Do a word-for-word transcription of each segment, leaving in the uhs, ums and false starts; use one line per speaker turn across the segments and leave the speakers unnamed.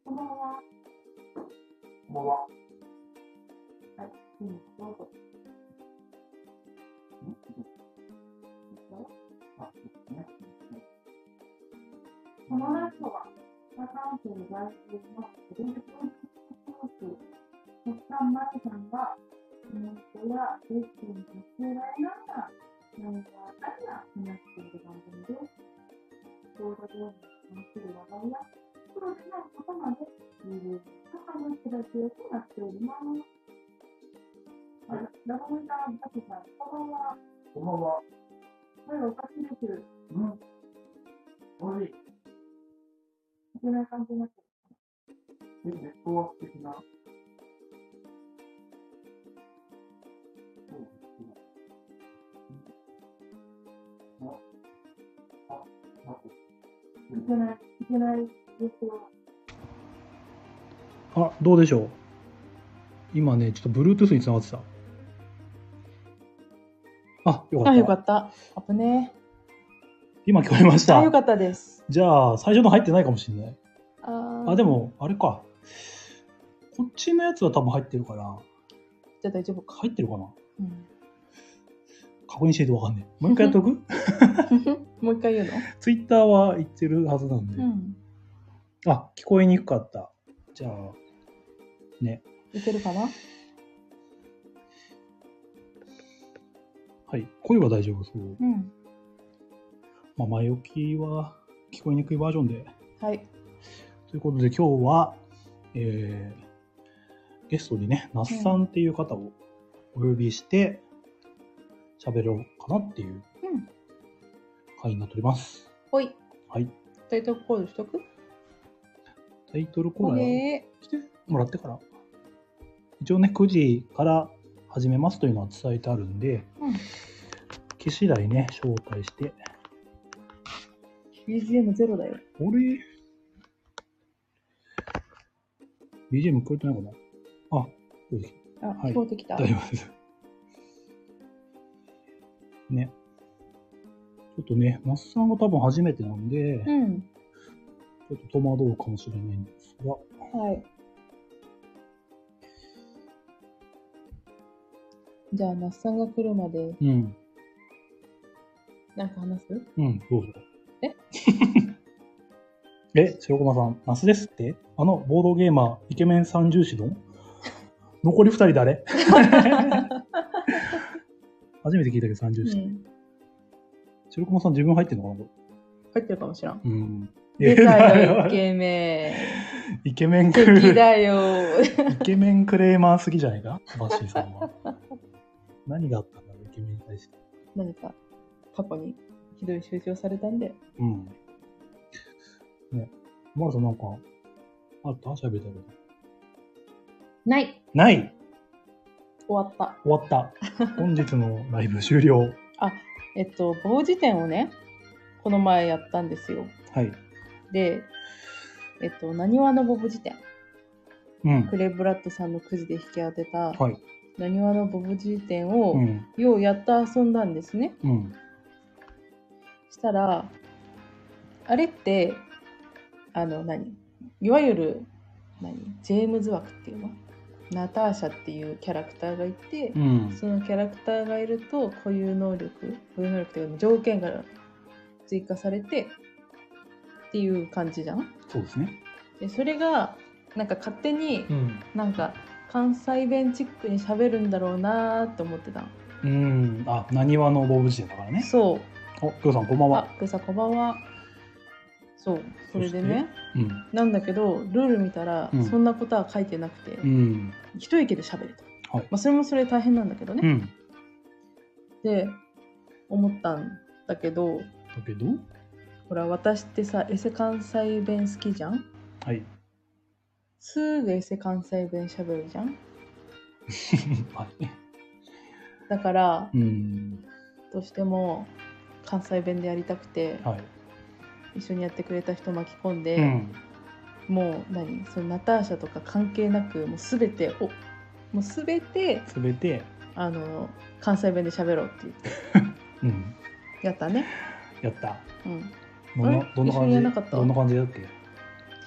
こんばんは。
こんばんは。
はい、うん、どうぞ。
あ、そうですね。
このラジオは、北関東在住のグループコーチ、そしたまりさんが、コメントやレッスンに教えられながら、何かありが話している番組です。動画ゲームに関する話題や、プロでないことまで、ゆるく話すラジオとなっております。はい、ラボメさん、タケさん、こんばんは。
こんばんは。
はい、おかしいです。
うん。おいしい。
いけない感じになってる。
え、ネットワーク的な。そうですね。あ、あ、あ、
いけない、いけないですよ。
あ、どうでしょう。今ね、ちょっと Bluetooth につながってた。あ、よかった。
あ、よかった。危ね
今聞こえまし
え。
た。
あ、よかったです。
じゃあ、最初の入ってないかもしれない。
あ
あ、でも、あれか。こっちのやつは多分入ってるから。
じゃあ大丈夫か。
入ってるかな、
うん、
確認しててわかんない。もう一回やっとく
もう一回言うの
Twitter は言ってるはずなんで。
うん。
あ、聞こえにくかった。じゃあ、ね。
いけるかな。
はい。声は大丈夫そう。
うん。
まあ、前置きは聞こえにくいバージョンで。
はい。
ということで今日は、えー、ゲストにね、那須さんっていう方をお呼びして喋ろうかなっていう
うん。
回になっております。
ほい。
はい。
タイトルコールしとく？
タイトルコー
こ
ル
れ。
来てもらってから。一応ね、くじから始めますというのは伝えてあるんで、
うん。
来次第ね、招待して。
ビージーエムゼロ だよ。
あれ ビージーエム 聞こえてないかなあ、聞こえてき
あ、
はい
聞こえてきた。
た。大丈夫です。ね。ちょっとね、那須さんが多分初めてなんで、
うん。
ちょっと戸惑うかもしれないんですが、
はい。じゃあ、那須さんが来るまで、
うん、
なんか話す？
うん、どうぞ。
え
え、白駒さん、那須ですってあの、ボードゲーマー、イケメン三重士の残り二人誰初めて聞いたけど三重士。
うん。
白駒さん自分入ってんのかなこ
入ってるかもしらん。
れ。うん。
出たよ、イケメ
イケメン
ン。
クレ
敵だよ。
イケメンクレーマー好きじゃないかバッシーさんは。何があったんだろう、イケメンに対して。
何か過去にひどい集中されたんで。
うん。ね。マラさんなんか、あった喋りたいこと。
ない
ない
終わった。
終わった。本日のライブ終了。
あ、えっと、棒辞典をね、この前やったんですよ。
はい。
で、えっと、なにわのボブ辞典。
うん。
クレイブラッドさんのくじで引き当てた、
はい。
なにわのボブ辞典を、
うん。
ようやっと遊んだんですね。
うん。
したら、あれって、あの、何いわゆる、何ジェームズ枠っていうのナターシャっていうキャラクターがいて、
うん。
そのキャラクターがいると固有能力固有能力っていうか条件が追加されてっていう感じじゃん。
そうですね。
でそれがなんか勝手に
うん。
なんか関西弁チックに喋るんだろうなーって思ってたの。
うん。あ、なにわのボブ時代だからね。
そう
お、きょうさんこんばん
あ
は。
くさこんばんは。そうそれでね
うん。
なんだけどルール見たら、
うん
そんなことは書いてなくて、
うん。
一息で喋れた、
はい
まあ、それもそれ大変なんだけどね、
うん。
で思ったんだけど
だけど
ほら私ってさエセ関西弁好きじゃん。
はい。
すぐエセ関西弁喋るじゃん。
はい。
だから、
うん。
どうしても関西弁でやりたくて、
はい。
一緒にやってくれた人巻き込んで、
うん。
もう何そのナターシャとか関係なくもうすべておもうすべて
すべて、
あの関西弁で喋ろうって言って
うん。
やったね。
やった。
うん。
どんな
あれ
どんな感じ
一緒にやんなかった
どんな感じだっけ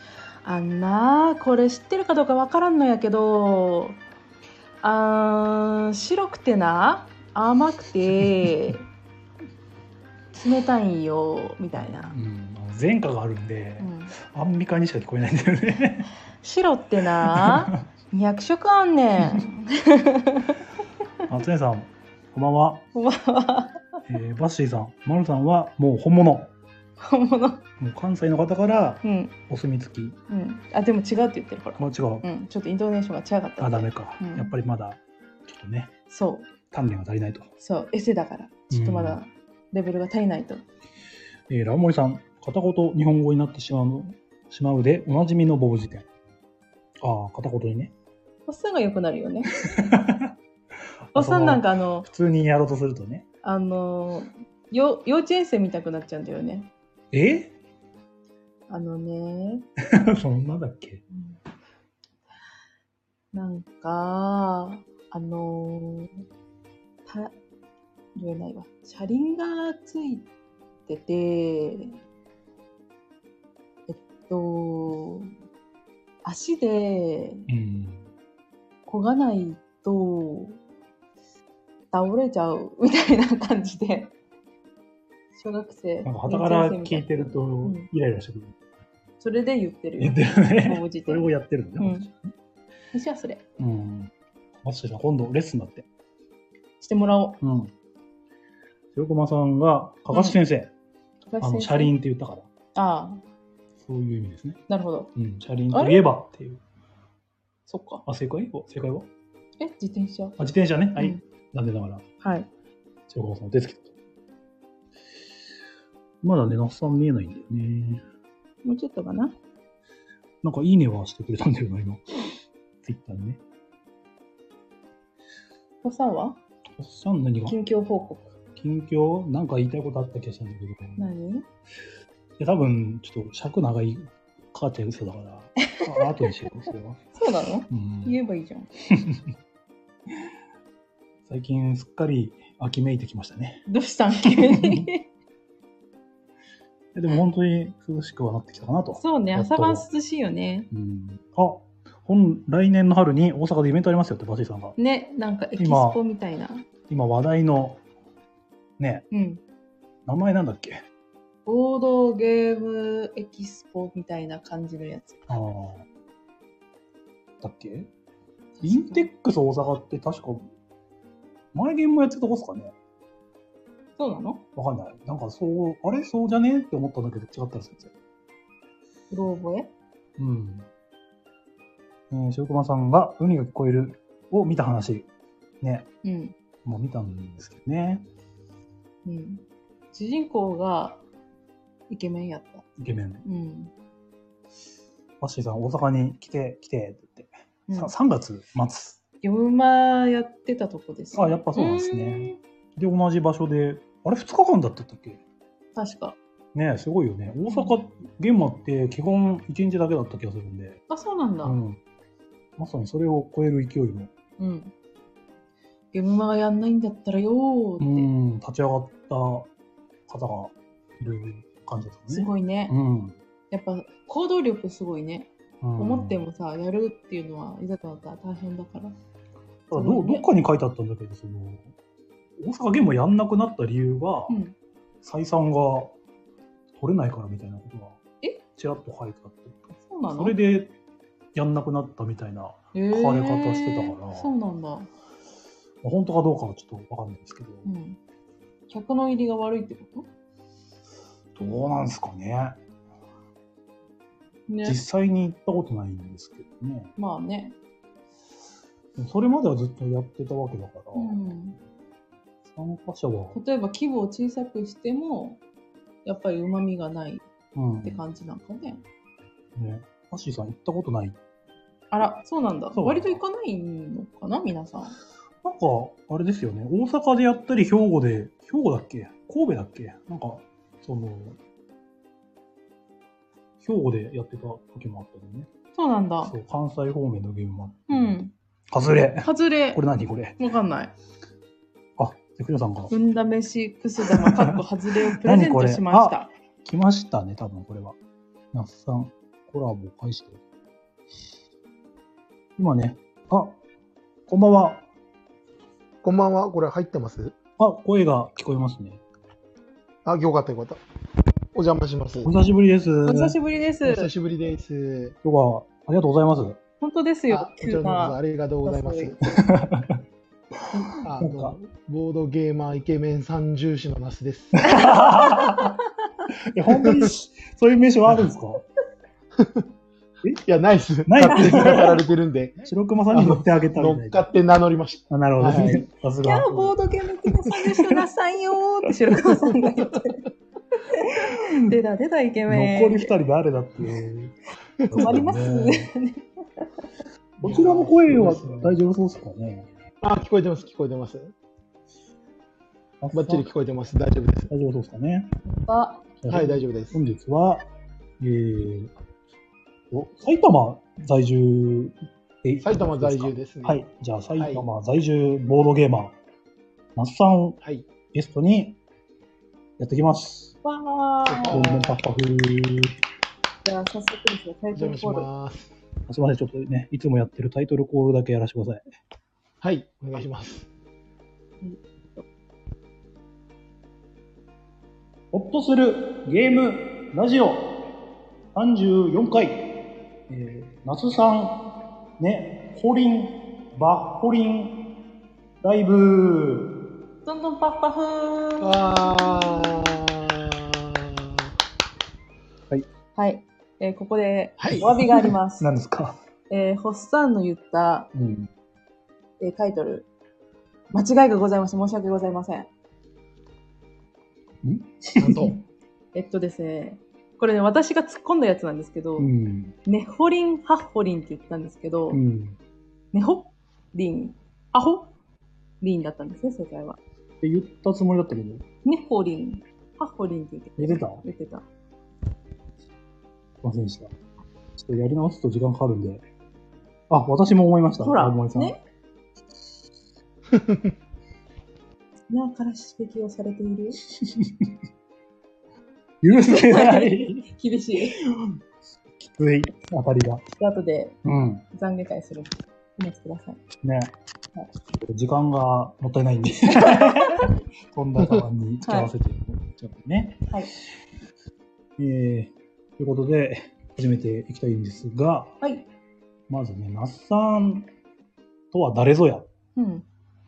あんなこれ知ってるかどうかわからんのやけど、あー白くてな甘くて冷たいんよみたいな、
うん、前科があるんで、
うん、
アンミカにしか聞こえないんだよね。
白ってなにひゃく色あんねん。
あつねさんこんばんは。
こんばんは。
えー、バッシーさん、マルさんはもう本物。
本物。
もう関西の方から
うん
お墨付き。
うん。あでも違うって言ってるから。
もう違う。
うん。ちょっとイントネーションが違かった。
あ、ダメか、
うん
やっぱりまだちょっとね、
そう
鍛錬が足りないと。
そうエセだからちょっとまだレベルが足りないと。
えー、ラオモリさん、片言日本語になってしまうのしまうでおなじみのボブ辞典。ああ、片言にね。
おっさんが良くなるよね。おっさんなんかあの
普通にやろうとするとね。
あのよ幼稚園生見たくなっちゃうんだよね。
え
あのね、
そんなだっけ。
なんかあのた言えないわ。車輪がついてて、えっと足で
うん。
漕がないと倒れちゃうみたいな感じで、小学生
なんか傍から聞いてる
う
と
ん
イライラしてくる。
それで言ってるよ
言ってるね
ボブ辞。典
それをやってるのね。
私はそれ
うん。バッシーさん、今度レッスンだって。
してもらおう。
うん。白駒さんが、かかし先生。
高橋先生
あの、車輪って言ったから。
ああ
そういう意味ですね。
なるほど。
うん。車輪といえばっていう。
そっか。
あ、正解お正解は
え自転車。
あ、自転車ね。はい。
うん
残念ながら、
はい。
白駒さんの手つきだと。まだね、那須さん見えないんだよね。
もうちょっとかな。
なんかいいねはしてくれたんだよな、今。ツイッターにね。
おっさんは
おっさん何が
近況報告。
近況なんか言いたいことあった気がしたんだけど。い
何
や、多分、ちょっと尺長いかかっちゃいそうだから、あ後にしよう、それは。
そうなの
うん、
言えばいいじゃん。
最近すっかり秋めいてきましたね。
どうしたん急に。
いやでも本当に涼しくはなってきたかなと。
そうね、
やっと
朝晩涼しいよね。
うん、あ、本来年の春に大阪でイベントありますよってバシーさんが。
ね、なんかエキスポみたいな。
今話題のね、
うん。
名前なんだっけ。
ボードゲームエキスポみたいな感じのやつ。
ああ。だっけインテックス大阪って確か前ゲームもやってたとこっすかね。
そうなの？
わかんない。なんかそう、あれそうじゃねって思ったんだけど違ったら先生。
うろ覚え？
うん。えー、白熊さんが海が聞こえるを見た話。ね。
うん。
もう見たんですけどね。
うん。主人公がイケメンやった。
イケメン。
うん。
バッシーさん、大阪に来て、来てって言って。
うん、
ささんがつ末。
ゲームマやってたとこです、
あ、やっぱそうなんですね。で、同じ場所で、あれふつかかんだって言ったっけ。
確か。
ねえ、すごいよね。大阪、現場って基本いちにちだけだった気がするんで。
あ、そうなんだ。
う。ん。まさにそれを超える勢いの。
うん。ゲームマがやんないんだったらよーって。
うん、立ち上がった方がいる感じですね。
すごいね。
うん。
やっぱ行動力すごいね。
うん、
思ってもさ、やるっていうのはいざとなったら大変だから。
ただどどっかに書いてあったんだけど、その大阪ゲームやんなくなった理由が、
うん。
採算が取れないからみたいなことが
え
ちらっと書いてあって、
そうなの？
それでやんなくなったみたいな
えー、
書かれ方してたから、
そうなんだ。
まあ本当かどうかはちょっとわかんないですけど、
うん。客の入りが悪いってこ
どうなんですかね。
と？ね。
実際に行ったことないんですけどね。
まあね。
でもそれまではずっとやってたわけだから、
うん。
参加者は、
例えば規模を小さくしても、やっぱり旨味がない
うん、
って感じなんかね。
ね。ハッシーさん行ったことない。
あら、そうなんだ。
そう
割と行かないのかな、皆さん。
なんか、あれですよね。大阪でやったり、兵庫で、兵庫だっけ神戸だっけなんか、その、兵庫でやってた時もあったのね。
そうなんだ
そ。う、関西方面のゲームもあって。
うん。
外れ。
外れ
こ。れ何これ。
わかんない。
あ、セクヨさんが。
運試しくす玉かっこ外れをプレゼントしました。
来ましたね、多分これは。那須さん。 コラボ返して。今ね、あ、こんばんは。
こんばんは。これ入ってます？
あ、声が聞こえますね。
あ、よかったよかった。お邪魔します。
お久しぶりです。
お久しぶりです。
お久しぶりです。
今日はありがとうございます。
本当ですよ
あ。こちらこそありがとうございます。あ
なんか
のボードゲーマーイケメン三重視の那須です。
いや、本当にそういう名称あるんですか？
いや、ないっす。
ない
勝手に語られてるんで、
白熊さんに乗ってあげたみ
乗
たいな。
っかって名乗りまし
あ、なるほど
は
ね。さす
いや
が。
ボードゲーム機の三十種なさんよーって白川さんが言ってる。出た出たイケメン。
残り二人誰だっていう。
困ります。
こちらの声は大丈夫そうですかね？
た。あ、聞こえてます、聞こえてます。バッチリ聞こえてます。大丈夫です。
大丈夫そうですかね？
あ、
はい、大丈夫です。
本日は、えー、お埼玉在住で
埼玉在住ですね。
はい。じゃあ、埼玉在住ボードゲーマー、那須さんを
はい。
ゲストにやってきます。
わ
どんどん
ー。
パフパフ。
じゃあ早速ですね、タイ
お邪魔し
トルコール。
ます。
すみません、ちょっとね、いつもやってるタイトルコールだけやらせてください。
はい、お願いします。
ホッとするゲームラジオさんじゅうよんかい、えー、那須さん、ね、ホリン、バッホリン、ライブ。
どんどんパッパフー。
わー。
はい、えーここで
はい
お詫びがあります。
何ですか？
えー、ホッサンの言った、
うん。
えータイトル、間違いがございまして申し訳ございません。
なんと。
えっとですね、これね、私が突っ込んだやつなんですけど、
うん。
ネホリン、ハッホリンって言ったんですけど、
うん。
ネホリン、アホリンだったんですね、正解は。
って言ったつもりだったけど、
ネホリン、ハッホリンって言って
言ってた？
言ってた。
すいませんでした。ちょっとやり直すと時間かかるんで。あ、私も思いました。
ほら、
大森さん。
ね。なから指摘をされている。
許せない。
厳しい。
きつい、当たりが。
後で
うん。
懺悔会する。お待ちください。
ね。
はい
時間がもったいないんで。そんなたまに使わせて、ちょっとね。
はい。
えー、ということで、始めていきたいんですが、
はい。
まずね、那須さんとは誰ぞや。
うん。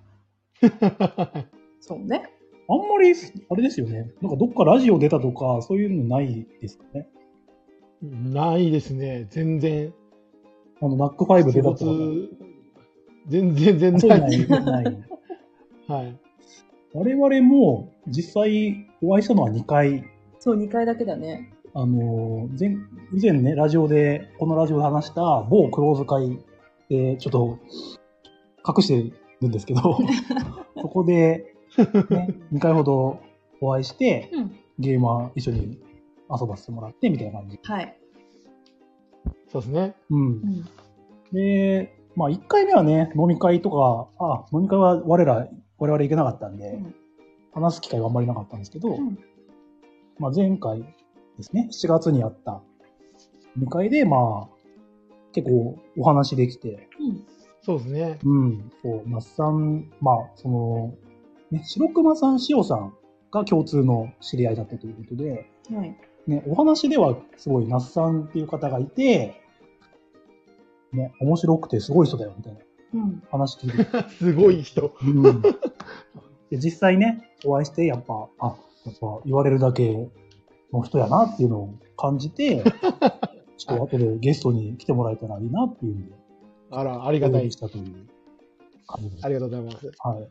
そうね。
あんまり、あれですよね。なんかどっかラジオ出たとか、そういうのないですかね。
ないですね。全然。
あの、ナックファイブ出たとか。
全然全
そう
然
いうのない。ない。
はい。
我々も実際お会いしたのはにかい。
そう、にかいだけだね。
あの、前、以前ね、ラジオで、このラジオで話した某クローズ会で、ちょっと隠してるんですけど、そこで、ね、にかいほどお会いして、
うん。
ゲーマー一緒に遊ばせてもらってみたいな感じ。
はい。
そうですね。
う。
うんん。
で、まあいっかいめはね、飲み会とか、あ、飲み会は我ら、我々行けなかったんで、
うん
話す機会はあんまりなかったんですけど、
うん
まあ前回ですね、しちがつにあった飲み会で、まあ、結構お話できて、
うん。
そうですね。
うん、そう、那須さん、まあ、その、ね、白熊さん、塩さんが共通の知り合いだったということで、
はい。
ね、お話ではすごい那須さんっていう方がいて、ね、面白くてすごい人だよ、みたいな
うん。
話聞いて。
すごい人。
うん、で実際ね、お会いして、やっぱ、あ、やっぱ言われるだけの人やなっていうのを感じて、ちょっと後でゲストに来てもらえたらいいなっていうんで、
あら、ありがたい
お呼び。したという感じです。
ありがとうございます。
はい。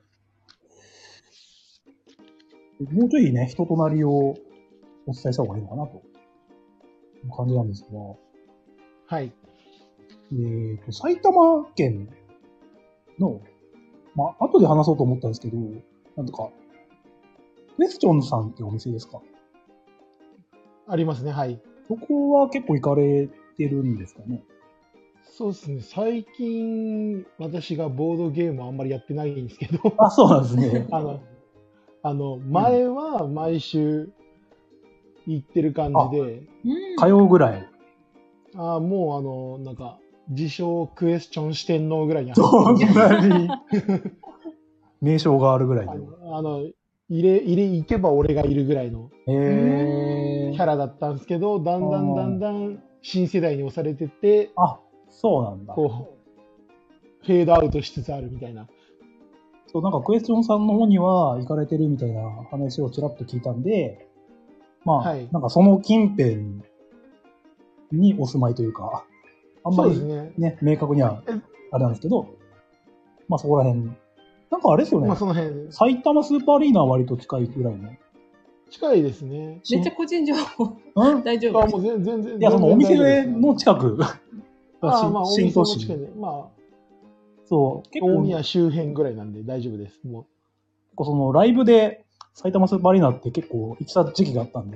もうちょいね、人となりをお伝えした方がいいのかなという感じなんですが、
はい。
えーと、埼玉県の、まあ、後で話そうと思ったんですけど、なんとか、クエスチョンさんってお店ですか？
ありますね。はい。
そこは結構行かれてるんですかね？
そうですね。最近、私がボードゲームはあんまりやってないんですけど、
あ、そうなんですね。
あの、あの、前は毎週行ってる感じで、
うん。
通うぐらい。
ああ、もうあの、なんか、自称クエスチョン四天王ぐらいに
そん
入ってる
なに名称があるぐらい
あ
で。
の、あの入れ、入れ行けば俺がいるぐらいの
へー。
キャラだったんですけど、だんだんだんだん新世代に押されてて、
あ、そうなんだ。
こう、フェードアウトしつつあるみたいな。
そう、なんかクエスチョンさんの方には行かれてるみたいな話をちらっと聞いたんで、まあ、
はい
なんかその近辺にお住まいというか、あんまり
そうですね。
ね、明確には
え
あれなんですけど、まあそこら辺。なんかあれですよね、
まあその辺、
埼玉スーパーアリーナは割と近いぐらいの。
近いですね。
めっちゃ個人情報
うん
大丈夫。
あもう全全然。
いや、そのお店の
ち
近く。
ああ、まあ、
新都市
新都市。近いで、ま
そう、
あ、
結構、
大宮周辺ぐらいなんで大丈夫です。も
結構そのライブで埼玉スーパーアリーナって結構行きた時期があったんで、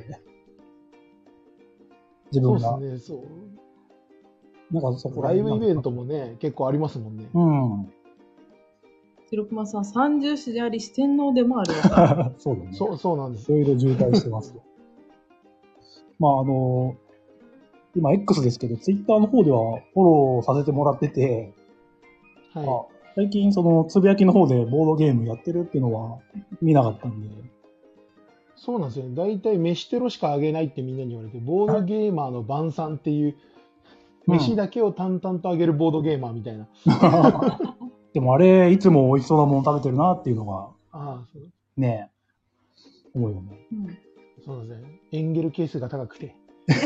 自
う。そう
分が。
ですね、そう。
なんかそこら
ライ
辺
ブイベントもね、結構ありますもんね。
うん。
白熊さん、三重視であり四天王でもあるのか。
そうだね。
そう、そうなんです。
いろいろ渋滞してますよ。まああの、今 X ですけど、Twitter の方ではフォローさせてもらってて、
は
あ最近そのつぶやきの方でボードゲームやってるっていうのは見なかったんで、
い。そうなんですよね。大体飯テロしかあげないってみんなに言われて、ボードゲーマーの晩餐っていう、
うん
飯だけを淡々とあげるボードゲーマーみたいな。
でもあれ、いつも美味しそうなもの食べてるなっていうのが、
ああ、そう
ね、思うよね。
うん
そうなんですね。エンゲル係数が高くて。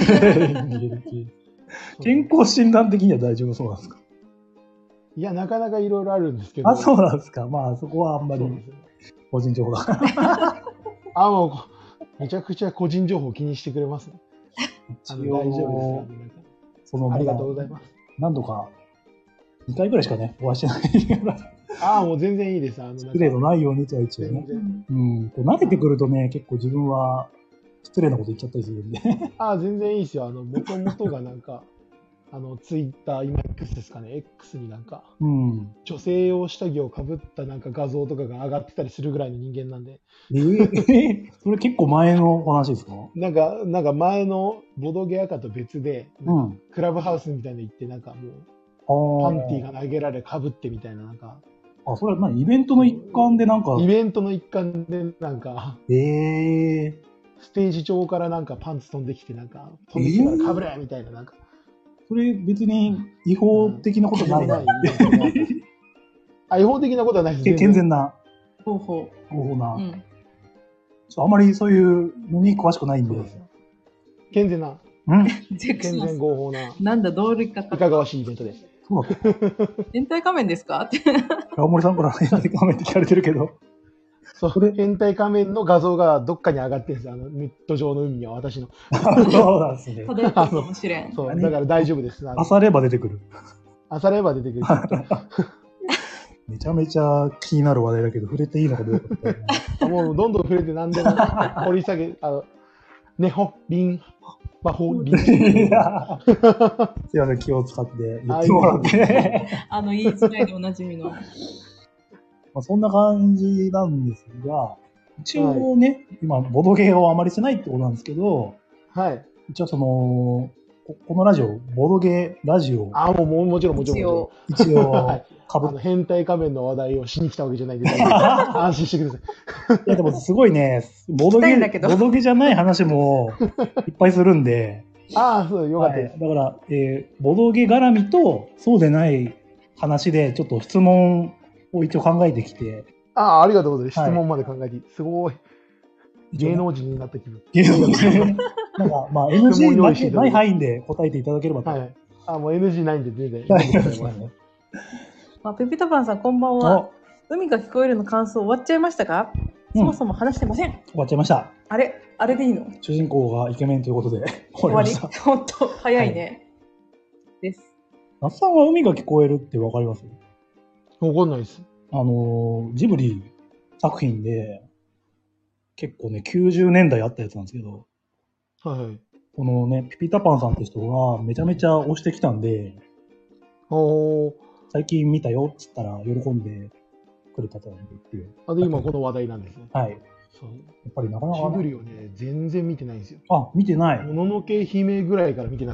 健康診断的には大丈夫そうなんですか？
いや、なかなかいろいろあるんですけど。
あ、そうなんですか。まあそこはあんまり
そうなんですよ
個人情報が。
あ、もうこ、めちゃくちゃ個人情報気にしてくれますね。あの
一応
大丈夫ですよなんか
その
ありがとうございます。
何度か、にかいぐらいしかね、お会いしてないから、
ああ、もう全然いいです。あの、なんか
失礼のないようにとは一応ね。
全然。
うん。こう慣れてくるとね、結構自分は失礼なこと言っちゃったりするんで。
ああ、全然いいですよ。あの、もともとがなんか、あの、ツイッター、今 X ですかね。X になんか、
うん。
女性用下着をかぶったなんか画像とかが上がってたりするぐらいの人間なんで、
えー、それ結構前の話ですか？
なんか、なんか前のボドゲアカと別で、
うん。
クラブハウスみたいなの行って、なんかもう、
あ
パンティーが投げられ、かぶってみたいな、なんか、
あ。あ、それは何イベントの一環でなんか、
イベントの一環で、なんか、
ええ
ステージ上からなんかパンツ飛んできて、なんか、飛んできてからかぶれみたいな、なんか、
それ別に違法的なことないな。
ない。あ、違法的なことはないです。
け健全な
方法。
方法な。
うん。
ちょあまりそういうのに詳しくないんで。
そうですよ健全な、
うん
ゼク
健全
ソン
合法な、い
なんだ、道理か
かがわしいイベントで。
そうだった。
変態仮面ですかって。
青森さんから変態仮面って聞かれてるけど。
そう、変態仮面の画像がどっかに上がってるんですよ。あの、ネット上の海には私の。
そうなんですね。
漂ってるかもしれん。
そう、だから大丈夫です。あの
あされば出てくる。
朝れば出てくる。
めちゃめちゃ気になる話題だけど、触れていいのかどうかってね。
あもうどんどん触れて何でも掘り下げ、あの、ねほ、りん、まほ、りん。
いやすいません、気を使って言ってもらって。
あの、言いづらいでおなじみの。
まあそんな感じなんですが、一応ね、今、ボドゲーをあまりしてないってことなんですけど、
はい。
一応その、ここのラジオ、ボドゲーラジオ、
あ、もう、もうもちろん、もちろん。
一応。
一応
はい、
かぶっ
あの、変態仮面の話題をしに来たわけじゃないんで、安心してください。
いや、でもすごいね、ボド
聞きたい
ゲ、
んだけど
ボドゲじゃない話もいっぱいするんで、
ああ、そう、よかった
はい
です。
だから、えーボドゲ絡みとそうでない話で、ちょっと質問を一応考えてきて、
ああ、ありがとうございます。
はい
質問まで考えて、すごい。芸能人になった気分。
芸能人なんか、まあ、エヌジー な
質問用意していただて
ないい範囲で答えていただければと。
はい。あ、もう エヌジー ないんで、全然。
はい
全然構いません
まあ、ペピタパンさん、こんばんは。海が聞こえるの感想終わっちゃいましたか、
うん
そもそも話してません。
終わっちゃいました。
あれあれでいいの
主人公がイケメンということで終
終わり
わりました。
ほんと、早いね。です。
那須さんは海が聞こえるってわかります？
わかんないです。
あのー、ジブリ作品で、結構ね、きゅうじゅうねんだいあったやつなんですけど、
はいはい。
このね、ピピタパンさんって人がめちゃめちゃ推してきたんで、
おー。
最近見たよっつったら喜んでくれたと思っていう。
あ、で、今この話題なんですね。
はい。や
そう。
っぱりなかな
ジ
かね。
ブリをね、全然見てないんですよ。
あ、見てない。
もののけ姫ぐらいから見てなくて。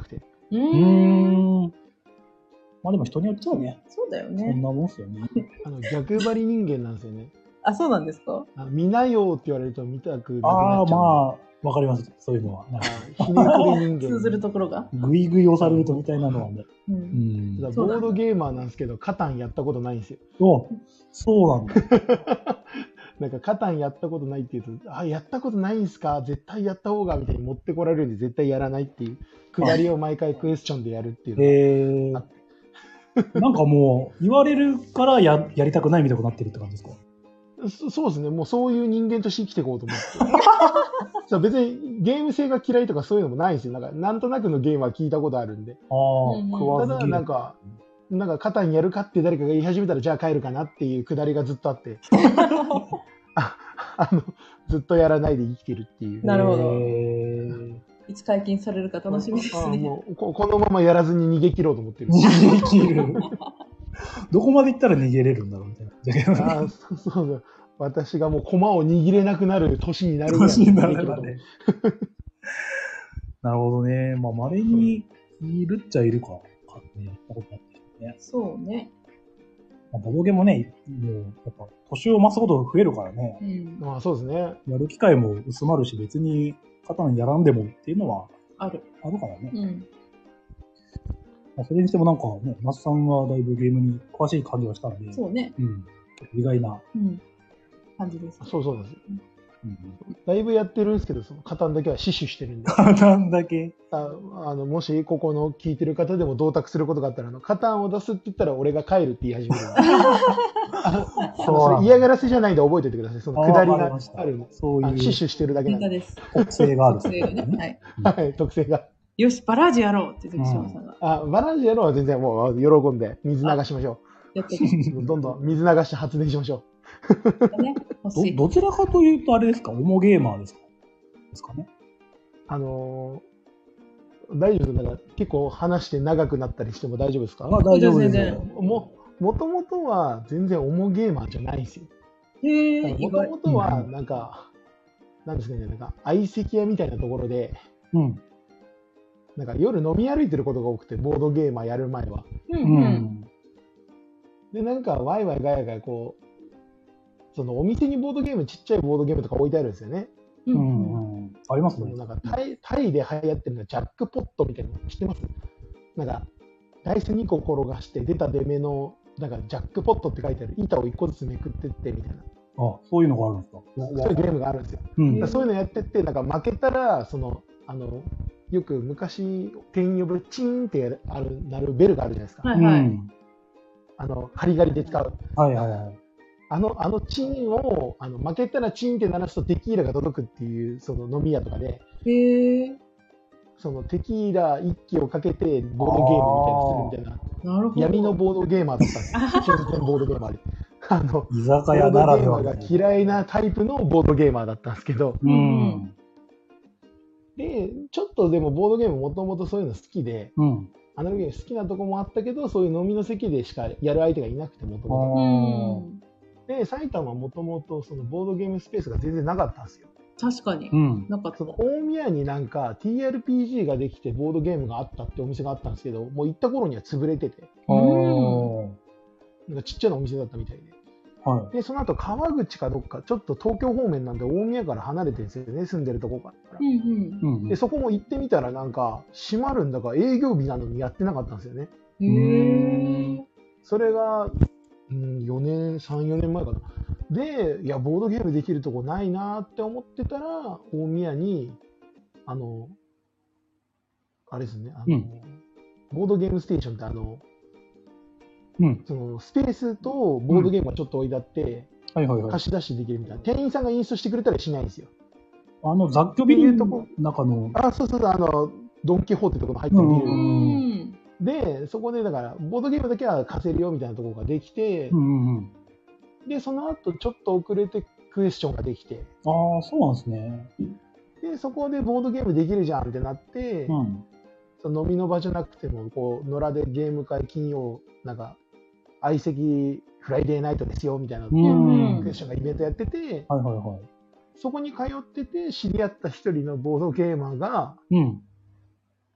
う
う
ーん。
ーん。まあでも人によってはね、
そうだよ
そん
ね。
なもんっすよね。
あの逆張り人間なんですよね。
あ、そうなんですか？
あ見なよって言われると見たくなく
ああ、
なっちゃうんで。
まあ、わかります。そういうのは。なんか
あひねくれ人間。
通ずるところが。
ぐいぐい押されるとみたいなのはね。
う。
うんん。
ただ
そうなんだ
ボードゲーマーなんですけど、カタンやったことないんですよ。
お、そうなんだ。
なんかカタンやったことないって言うと、あ、やったことないんすか絶対やった方がみたいに持ってこられるんで絶対やらないっていうくだりを毎回クエスチョンでやるっていうのが
えー、なんかもう、言われるからややりたくないみたいになってるって感じですか？
そそうですね。もうそういう人間として生きていこうと思って。そう別にゲーム性が嫌いとかそういうのもないんですよ。なんかなんとなくのゲームは聞いたことあるんで。
ああ、
うん
食わず嫌い。
ただなんか、なんかカタンやるかって誰かが言い始めたらじゃあ帰るかなっていうくだりがずっとあって。ああのずっとやらないで生きてるっていう。
なるほど
えー、
いつ解禁されるか楽しみです
あ
ね。
もうここのままやらずに逃げ切ろうと思ってる。
逃げ切る。どこまで行ったら逃げれるんだろうみたいな。
ああ、そうそうそう。私がもう駒を握れなくなる年になるぐらい
年になる
逃げ切ろうと思
ね
って。
なるほどね。まあ、稀にいるっちゃいるか。かね、やったことないですね。
そうね。
まあ、ボドゲもね、もう、やっぱ、年を増すほど増えるからね。
うん。
まあそうですね。
やる機会も薄まるし、別に、カタンやらんでもっていうのは
ある。
あるからね。
うん。
まあ、それにしてもなんかね、那須さんはだいぶゲームに詳しい感じがしたんで、
そうね。
うん。意外な。
うん。感じです。
そうそうなんですよ。
うん。
だいぶやってるんですけど、そのカタンだけは死守してるんで。
カタンだけ。
ああのもしここの聞いてる方でも同卓することがあったら、あのカタンを出すって言ったら俺が帰るって言い始めるんで。あのそれ嫌がらせじゃないんで覚えておいてください。その下りがあるんで。
そういう
あの死守してるだけなんで。
ネタです。
特性がある。
特性がね。はい。
はい、特性が。
よし、バラージュやろうって言って島さんが。
あ、バランジやろうは全然もう喜んで水流しましょ
やってた。
う。どんどん水流して発電しましょ
ね。欲しい。
ど、どちらかというとあれですか、重ゲーマーですかですかね。
う。あのー、大丈夫ですか？なんか結構話して長くなったりしても大丈夫ですか？
あ、大丈夫です
全
よ。
も、もともとは全然重ゲーマーじゃないんですよ。
へえ、意
もと
外。
もとはなんか、なんですかね、なんか相席屋みたいなところで、
うん。
なんか夜飲み歩いてることが多くて、ボードゲーマーやる前は。
うん
う
うん。
ん。
で、なんかワイワイガヤガヤこう、そのお店にボードゲーム、ちっちゃいボードゲームとか置いてあるんですよね。
う
うん
うん。
ん。ありますね
その。なんかタイタイで流行ってるのはジャックポットみたいなの知ってます？なんか、ダイスにこ転がして出た出目の、なんかジャックポットって書いてある板をいっこずつめくってってみたいな、
あ、そういうのがあるんですか。
そういうゲームがあるんですよ。
うん。
だからそういうのやってって、なんか負けたら、その、あの、よく昔、店員呼ぶチーンってやるあるなるベルがあるじゃないですか。
はいはい。
うん。
あの、ハリガリで使う。
はいはいはい。
あの、あのチーンを、あの、負けたらチーンって鳴らすとテキーラが届くっていう、その飲み屋とかで、
へえ。
そのテキーラ一機をかけてボードゲームみたいなするみたいな、
なるほど。
闇のボードゲーマーだったんですよ。真剣ボードゲーマーで。あの、
居酒
ボー
屋ならで
ドゲーマーが
はですね。
嫌いなタイプのボードゲーマーだったんですけど、
うん。
で、ちょっとでもボードゲームもともとそういうの好きで、
うん。
アナログゲーム好きなとこもあったけど、そういう飲みの席でしかやる相手がいなくて、もと
あ
も
うん。
と。で、埼玉はもともとそのボードゲームスペースが全然なかったんですよ。
確かに
ー。う。ん。
なかった
そ。の大宮になんか ティーアールピージー ができてボードゲームがあったってお店があったんですけど、もう行った頃には潰れてて、
あー
なんかちっちゃなお店だったみたいで。
はい。
で、その後川口かどっか、ちょっと東京方面なんで大宮から離れてるんですよね、住んでるとこから
う。んうん。
うん。
で、そこも行ってみたらなんか閉まるんだか営業日なのにやってなかったんですよね。
へえ。
それが、うん、よねん、さん、よねんまえかな。で、いや、ボードゲームできるとこないなって思ってたら、大宮に、あの、あれですね、あの、
うん
ボードゲームステーションってあの、
うん。
そのスペースとボードゲームがちょっと置いてあって、
はいはいはい。
貸し出しできるみたいな。店員さんがインストしてくれたりしないんですよ。
あの、雑居ビルの中の。
あ、そうそうそう、あの、ドン・キホーテとかの入ってるビル。
う
うんん。
で、そこでだから、ボードゲームだけは貸せるよみたいなところができて、
うんうんうん。
で、その後ちょっと遅れてクエスチョンができて、
ああ、そうなんですね。
で、そこでボードゲームできるじゃんってなって、
うん。
その飲みの場じゃなくても、こう、野良でゲーム会金曜、なんか、相席フライデーナイトですよみたいな、
う
ク
ん。
エスチョンがイベントやってて、
はいはいはい。
そこに通ってて知り合った一人のボードゲーマーが、
うん。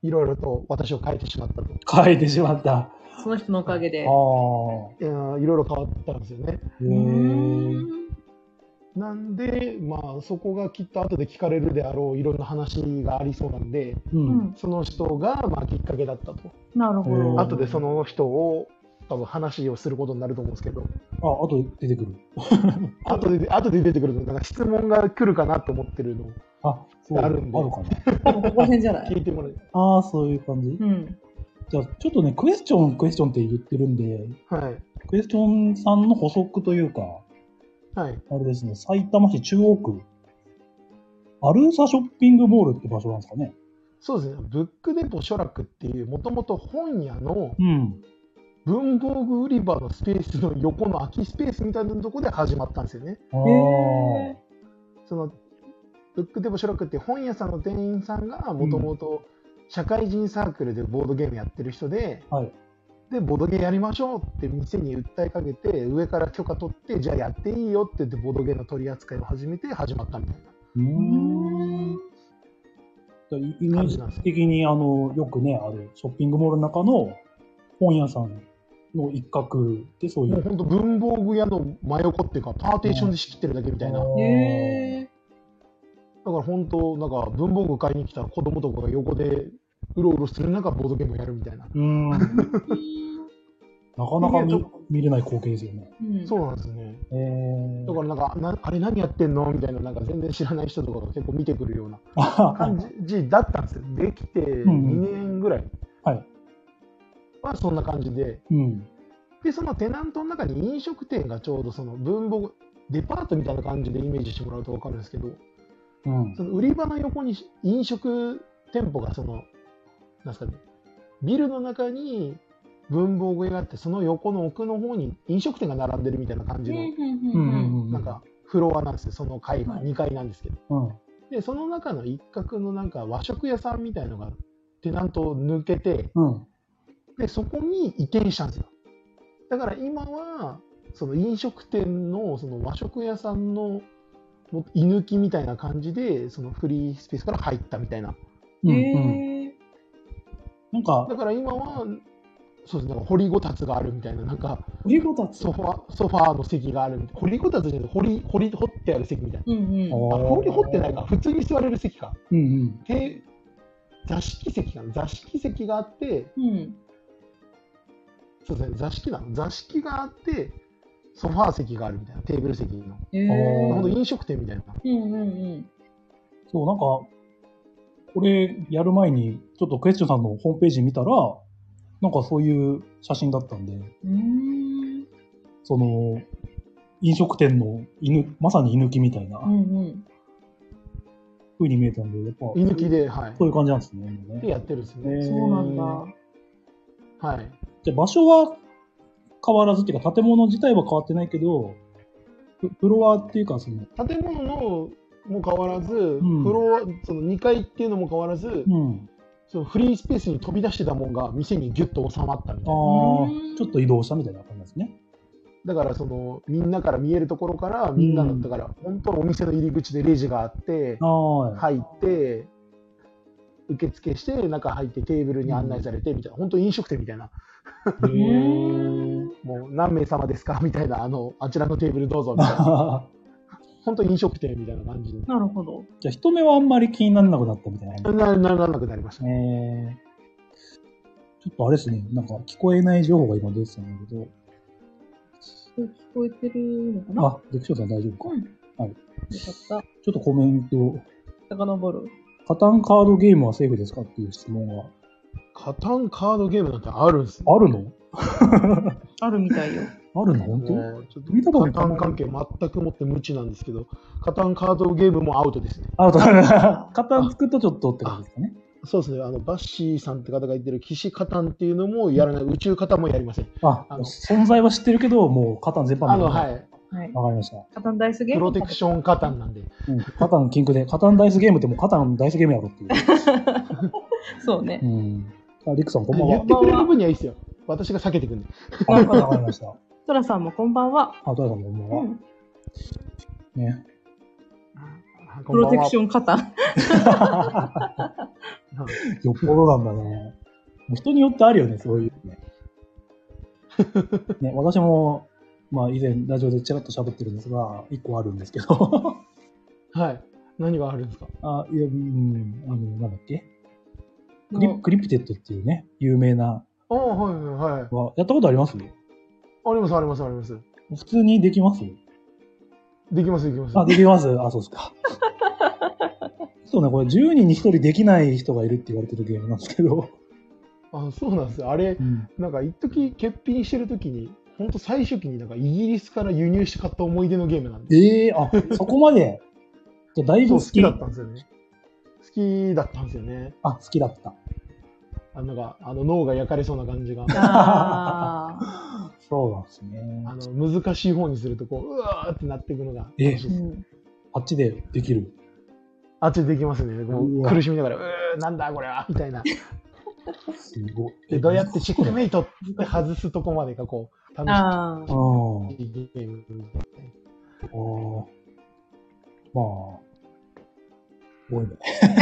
いろいろと私を変えてしまったと。
書いてしまった。
その人のおかげで。
ああ。
いやいろいろ変わったんですよね。
へ
うー
ー。
ん
なんで、まあ、そこがきっと後で聞かれるであろういろんな話がありそうなんで、
う。
うんん、
その人がまあきっかけだったと。
なるほど。
うん
後でその人を多分話をすることになると思うんですけど、
あ、あと出てくる。
後で後で出てくるのなんか質問が来るかなと思ってるのを
あ、そう
あるんで
あるかな。
多分ここら辺じゃない
聞いてもらえ
ああ、そういう感じ。
うん。
じゃあ、ちょっとね、クエスチョン、クエスチョンって言ってるんで、
はい。
クエスチョンさんの補足というか、
はい。
あれですね、埼玉市中央区、アルーサショッピングモールって場所なんですかね。
そうですね。ブックデポ書楽っていう、もともと本屋の
うん。
文房具売り場のスペースの横の空きスペースみたいなところで始まったんですよね。
ああ。
へ
そのブックデポ書楽っていう本屋さんの店員さんがもともと社会人サークルでボードゲームやってる人で、
はい。
でボードゲームやりましょうって店に訴えかけて上から許可取ってじゃあやっていいよって言ってボードゲームの取り扱いを始めて始まったみたいな。
うーん。じゃあイイメージ的に、あの、よくね、あるショッピングモールの中の本屋さんの一角でそういう。
もう本当文房具屋の真横っていうかパーテーションで仕切ってるだけみたいな。だ
うん
か
え。
ら本当なんか文房具買いに来た子供とかが横でうろうろする中ボードゲームをやるみたいな。
うーん。なかなか見見れない光景ですよね。
うん。
そうなんですね。
えー、
だからなんかなあれ何やってんのみたいななんか全然知らない人とかが結構見てくるような
あ
感じだったんですよ。できてにねんぐらい
はい。
はそんな感じで、
うん。
でそのテナントの中に飲食店がちょうどその文房具デパートみたいな感じでイメージしてもらうと分かるんですけど、
うん。
その売り場の横に飲食店舗がそのなんですかね、ビルの中に文房具屋があってその横の奥の方に飲食店が並んでるみたいな感じの
うんうん
う
うん
ん。うん。
なんかフロアなんですよ。その階が
はい
にかいなんですけど、
うん。
でその中の一角のなんか和食屋さんみたいのがテナントを抜けて、
うん。
でそこに移転したんですよ。だから今はその飲食店のその和食屋さんのも居抜きみたいな感じでそのフリースペースから入ったみたいな。
うん。うん。
へえ。
なんか
だ、から今はそうですね、なんか掘りごたつがあるみたいな、なんか
掘りごたつ。
ソファソファーの席があるみたいな、掘りごたつじゃなくて掘り掘り掘ってある席みたいな。
うんうん。
あ、掘り掘ってないか、普通に座れる席か。
うんうん。
で座敷席かな、座敷席があって
うん。
そうですね、座敷なの座敷があってソファー席があるみたいな、テーブル席の
へ
あ
え。
本当飲食店みたいな。
うんうんうん。
そう、なんか、これやる前に、ちょっとクエスチョンさんのホームページ見たら、なんかそういう写真だったんで、
うーん。
その、飲食店の犬、まさに居抜きみたいな
うんうん。
風に見えたんで、やっぱ、
居抜きで、はい
そういう感じなんですね。今ね
でやってるんですね。
へー
そうなんだ。
はい。
じゃあ場所は変わらずっていうか、建物自体は変わってないけど、フフロアっていうか、その、
建物のも変わらず、
ん
フロアそのにかいっていうのも変わらず、
うん。
そのフリースペースに飛び出してたもんが店にギュッと収まったみたいな。
ああ
うん、
ちょっと移動したみたいな感じですね。
だからそのみんなから見えるところからみんなの、
うん
だから本当はお店の入り口でレジがあって
は
入って受付して中入ってテーブルに案内されてみたいな、本当飲食店みたいな、
い。へー。
もう何名様ですかみたいな、あのあちらのテーブルどうぞみたいな、本当飲食店みたいな感じに
なるほど。
じゃあ人目はあんまり気にならなくなったみたいな感じ。
なならなくなりました。
えー、ちょっとあれですね、なんか聞こえない情報が今出てたんだけど、
聞こえてるのかな。
あ、デクションさん大丈夫か、
うん。
はい。
よかった。
ちょっとコメント、
遡る。
カタンカードゲームはセーフですかっていう質問が
カタンカードゲームなんてあるんですね。
あるの
あるみたいよ。
あるの本当
もうちょっと
見たことない
カタン関係全くもって無知なんですけど、カタンカードゲームもアウトですね。
あると、カタンつくとちょっとって感じですかね。
そうですね、あのバッシーさんって方が言ってる騎士カタンっていうのもやらない、宇宙カタンもやりません。
あ、
あの
存在は知ってるけど、もうカタン全般
あの、
い。
はい、
はい。
わかりました。
カタンダイスゲー
プ
ム。
ロテクションカタンなんで。
うん、カタンキンクで、カタンダイスゲームってもうカタンダイスゲームやろっていう。
そうね
う。ん。あ、リクさんこんばんは。
言ってくれる分にはいいですよ。私が避けてくんで。
あ、わかりました。
トラさんもこんばんは。
あ、トラさんこんばんは。
うん。
ね。
プロテクションカタン。
よっぽどなんだね。もう人によってあるよね、そういうね。ね、私も、まあ以前ラジオでちらっと喋ってるんですが、一個あるんですけど。
はい。何があるんですか？
あ、いや、うん、あの、なんだっけクリクリプテッドっていうね、有名な。
ああ、はいはいはい。
はやったことあります？
ありますありますあります。
普通にできます？
できますできます。
あ、できます。あ、そうですか。そうね、これじゅうにんにひとりできない人がいるって言われてるゲームなんですけど。
あ、そうなんですよ。あれ、
うん、
なんか一時欠品してる時に、ほんと最初期になんかイギリスから輸入して買った思い出のゲームなんで。
ええー、あ、そこまで。じゃだいぶ好き。
好きだったんですよね。好きだったんですよね。
あ、好きだった。
あのが、あの脳が焼かれそうな感じが。
あ
そうなんですね。
あの、難しい方にすると、こう、うわーってなっていくのが楽しいです。
ーうん
あっちでできる。
あっちでできますね。こう
うわ
苦しみながら、うー、なんだこれはみたいな。
すごい。
で、どうやってチェックメイトって外すとこまでが、こう、楽
あー。
うん。
しいゲーム。
あーまあ、すごいね。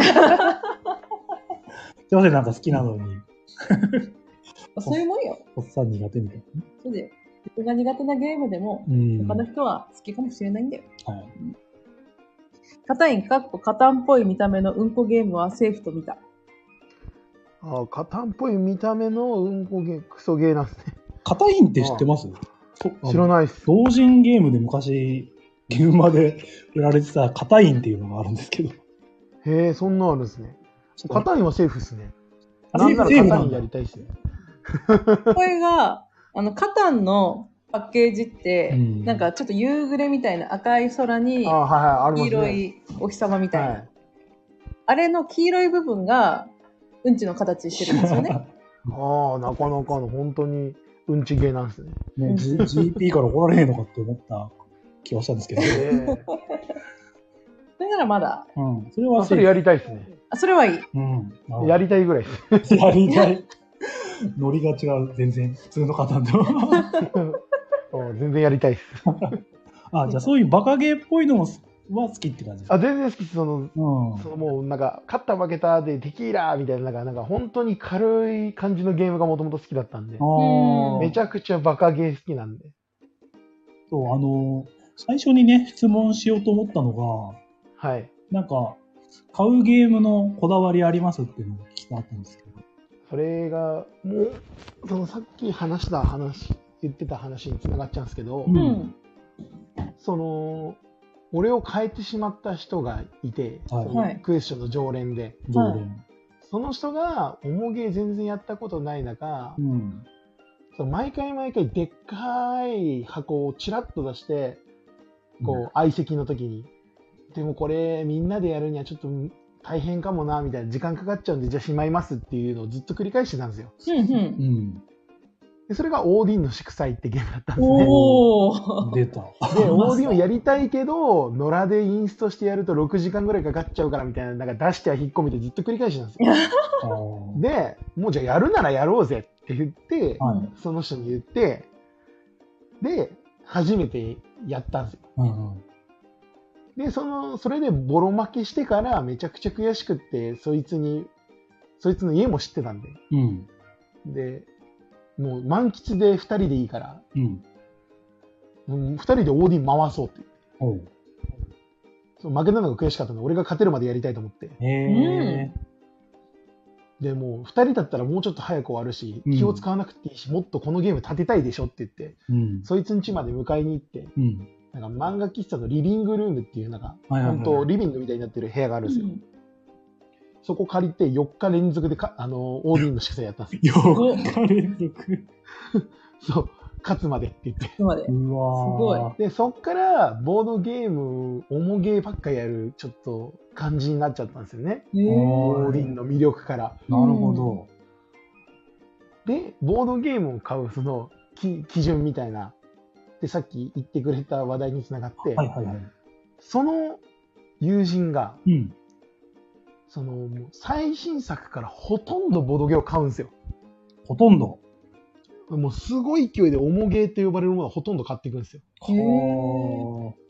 すいません、なんか好きなのに、
そういうもんよ。
おっさん苦手みたい
そうだよ。自分が苦手なゲームでも、
な。うん。
他の人は好きかもしれないんだよ。
はい。
カタイン、かっこカタンっぽい見た目のうんこゲームはセーフと見た。
ああ、カタンっぽい見た目のうんこゲー、クソゲーなんですね。
カタインって知ってます？
知らないっす。
同人ゲームで昔、ゲームマで売られてたカタインっていうのがあるんですけど。
へえ、そんなのあるんですね。カタインはセーフっすね。
あ
なんなら
セーフなんだ
カタインやりたいっすね。
これが、あの、カタンのパッケージって、
うん
なんかちょっと夕暮れみたいな赤い空に
ああ、はいはい、あり
黄
ますね。
色いお日様みたいな。
はい。
あれの黄色い部分がうんちの形してるんですよね。
ああ、なかなかの本当にうんちゲーなんですね。
ね、G- ジーピー から怒られねえのかって思った気はしたんですけど。
ええ
それならまだ、
うん。それは
あそれやりたいっすね。
あそれはいい。
うん。あ
やりたいぐらいです。
やりたい。ノリが違う。全然。普通の方でも。
うん全然やりたいっす。
あ、じゃあそういうバカゲーっぽいのもは好きって感じですか？
あ、全然好きっす。その、
うん。
そのもうなんか、勝った負けたでテキーラーみたいな、なんか、なんか本当に軽い感じのゲームがもともと好きだったんで、
あー
めちゃくちゃバカゲー好きなんで。
そう、あの、最初にね、質問しようと思ったのが、
はい。
なんか、買うゲームのこだわりありますっていうのが聞きたかったんですけど。
それが、もう、そのさっき話した話、言ってた話につながっちゃうんですけど、
うん
うん。
その、俺を変えてしまった人がいて、
はい
その
はい
クエスチョンの常連で、
常連。
その人が、重ゲー全然やったことない中、
うん。
その毎回毎回でっかい箱をチラッと出して、こう、相席の時に、でもこれみんなでやるにはちょっと大変かもな、みたいな時間かかっちゃうんで、じゃあしまいますっていうのをずっと繰り返してたんですよ。
うんうん。
うん。
でそれがオーディンの祝祭ってゲームだったんですね。
おー。
出た。
で、オーディンをやりたいけど、野良でインストしてやるとろくじかんぐらいかかっちゃうからみたいな、なんか出しては引っ込めてずっと繰り返してたんですよ。
あー
で、もうじゃあやるならやろうぜって言って、
はい。
その人に言って、で、初めてやったんですよ。
うんうん。
で、その、それでボロ負けしてからめちゃくちゃ悔しくって、そいつに、そいつの家も知ってたんで。
うん。
で、もう満喫でふたりでいいから、
うん。
もうふたりでオーディン回そうって。
おう。
そう負けたのが悔しかったので、俺が勝てるまでやりたいと思って。
へえ。
で、もうふたりだったらもうちょっと早く終わるし、
うん
気を使わなくていいし、もっとこのゲーム立てたいでしょって言って、
うん。
そいつん家まで迎えに行って、
うん。
なんか漫画喫茶のリビングルームっていう、なんか、
はいはいはい
本当リビングみたいになってる部屋があるんですよ。
うん
そこ借りてよっか連続でか、あの、オーディンの祝祭やったんですよ。
よっか連続。
そう、勝つまでって言って。
ちょっと待って。
うわー
で、そっから、ボードゲーム、重ゲーばっかやる、ちょっと、感じになっちゃったんですよね。
えー
オーディンの魅力から。
なるほど。
で、ボードゲームを買う、その、き基準みたいな。で、さっき言ってくれた話題につながって、
はいはいはい。
その友人が、
うん。
その、もう最新作からほとんどボードゲームを買うんですよ。
ほとんど。
もうすごい勢いで重ゲーと呼ばれるものはほとんど買っていくんですよ。
へー
は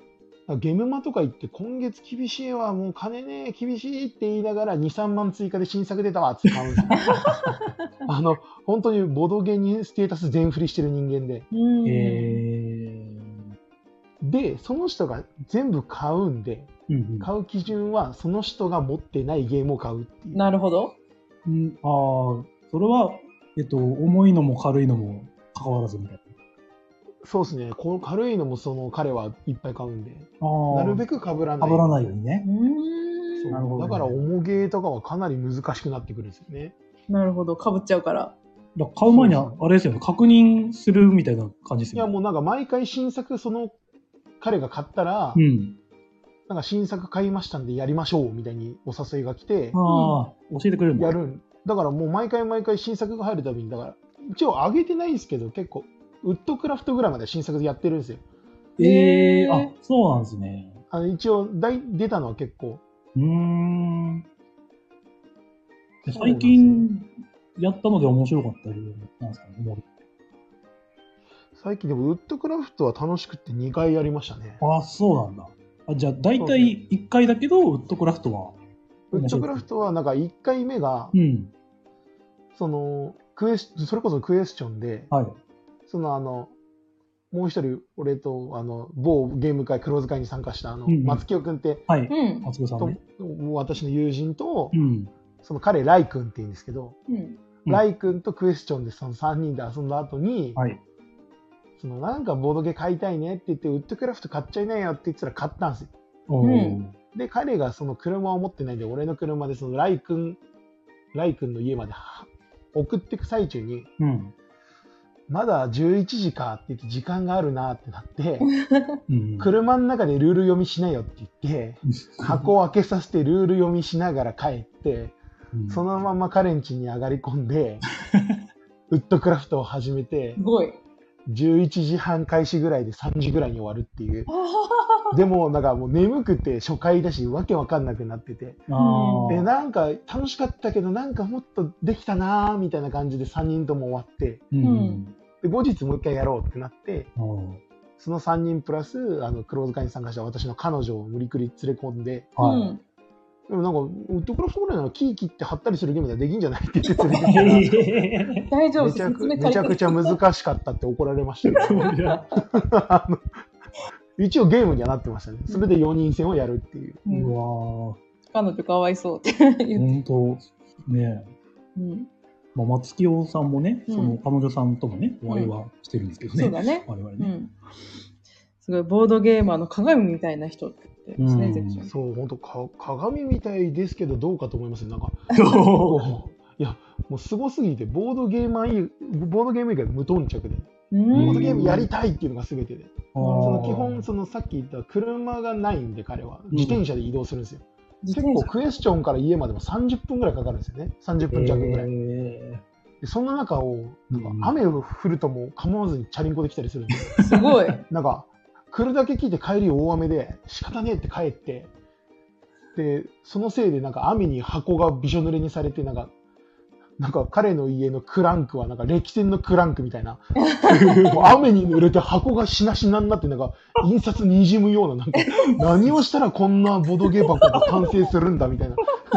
ゲームマとか行って今月厳しいわ、もう金ね厳しいって言いながらに、さんまん追加で新作出たわって買うんですよ。あの、本当にボドゲにステータス全振りしてる人間で。
うん。
え
で、その人が全部買うんで、
ーうんうん
買う基準はその人が持ってないゲームを買うっていう。
なるほど。
うんああ、それは、えっと、重いのも軽いのも関わらずみたいな。
そうですね。この軽いのもその彼はいっぱい買うんで、
ああ、
なるべく被らない。
被らないようにね。
う
そう
ーん。
なるほどね
だから重ゲーとかはかなり難しくなってくるんですよね。
なるほど。かぶっちゃうから。
だから買う前には、あれですよね、確認するみたいな感じです
いや
よね。
もうなんか毎回新作その彼が買ったら、
うん。
なんか新作買いましたんでやりましょうみたいにお誘いが来て、
ああ、教えてくれるんだ。
やるん。だからもう毎回毎回新作が入るたびに、だから一応上げてないんですけど、結構ウッドクラフトぐらいまで新作でやってるんですよ。
ええ
へー
あ、そうなんですね。
あの一応大出たのは結構。
うーん。最
そうなんです
近やったので面白かったりなんですかね。も
最近でもウッドクラフトは楽しくってにかいやりましたね。
うあ、そうなんだ。あじゃあ、大体いっかいだけど、ウッドクラフトは。
ウッドクラフトはなんかいっかいめが、
うん。
そのクエスそれこそクエスチョンで、
はい。
そのあのもう一人俺とあの某ゲーム会クローズ会に参加したあの、
うんうん
松清君って
はい。
うん。
と
松子さんね。
私の友人と、
うん。
その彼ライ君って言うんですけど、
うん。
うん
ライ君とクエスチョンでそのさんにんで遊んだ後に、
はい。
そのなんかボードゲー買いたいねって言ってウッドクラフト買っちゃいなよって言ってたら買ったんですよ。
お
う
ー
で彼がその車を持ってないんで俺の車でそのライ君ライ君の家までは送っていく最中に
うん。
まだじゅういちじかって言って時間があるなってなって
うん。
車の中でルール読みしなよって言って箱を開けさせてルール読みしながら帰って
うん
そのまま彼ん家に上がり込んでウッドクラフトを始めて
すごい。
じゅういちじはん開始ぐらいでさんじぐらいに終わるっていう
あ
でもなんかもう眠くて初回だしわけわかんなくなってて
あー
でなんか楽しかったけどなんかもっとできたなーみたいな感じでさんにんとも終わって
うんうん。
で後日もう一回やろうってなって
あー
そのさんにんプラスあのクローズ会に参加した私の彼女を無理くり連れ込んで
あ。
はい。
うん。
でもなんかウッドクラフトぐらいならキー切って貼ったりするゲームではできんじゃないって言って連れてきたら
大丈夫。
めちゃく
説明
めちゃくちゃ難しかったって怒られましたけど
いや
あの一応ゲームにはなってましたね。それでよにん戦をやるっていう。
うん
うわ
彼女かわいそうって
ー
言って。
本当ね
うん。
まあ、松清さんもね、
うん
その彼女さんともね、お会いはしてるんですけどね。
そうだね。
我々ね。
うん。すごい、ボードゲーマーの鏡みたいな人ってですね、
うん
ゼクション。
そう、本当か鏡みたいですけど、どうかと思いますね。なんか、いや、もうすごすぎて、ボードゲーマー以、ボードゲーム以外無頓着で、
う
ボード
ん。
ゲームやりたいっていうのが全てで、
そ
その基本、そのさっき言った車がないんで、彼は自転車で移動するんですよ。結構
自転車。
クエスチョンから家までもさんじゅっぷんぐらいかかるんですよね。さんじゅっぷん弱ぐらい。
え
でそんな中を、なんか
うん
雨を降るとも構わずにチャリンコで来たりするんです
すごい。
なんか、来るだけ来て帰り大雨で仕方ねえって帰って、で、そのせいでなんか雨に箱がびしょ濡れにされて、なんか、なんか彼の家のクランクはなんか歴戦のクランクみたいな、もう雨に濡れて箱がしなしなになって、なんか印刷にじむような、なんか何をしたらこんなボドゲ箱が完成するんだみたいな。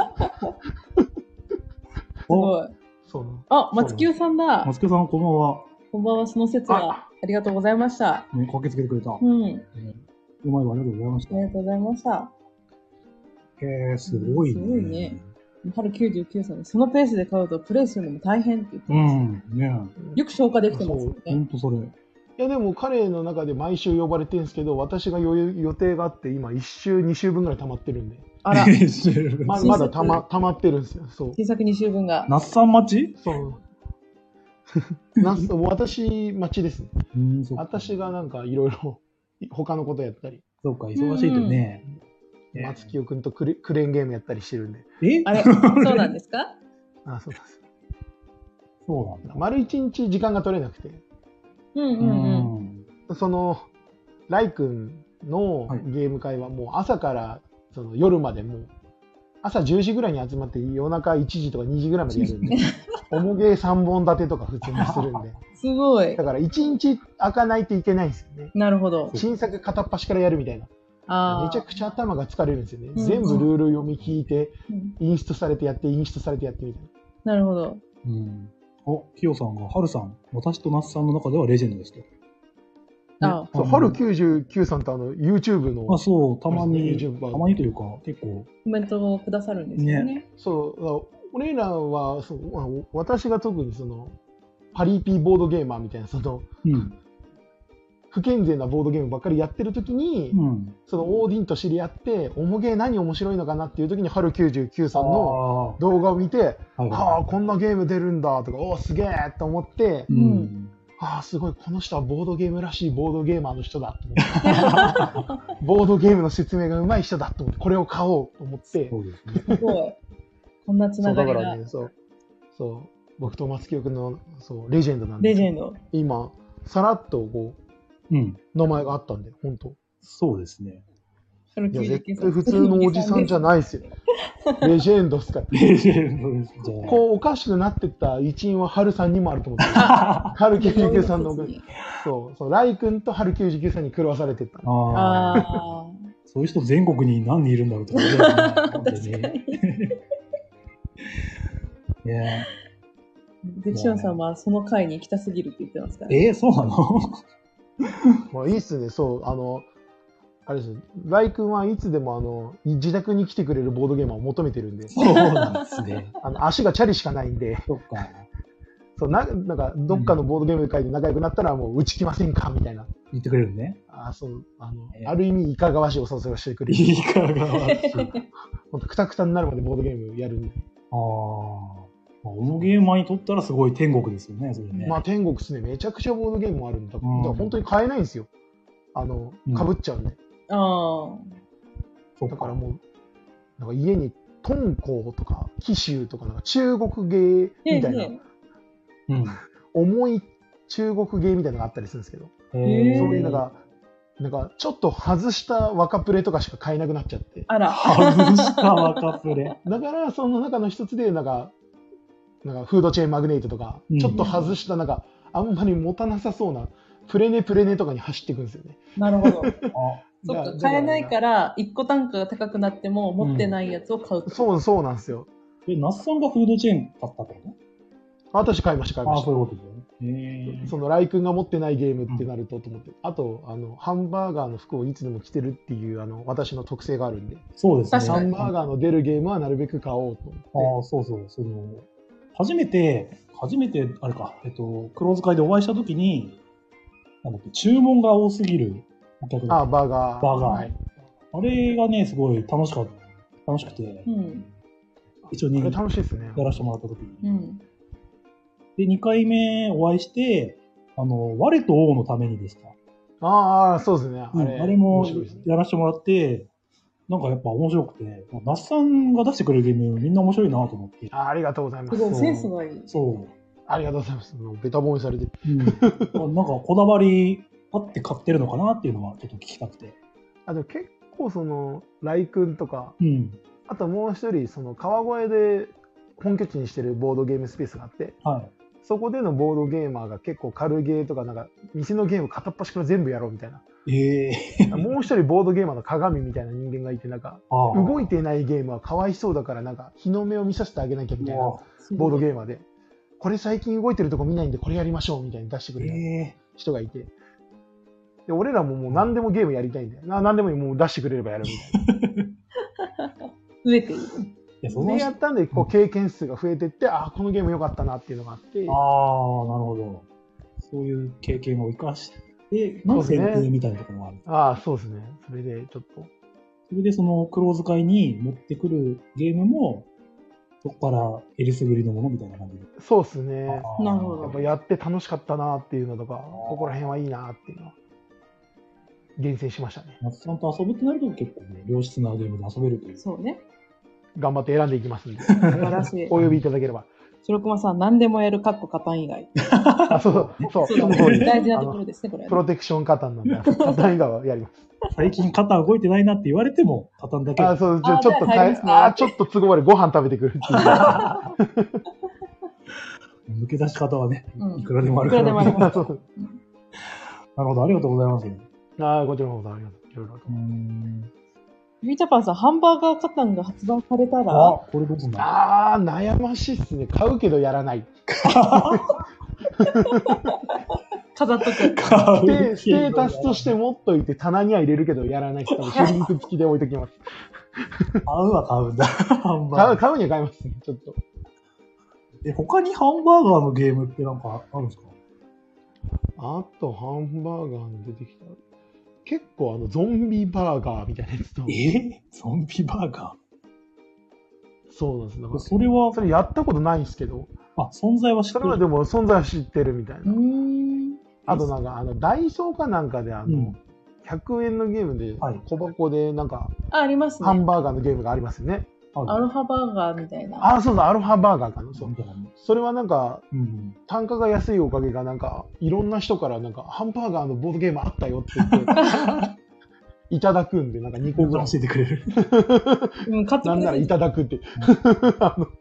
すごい。
そう
あ、松清さんだ。
松清さん、こんばんは。
こんばんは、その説は。ありがとうございました。
ね、駆けつけてくれた。う
うん。
うまいわ、ありがとうございました。
ありがとうございました。
へえ、すごいね。
すごいね。春きゅうじゅうきゅうさいで、そのペースで買うとプレイするのも大変って言って
う
ます。
ん、ね
よく消化できてますよ
ほん
ね。
とそれ。
いやでも彼の中で毎週呼ばれてるんですけど、私が予予定があって今いっ週に週分ぐらい溜まってるんで、
あら、
ままだたま溜まってるんですよ。そう。
小さくに週分が。
那須さん待ち
そう。なんす私待ちですね。
うん、そっか。
私がなんかいろいろ他のことやったり、
そうか、忙しいとね。ね
松清君とクレクレーンゲームやったりしてるんで。
え
あれ、そうなんですか？
あ、そうです。
そうなんだ。
丸一日時間が取れなくて、
うんう
うん
うん。
ん、そのライ君の
はい
ゲーム会はもう朝からその夜までもう朝じゅうじぐらいに集まって夜中いちじとかにじぐらいまでやるんで、重ゲーさんぼん立てとか普通にするんで、
すごい
だ。からいちにち開かないといけないんですよね。
なるほど。
新作片っ端からやるみたいな。
あ
めちゃくちゃ頭が疲れるんですよね。
ん
全部ルール読み聞いて、
うん
インストされてやって、インストされてやってみたいな。
なるほど。
うん。お、キヨさんが、ハルさん、私とナスさんの中ではレジェンドですと。
あ
そう、
あの
春きゅうじゅうきゅうさんとあの YouTube の、
あ、そう、たまに、
YouTube 版
たまにというか、結構、
コメントをくださるんですよね。
そう、俺らはそう、まあ私が特にその、パリピボードゲーマーみたいな、その、
うん。
不健全なボードゲームばっかりやってる時に、
うん。
そのオーディンと知り合って、おもげ何面白いのかなっていう時に、春きゅうじゅうきゅうさんの
あ
動画を見て、
あ、はい
は
は
あ、こんなゲーム出るんだとか、おーすげえと思って、
い。うん。
ああ、すごい、この人はボードゲームらしいボードゲーマーの人だと思って、ボードゲームの説明が上手い人だと思って、これを買おうと思って、
そうですね。
すごい。こんなつ
そう
ながりが。
だからね、そう、そう、僕と松木君のそうレジェンドなんで
レジェンド。
今、さらっとこ
うん。
う、名前があったんで、本当。
そうですね。
いや、絶対普通のおじさんじゃないですよ。レジェンドっすから。
レジェンドです。じゃあ。
こう、おかしくなってった一因は、春さんにもあると思ってる。春きゅうじゅうきゅうさんのおかげ、そう、そう、ライ君と春きゅうじゅうきゅうさんに狂わされてった。
ああ。
あ
そういう人全国に何人いるんだろうってことだよね。
あ。
本当に
確かに。
ね
で、しおんさんはその回に行きたすぎるって言ってますから、ね。
えー、そうなの
まあ、いいっすね、そう、あの、あれですよ、ライ君はいつでもあの自宅に来てくれるボードゲーマーを求めてるんで、
そうなんですね。
あの足がチャリしかないんで、
そっか。
そうななんかどっかのボードゲーム会で仲良くなったら、もううち来ませんかみたいな、
言ってくれるね。
あそうあの、
えー
ある意味、いかがわしいお誘いをしてくれる、
いいかがわしい。
ほんとくたくたになるまでボードゲームやるんで、
ああ。オモゲーマーにとったらすごい天国ですよね、それね。
まあ天国っすね、めちゃくちゃボードゲームもあるんだ、だか
うん
ら本当に買えないんですよ、あの
うん
かぶっちゃうんで、
ああ。
そっ
だからもう、なんか家にトンコウとか、紀州とか、なんか中国芸みたいな。
へ
うん。
重い中国芸みたいなのがあったりするんですけど、
え
へー
そういうなんか、なんかちょっと外した若プレとかしか買えなくなっちゃって、
あら。
外した若プレ。
だからその中の一つで、なんか、なんかフードチェーンマグネートとか、
うん
ちょっと外した、なんか、あんまり持たなさそうな、プレネプレネとかに走っていくんですよね。
なるほど。
あ、
そっか、
だだ
買えないから、一個単価が高くなっても、持ってないやつを買うと。
そう、そうなんですよ。
え、ナスさんがフードチェーン買ったってこ
私買いました、買い
とああ、
ました
そういうことだよね。へえ。
そのライ君が持ってないゲームってなるとと思って、あとあのハンバーガーの服をいつでも着てるっていうあの私の特性があるんで、
そうですね。
確かに
ハンバーガーの出るゲームはなるべく買おうと思
ああ、そうそう。その、初めて、初めて、あれか、えっと、クローズ会でお会いしたときに、なんだっけ、注文が多すぎるお客
って。ああ、
だっ
バーガー。
バーガー
はい、
た。あれがね、すごい楽しかった。楽しくて
う、ん。
一緒にや
あれ楽しいですね。
らせてもらったときに。
うん。
で、にかいめお会いして、あの、我と王のためにでした。
ああ、そうですね。あ
うん
れ,、
あれも
面白いですね。
やらせてもらって、なんかやっぱ面白くて、那須さんが出してくれるゲームみんな面白いなと思って。
あありがとうございますす。
ごい、センスがいい。
そう。
ありがとうございます。もうベタ褒めされてる。
うん、なんかこだわりあって買ってるのかなっていうのはちょっと聞きたくて。
あでも結構その、ライ君とか、
うん。
あともう一人、その川越で本拠地にしてるボードゲームスペースがあって、
はい。
そこでのボードゲーマーが結構軽ゲーとか、なんか、店のゲーム片っ端から全部やろうみたいな。
ええ
もう一人ボードゲーマーの鏡みたいな人間がいて、なんか、
ああ
動いてないゲームはかわいそうだから、なんか、日の目を見させてあげなきゃみたいなボードゲーマーで、これ最近動いてるとこ見ないんで、これやりましょうみたいに出してくれる
え
人がいて、で俺らももう何でもゲームやりたいんで、な何でもいいもう出してくれればやるみたいな。
増えている。
いや、その
で、
人、あ
やったんで、こう、経験数が増えてって、ああ、このゲーム良かったなっていうのがあって、
あ、なるほど。そういう経験を生かして、の
そうですね
選定みたいなところもある。
ああ、そうですね。それで、ちょっと、
それでそのクローズ会に持ってくるゲームも、そこからえりすぐりのものみたいな感じで。
そうですね。
ああ
なるほど
やっぱやって楽しかったなっていうのとか、ここら辺はいいなっていうのは、厳選しましたね。
松さんと遊ぶってなると結構ね、良質なゲームで遊べるという。
そうね。
頑張って選んでいきますんで、
素晴らしい。
お呼びいただければ。
白熊さん、何でもやる、カッコカタン以外。
あ、そう、そう、
そう
その通り。
大事な
あの
ところですね、これは
プ
ね。
ロテクションカタンなんで、カタン以外はやります。
最近肩動いてないなって言われても、畳んだけ。
あ、そう、ちょ
あ
ちょっとかえ
じゃあ入りますね
あ、ちょっと都合悪い。ご飯食べてくるっていう。
抜け出し方はね、
うん
いくらでもある
いくらでもあります。
そう
なるほど、ありがとうございます。
ああ、こちらの方ありがとう。 いろいろと。
うーん。
ピーターパンさん、ハンバーガーカタンが発売された
あ、
ら、
これどうすんだ。
あー、悩ましいっすね。買うけどやらない。
飾っとく。
ステステータスとして持っといて棚には入れるけどやらないし、多分シュリンク付きで置いときます。
買うは買うんだ。ハンバーガー。
買う買うには買いますね、ちょっと。
え、他にハンバーガーのゲームってなんかあるんですか？
あと、ハンバーガーに出てきた。結構あの、ゾンビバーガーみたいなやつと。
えゾンビバーガ
そうなんです。だか
ー。
ら
それは
そ、れやったことないんですけど、
あ、存在は知ってる。
それはでも存在は知ってるみたいうな。
ん。
あとなんか、あの、ダイソーかなんかであの、
うん。
ひゃくえんのゲームで
はい、
小箱でなんか、
あ、ありますね。
ハンバーガーのゲームがありますよね。
あ
アロハバーガーみたいな。
ああ、そうそう、アロハバーガーかな。そう
み。たいなね。
それはなんか、
うん。
単価が安いおかげがなんか、いろんな人からなんか、ハンバーガーのボードゲームあったよって言って、いただくんで、なんかにこぐらい。
教えてくれる。
うん、買ってくれる
なんならいただくって。あの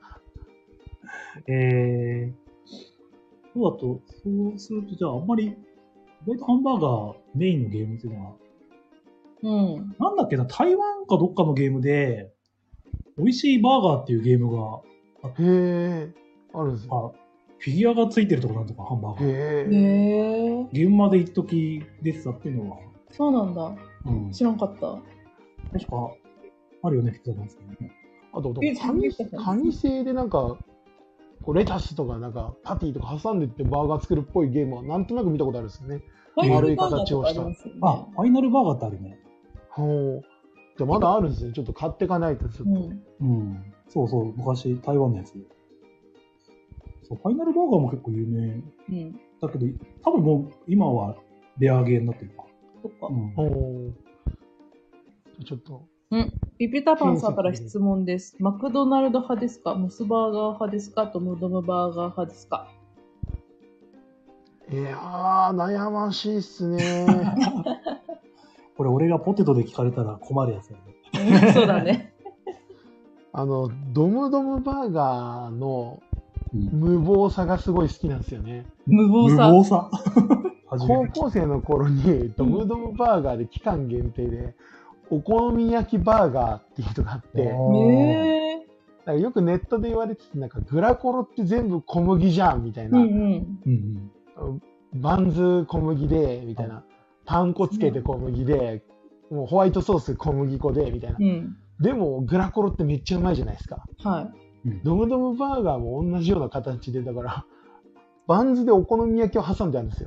えー。そうだと、そうすると、じゃああんまり、意外とハンバーガーメインのゲームっていうのは、
うん。
なんだっけな、台湾かどっかのゲームで、美味しいバーガーっていうゲームが、
へえ、あるんですよ。
あ、フィギュアがついてるとこなんとか、ハンバーガー。
へ
へ
え。
え。
ゲームまで一時出てたっていうのは、
そうなんだ。
うん。
知らんかった。
確か、あるよね、ピザなんですけどね。
あと、
え
紙
紙
紙製でなんか、こうレタスとかなんかパティとか挟んでってバーガー作るっぽいゲームはなんとなく見たことあるんですよね。
ファイナルバーガーとかありますよね。
あ、ファイナルバーガーってあるね。
ほう。じゃあまだあるんですね。ちょっと買っていかないとちょっと。
うん。
うん。そうそう、昔、台湾のやつ。そう、ファイナルバーガーも結構有名
うん。
だけど、多分もう今はレアゲーになってるか。
そっか。
うん。
ほう。ちょっと。
ピピタパンさんから質問です。マクドナルド派ですか？モスバーガー派ですか？トムドムバーガー派ですか？
いやー、悩ましいっすね。
これ俺がポテトで聞かれたら困るやつだね。
うんそうだね。
あの、ドムドムバーガーの
うん、
無謀さがすごい好きなんですよね。
無謀さ。
無謀さ。初めて
高校生の頃にドムドムバーガーで期間限定で、お好み焼きバーガーっていうのがあって、
あー
へえ。
なんかよくネットで言われてて、なんかグラコロって全部小麦じゃんみたいな、
うんうん。
うんうん。
バンズ小麦でみたいな、パン粉つけて小麦で、もうホワイトソース小麦粉でみたいな。
うん。
でもグラコロってめっちゃうまいじゃないですか。
は
ドムドムバーガーも同じような形で、だから、バンズでお好み焼きを挟んであるんですよ。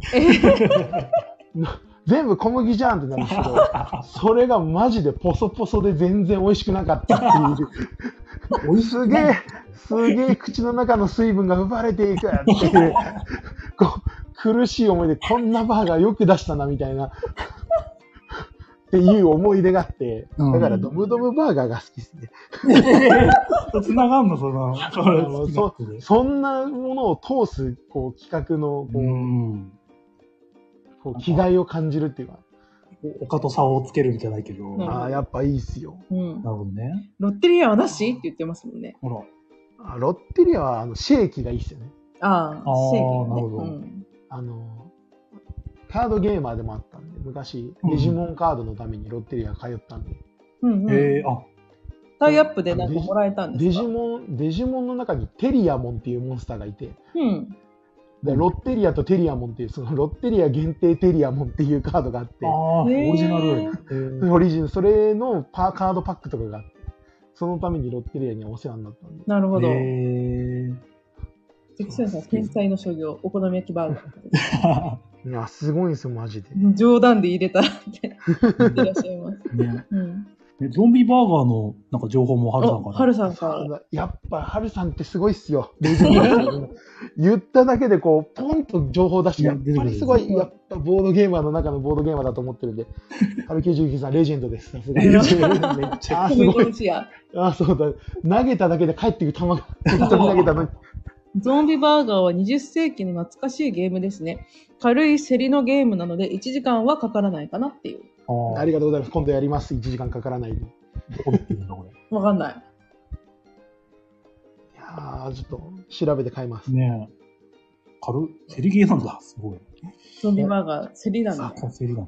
全部小麦じゃんってなるんですけど、それがマジでポソポソで全然美味しくなかったっていう。
美味し
すげえ、すげえ口の中の水分が奪われていくっていう、こう苦しい思いでこんなバーガーよく出したなみたいな、っていう思い出があって、
うん
だからドムドムバーガーが好きですね。
繋がんの、その、それ
あの
好きなやつで
そんなものを通すこう企画のこう、
うん。
こう気概を感じるっていうか、
丘と差をつけるんじゃないけど。
うん
ああ、やっぱいいっすよ。
い。うん。
なるほどね。
ロッテリアはなしって言ってますもんね。
ほら。
あロッテリアはあのシェーキがいいっすよね。
ああ、
あー
正義ね。
なるほど
うん。
あの、カードゲーマーでもあったんで、昔、
うん
デジモンカードのためにロッテリア通ったんで、
うんうん。
えー、あ、
タイアップでなんかもらえたんですか？
デジモン、デジモンの中にテリアモンっていうモンスターがいて、
うん。
でロッテリアとテリアモンっていう、そのロッテリア限定テリアモンっていうカードがあって、
ああ、オ
へー
リジナル。えー
オリジン、それのパーカードパックとかがあって、そのためにロッテリアにはお世話になったんで。
なるほど。
え
関瀬さん、天才の所業、お好み焼きバーガ
ー
いや、すごいんですよ、マジで。
ー。冗談で入れたらって言ってらっしゃいます。
ね
うん。
えゾンビバーガーのなんか情報もハルさんか
お、
な。
はるさん
さ
から。
あやっぱ、ハルさんってすごいっすよ。レジェンド言っただけで、こう、ポンと情報出して、
いや
やっぱりすごい、やっぱボードゲーマーの中のボードゲーマーだと思ってるんで、ハルきゅうじゅうきゅうさん、レジェンドです。さすがに。
めっちゃ
あー、す
米
ごい。
印や。
あー、そうだ。投げただけで帰ってくる球が、本当に投げたのに。
ゾンビバーガーはにじゅっ世紀の懐かしいゲームですね。軽い競りのゲームなのでいちじかんはかからないかなっていう。
あ
ありがとうございます。今度やります。いちじかんかからないで。い
どこで売ってるんだ、こ
わかんない。
やー、ちょっと調べて買います。
れ。ねえ。軽い、セリゲーなんだ。すごい。
ゾンビバーガー、競りなんだ。
あ、セリなんだ。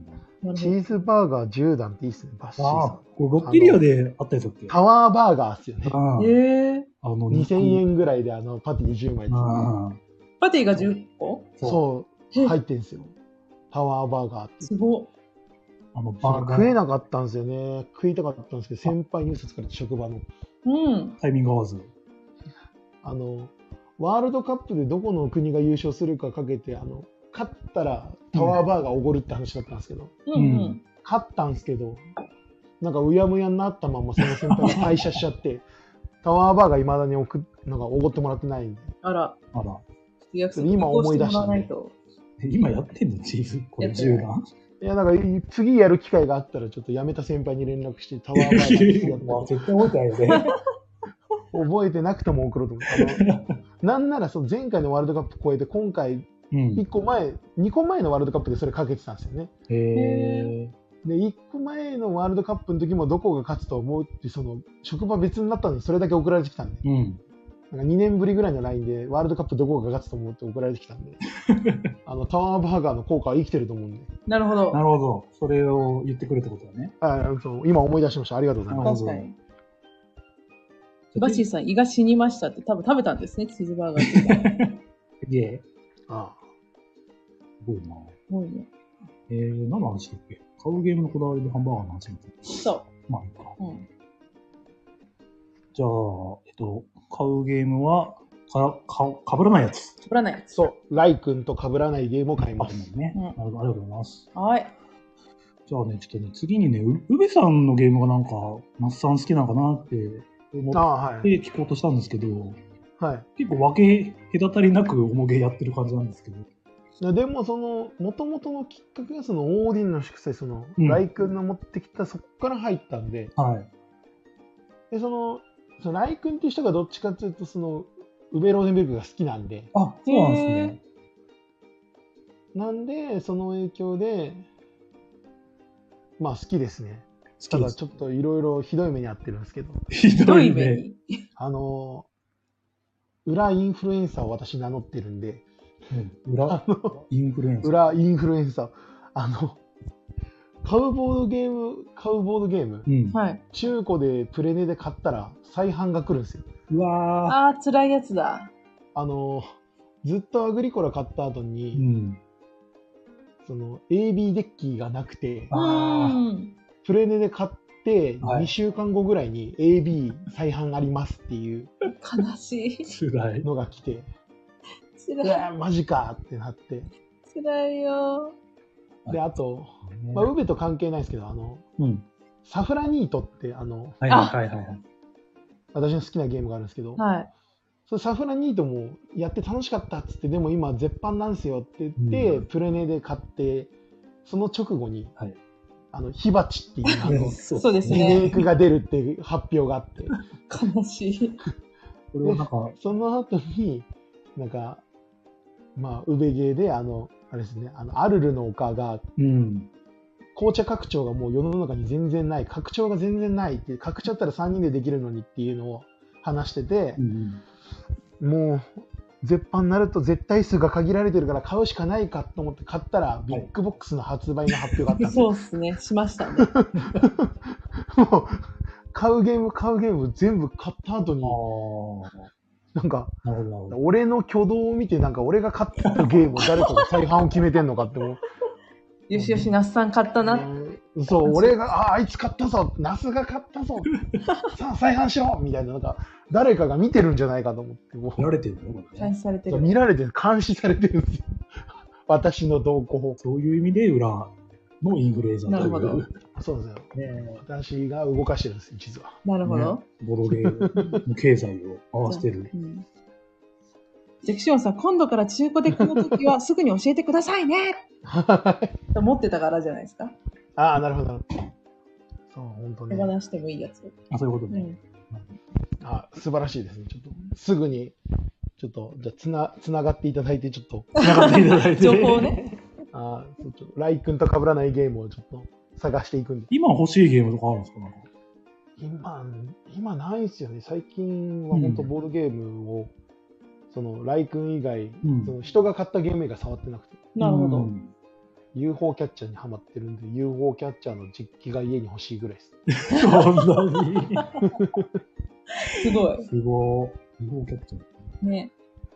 なるほど。
チーズバーガーじゅう段っていいっすね、バッシー
ああ
さん。、
これロッテリアであったやつだっけ？
タワーバーガーっすよね。
あ
えー、
あの、
にせんえんぐらいであのパティじゅうまいついて
ああ、
パティがじゅっこ
そう、
え
入ってんすよ。タワーバーガーって。
すごっ。
あの、
それ
バーガー
食えなかったんですよね。食いたかったんですけど、先輩に嘘つかれて職場の。
うん。
タイミング合わず。
あの、ワールドカップでどこの国が優勝するかかけて、あの、勝ったらタワーバーガーおごるって話だったんですけど、
うんうん。
勝ったんですけど、なんかうやむやになったままその先輩が退社しちゃって、タワーバーガー未だに送っなんかおごってもらってないんで。
あら、
あら。
約束
今思い出した
してもらわないと。
え今やってんのチーズこれ
やってない
じゅう段。
いや、なんか次やる機会があったらちょっと辞めた先輩に連絡してタワーバーガーやって
まあ絶対覚えてないよね。
覚えてなくても送ろうと思って。あのなんならその前回のワールドカップ超えて今回
うん
いっこまえ、にこまえのワールドカップでそれかけてたんですよね。
へえ。
で、いっこまえのワールドカップの時もどこが勝つと思うってその職場別になったのにそれだけ送られてきたんで、
うん。
なんかにねんぶりぐらいのラインでワールドカップどこが勝つと思うって送られてきたんで、あのタワーバーガーの効果は生きてると思うんで、
なるほど
な。るほど。それを言ってくるってことだね。
あそう今思い出しました。ありがとうございます。
確かに。バッシーさん、胃が死にましたって多分食べたんですね、チーズバーガーって。
で、
あ
すごいな。
すごいね。
えー、何の話だっけ？買うゲームのこだわりでハンバーガーの話になってる。
そ
まあいいか。
う。うん。
じゃあ、えっと、買うゲームは、か、か、かぶらないやつ。
かぶらないやつ。
そう、ライ君と被らないゲームを買い
あ、
ます。
ね。
うん
なるほど、ありがとうございます。
はい。
じゃあね、ちょっとね、次にね、う宇部さんのゲームがなんか、マッさん好きなのかなって思
ああ、はい。
って聞こうとしたんですけど、
はい。
結構分け隔たりなく重げやってる感じなんですけど。
いやでもその元々のきっかけがそのオーディンの祝祭、その、
うん
ライ君の持ってきたそこから入ったんで、
はい。
でそのそのライ君っていう人がどっちかっていうとそのウベローデンベルクが好きなんで、
あ、そうなんですね。
なんでその影響でまあ好きですね。た
好きです。
だちょっといろいろひどい目に遭ってるんですけど、
ひ
ひどい目。に。
あの裏インフルエンサーを私名乗ってるんで、
うん裏
あの
インフルエンサー。
裏インフルエンサー、あの買うボードゲーム買うボードゲーム、
うん。
はい。
中古でプレネで買ったら再販が来るんですよ。
うわ
ああ、辛いやつだ。
あのずっとアグリコラ買った後
ー。
に、
うん。
その エービー デッキがなくて
あ
う
ー
ん。
プレネで買って
はい
にしゅうかんごぐらいに エービー 再販ありますっていう
悲しい。
辛い。
のが来て、う
辛い。
わマジかってなって、
辛いよ。
であと、まあ、ウベと関係ないですけど、あの
うん。
サフラニートってあの
はいはいはいはいはい。
私の好きなゲームがあるんですけど、
はい。
そのサフラニートもやって楽しかったっつって、でも今絶版なんですよって言って、
うん
プレネで買って、その直後に、
はい
あの火鉢っていうあの
そ
そうです
リメイ
ね。
クが出るっていう発表があって、
悲しい。
これはなんか、
その後になんかまあウベゲーであのあれですね、あのアルルの丘が
うん。
紅茶拡張がもう世の中に全然ない、拡張が全然ないって、拡張ったらさんにんでできるのにっていうのを話してて
う、ん。
もう絶版になると絶対数が限られてるから買うしかないかと思って買ったら、ビッグボックスの発売の発表があったんですよ。
そうですね。しましたね。
もう買うゲーム買うゲーム全部買った後に、
あ
なんか
あ、なるほどなるほど。
俺の挙動を見て、なんか俺が買ったゲームを誰かが再販を決めてんのかって思う。
よしよし、那須さん買ったな。
うんそう、俺が、あ、あいつ買ったぞ、ナスが買ったぞ、さあ再販しろみたいな、なんか誰かが見てるんじゃないかと思って、もう
見られてるのこれ
監
ね。
そう
視されてる。
見られてる、監視されてるんですよ。私の動向を。
そういう意味で裏のインフルエンザという。
なるほど
そうですよ。
ね
私が動かしてるんです、実は。
なるほど。
ねボドゲーム経済を合わせてる。
うんジェクシオンさん、今度から中古デッキの時はすぐに教えてくださいねと思ってたからじゃないですか。
ああ、なるほど、なるほど。そう、本当ね。
手放してもいいやつ。
あ、そういうことね。
うん。
あ、素晴らしいですね。ちょっと、すぐに、ちょっと、じゃあ、つな、つながっていただいて、ちょっと、
つながっていただいて。
情報をね。
あーそうちょっとライ君と被らないゲームをちょっと探していくんで。
今欲しいゲームとかあるんですかなんか
今、今ないですよね。最近は本当ボードゲームを、その、ライ君以外、
うん
その人が買ったゲーム以外触ってなくて。
なるほど。
うん
ユーフォー キャッチャーにハマってるんで、ユーフォー キャッチャーの実機が家に欲しいぐらいです。
そんなに。
すごい。
すごい。ユーフォー キャッチャー。
ね。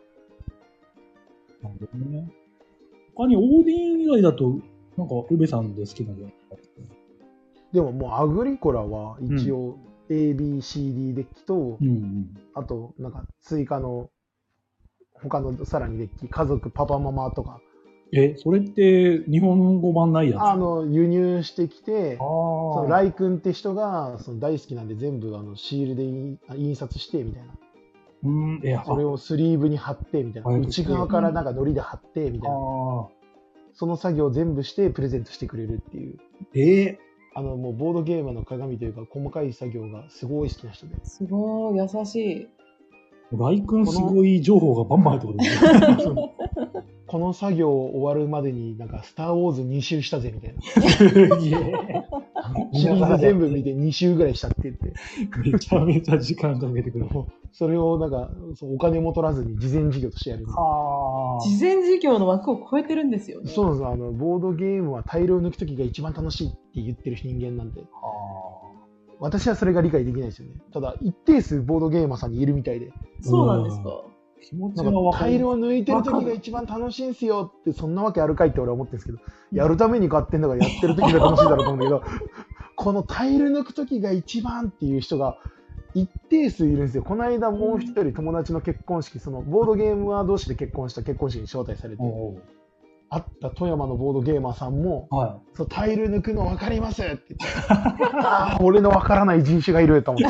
なるほどね。他にオーディン以外だと、なんか、宇部さんで好きなのは
でももうアグリコラは一応 エービーシーディー デッキと、
うんうん。
あとなんか追加の他のさらにデッキ、家族パパママとか、
え、それって日本語版ないやつ？
あの輸入してきて、
あ
その
ー
ライ君って人がその大好きなんで全部あのシールで印印刷してみたいな。
うん、いや、
それをスリーブに貼ってみたいな。
はい
内側からなんか糊で貼ってみたいな。
あ
その作業を全部してプレゼントしてくれるっていう。
ーえ
あのもうボードゲームの鏡というか細かい作業がすごい好きな人で。
すごい、優しい。
ー、ライ君すごい情報がバンバン入ってくる。
この作業終わるまでになんかスターウォーズに周したぜみたいな。
すげえ
シリーズ全部見てに周ぐらいしたって言って。
めちゃめちゃ時間かけてくる。
それをなんかそうお金も取らずに事前事業としてやる。
は
事前事業の枠を超えてるんですよね。
そうなんです。あのボードゲームはタイルを抜くときが一番楽しいって言ってる人間なんで、私はそれが理解できないですよね。ただ一定数ボードゲーマーさんにいるみたいで、
そうなんですか。
気持ち
なんか
がわかる。
タイルを抜いてるときが一番楽しいんすよって、そんなわけあるかいって俺は思ってるんですけど、やるために買ってんだからやってるときが楽しいだろうと思うんだけど、このタイル抜くときが一番っていう人が一定数いるんですよ。この間もう一人友達の結婚式、そのボードゲームー同士で結婚した結婚式に招待されて、
おう
会った富山のボードゲーマーさんも、
は
そうタイル抜くの分かりますって言って、ああ、俺の分からない人種がいると思って。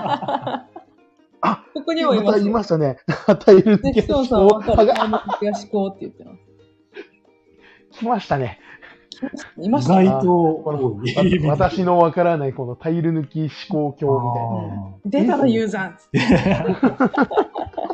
あ、
ここにもいますよ。
またいましたね。タイル抜き
ネクソンさんわかる。タイム抜きは思考って言ってます。
来ましたね。
いましたね。
意外と
このわ私の分からないこのタイル抜き思考鏡みたいな。
出たのユーザーっつって。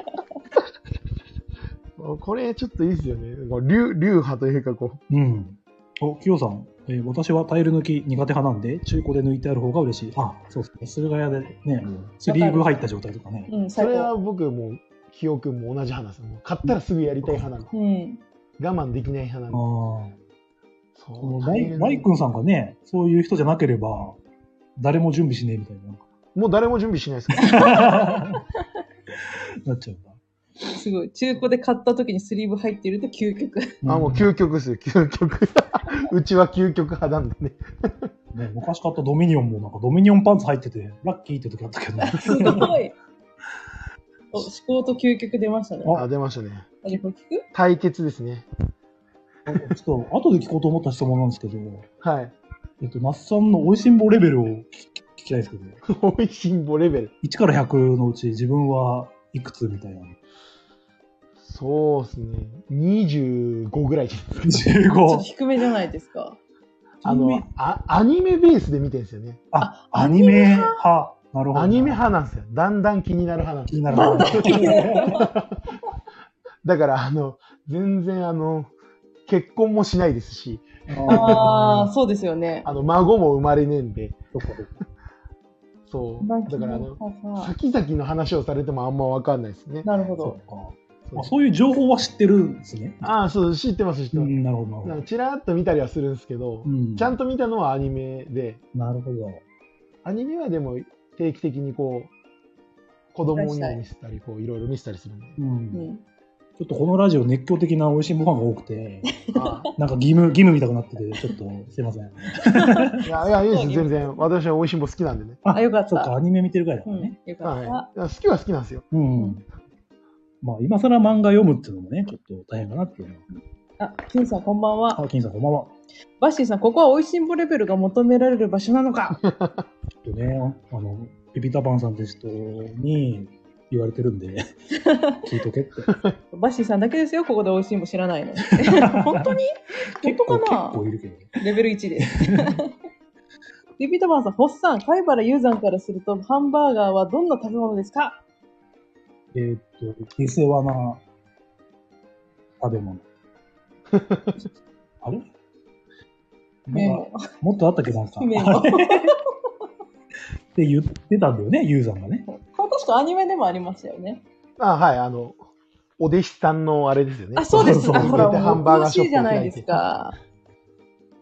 これちょっといいですよね。流流派というかこ
うん。お、キヨさん、えー私はタイル抜き苦手派なんで、中古で抜いてある方が嬉しい。あ、そうですね。駿河屋でね、スリーブ入った状態とかね。
うん、
う。それ
最高。
は僕も記憶も同じ派なんですよ。もう買ったらすぐやりたい派なの。
うん。
我慢できない派な
あ
の。
あ。
そ
この
う。
ライライ君さんがね、そういう人じゃなければ、誰も準備しねえみたいな。
もう誰も準備しないですから。
なっちゃうんだ。
すごい。中古で買った時にスリーブ入っていると究極。
あ、もう究極ですよ、究極。うちは究極派なんでね。
ね、昔買ったドミニオンもなんかドミニオンパンツ入ってて、ラッキーって時あったけどね。
すごい。お思考と究極出ましたね。
あ、出ましたね。
あれこれ聞く
対決ですね。
ちょっと後で聞こうと思った質問なんですけど、
はい。
えっと、那須さんの美味しんぼレベルを聞き聞きたいですけど、
美味しんぼレベル。
いちからひゃくのうち自分はいくつみたいな。
そうですね。にじゅうごぐらいじゃないですか。
じゅう
ちょっと
ご。
低めじゃないですか。
あのあ、アニメベースで見てるんですよね。
あ、アニメ派。なるほど。
アニメ派なんですよ。だんだん気になる派なんです
気に
よ。
なるな。
だから、あの、全然、あの、結婚もしないですし、
ああ、そうですよね。
あの、孫も生まれねえんで、
そっかそっか
そう。だから、あの、
あ
先々の話をされてもあんまわかんないですね。
なるほど。
そっか。
そう
あ、そういう情報は知ってるんですね。
ああ、そう、知ってます、知ってます。
うん、なるほど、なるほ
なんかちらっと見たりはするんですけど、
うん
ちゃんと見たのはアニメで、
ど。なるほど。
アニメはでも定期的にこう、子供にも見せたり、こう、いろいろ見せたりするんで。
う。
うんん。
ちょっとこのラジオ熱狂的な美味しんぼファンが多くて、
あ
なんか義務、義務みたくなってて、ちょっとすいません。
あいや、いや、いいです、全然。私は美味しんぼ好きなんでね。
あよかった
そっか、アニメ見てるぐらいだか
うん
らね。。
よか
はい。い
った。
や好きは好きなんですよ。
うん。まあ、今更漫画読むっていうのもね、ちょっと大変かなっていうのは。
あ、金さんこんばんは。
あ、金さんこんばんは。
バッシーさん、ここは美味しんぼレベルが求められる場所なのか。
ちょっとね、あの、ピピタパンさんって人に言われてるんで、聞いとけって。
バッシーさんだけですよ、ここで美味しんぼ知らないの。本当に
結構、
本当かな
結構いるけど。
レベルいちです。リピートマンさん、ホッサン、貝原雄山からすると、ハンバーガーはどんな食べ物ですか？
えーっと、下世話な食べ物。あれ
メ
なんか
モ。
もっとあったっけなんか。
メモ。
あれって言ってたんだよね、ユーザーがね。
確かアニメでもありましたよね。
あはい、あの、お弟子さんのあれですよね。
あ、そうです。
そうそう
あ、ほら、
ハンバーガーショップ
もう詳しいじゃないですか。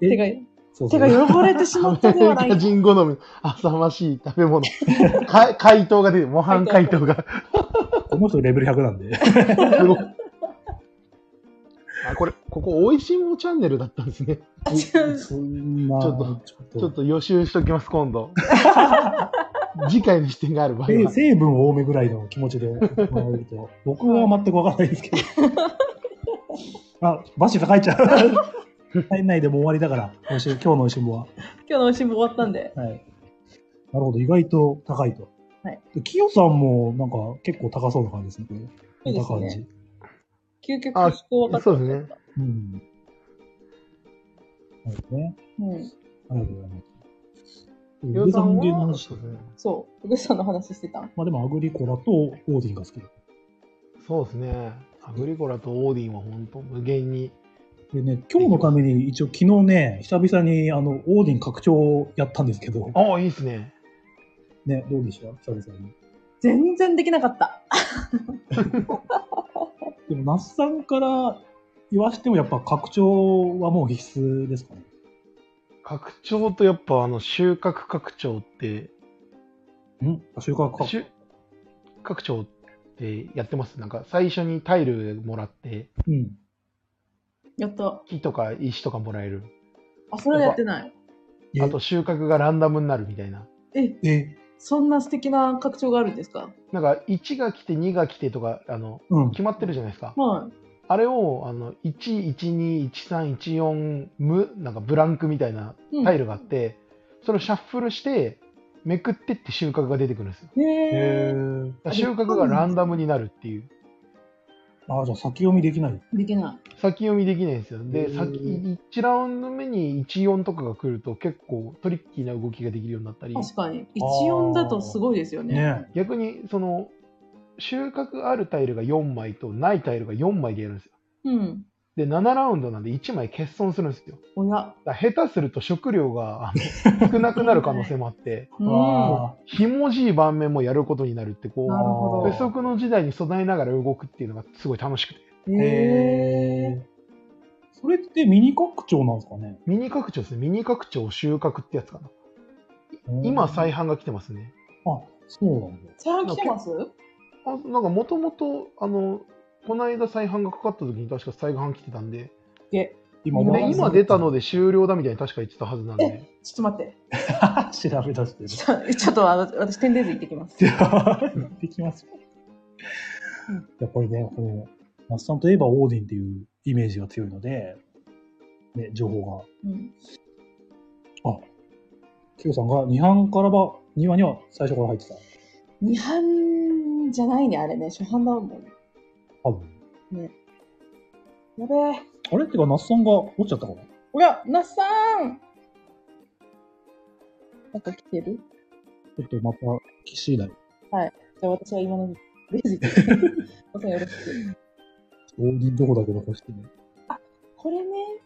え
手が、
そうそう
手が汚れてしまったではない
アメリカ人好みの浅ましい食べ物。か回答が出てる、模範回答が。
この人レベルひゃくなんで。
すごい。あ、これ、ここ、おいしいもチャンネルだったんですね。
あ、違う。
そんな、
ちょっと
ちょっと
ちょっと予習しときます、今度。次回の視点がある場合
え
は。
成分多めぐらいの気持ちでもらえると、僕は全くわからないですけど。あ、バッシュ高いちゃう。入んないでもう終わりだから、今週今日のおいしんぼは。
今日のおいしんぼ終わったんで。
はい。なるほど、意外と高いと。
はい。
で、キヨさんもなんか結構高そうな感じですね、これ。
そうですね
見た感じ。
究極
あ
飛行分かった。
そうですね。
うん。なるほどね。
うん。
ありがとうございます。
ヨウさんは
ゲームの話
そうですね。
そう。福士さんの話してた。
まあでもアグリコラとオーディンが好きだ。
そうですね。アグリコラとオーディンは本当無限に。
でね、今日のために一応昨日ね、久々にあの、オーディン拡張やったんですけど、
ああ、いいですね。
ね、どうでした久々に。
全然できなかった。
でも、那須さんから言わしてもやっぱ拡張はもう必須ですかね。
拡張とやっぱあの収穫拡張って、
ん収穫か。
収拡張ってやってます。なんか最初にタイルもらって、
うん。
やった。
木とか石とかもらえる。
あ、それはやってない。
え
あと収穫がランダムになるみたいな。
え、
え、
そんな素敵な拡張があるんですか？
なんかいちが来てにが来てとか、あの、
うん。
決まってるじゃないですか。
はい。
あれを、あの、いち、いち、に、いち、さん、いち、よん、無、なんかブランクみたいな
うん
タイルがあって、それをシャッフルして、めくってって収穫が出てくるんですよ。
へ
へ
え。
ー。
だから収穫がランダムになるっていう。
あ、じゃあ先読みできない。
できな
先読みできないんですよ。
へ
で、
ー
先、いちラウンド目にいち、よんとかが来ると結構トリッキーな動きができるようになったり
い。、確かに。いちよんだとすごいですよね。
ね
逆にその、収穫あるタイルがよんまいとないタイルがよんまいでやるんですよ。
うん。
で、ななラウンドなんでいちまい欠損するんですよ。
おや。
だから下手すると食料があの少なくなる可能性もあって、
うん。
あ
ひもじい盤面もやることになるって、こ
なる
う、
ほど。
不測の時代に備えながら動くっていうのがすごい楽しくて。
ー。
へ
へ
え。
ー。それってミニ拡張なんですかね。
ミニ拡張ですね。ミニ拡張収穫ってやつかな。今、再販が来てますね。
あ、そうなんだ。
再販来てます？
あなんかもともと、あの、この間再販がかかった時に確か再販来てたんで、
え、
今
で
見逃す
今出たので終了だみたいに確か言ってたはずなんで、
ちょっと待って。
調べ出してる。
ちょっとちょっとあの私、テンデイズ行ってきます。
でできますよ。やっぱりね、この、那須さんといえばオーディンっていうイメージが強いので、ね、情報が。
うん。
あ、キヨさんがにはんからば、にわには最初から入ってた。
に版じゃないね、あれね。初版だもん。
多分。
やべえ。
あれってか、那須さんが落ちちゃったかな
おや、那須さんなんか来てる？
ちょっとまた、騎士代。
じゃあ私は今のレジで。おさんよろしく。
オーディンどこだけ残してね。
これね。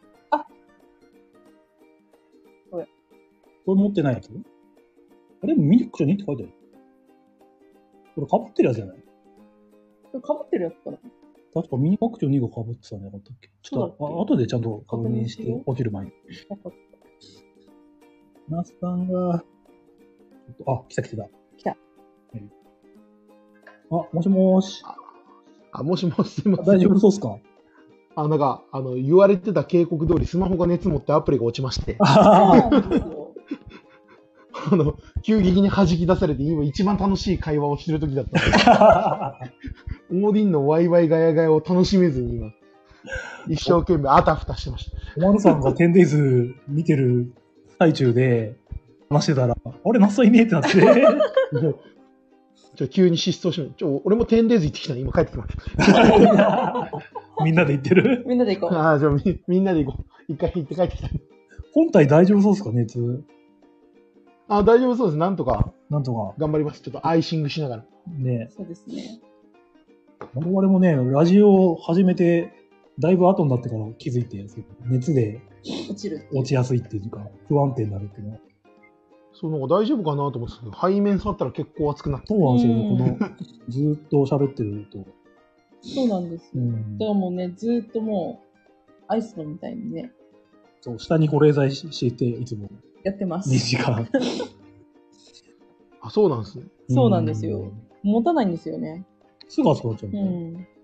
これ持ってないやつあれミニクションにって書いてある。これ被ってるやつじゃない
これかぶってるやつかな？
確かミニ拡張にが被ってたんじゃなかったっけちょっと、
そうだっけ
あ後でちゃんと確認して
確認しよ、
落ちる前に。
なんか
那須さんが、ちょっと、あ、来た来た。
来た。
はいあ、もしもーし。
あ、もしもしすいません。
大丈夫そうっすか
あ、なんか、あの、言われてた警告通りスマホが熱持ってアプリが落ちまして、
あ
そうなんですよ。
あの、急激に弾き出されて、今一番楽しい会話をしてる時だったので、オーディンのワイワイガヤガヤを楽しめずに今、一生懸命あたふたしてました。
おまるさんがテンデイズ見てる最中で話してたら、あれ、那須さんいねえってなって。
もうちょ急に失踪しました。ちょ、俺もテンデイズ行ってきたの今帰ってきまし
みんなで言ってる
みんなで行こ
た。ああ、じゃあみみんなで行こう。一回行って帰ってきた。
本体大丈夫そうですか熱。
あ、大丈夫そうです。なんとか
なんとか。
頑張ります。ちょっとアイシングしながら。
ね
う。そうですね。
我々もね、ラジオを始めて、だいぶ後になってから気づいて、熱で
落ちる。
落ちやすいっていうか、不安定になるっていうのは。
そう、なんか大丈夫かなと思ってたけど、背面触ったら結構熱くなって。
そうなんですよ
うん
ね、この、ずーっと喋ってると。
そうなんですよ。
うん
だからもうね、ずーっともう、アイスのみたいにね、
そう、下に保冷剤して、いつも
やってます。
にじかん。
あ、そうなんですね。
そうなんですよ
うん。
持たないんですよね。
すぐ熱くなっちゃうんだね。
うん。
なる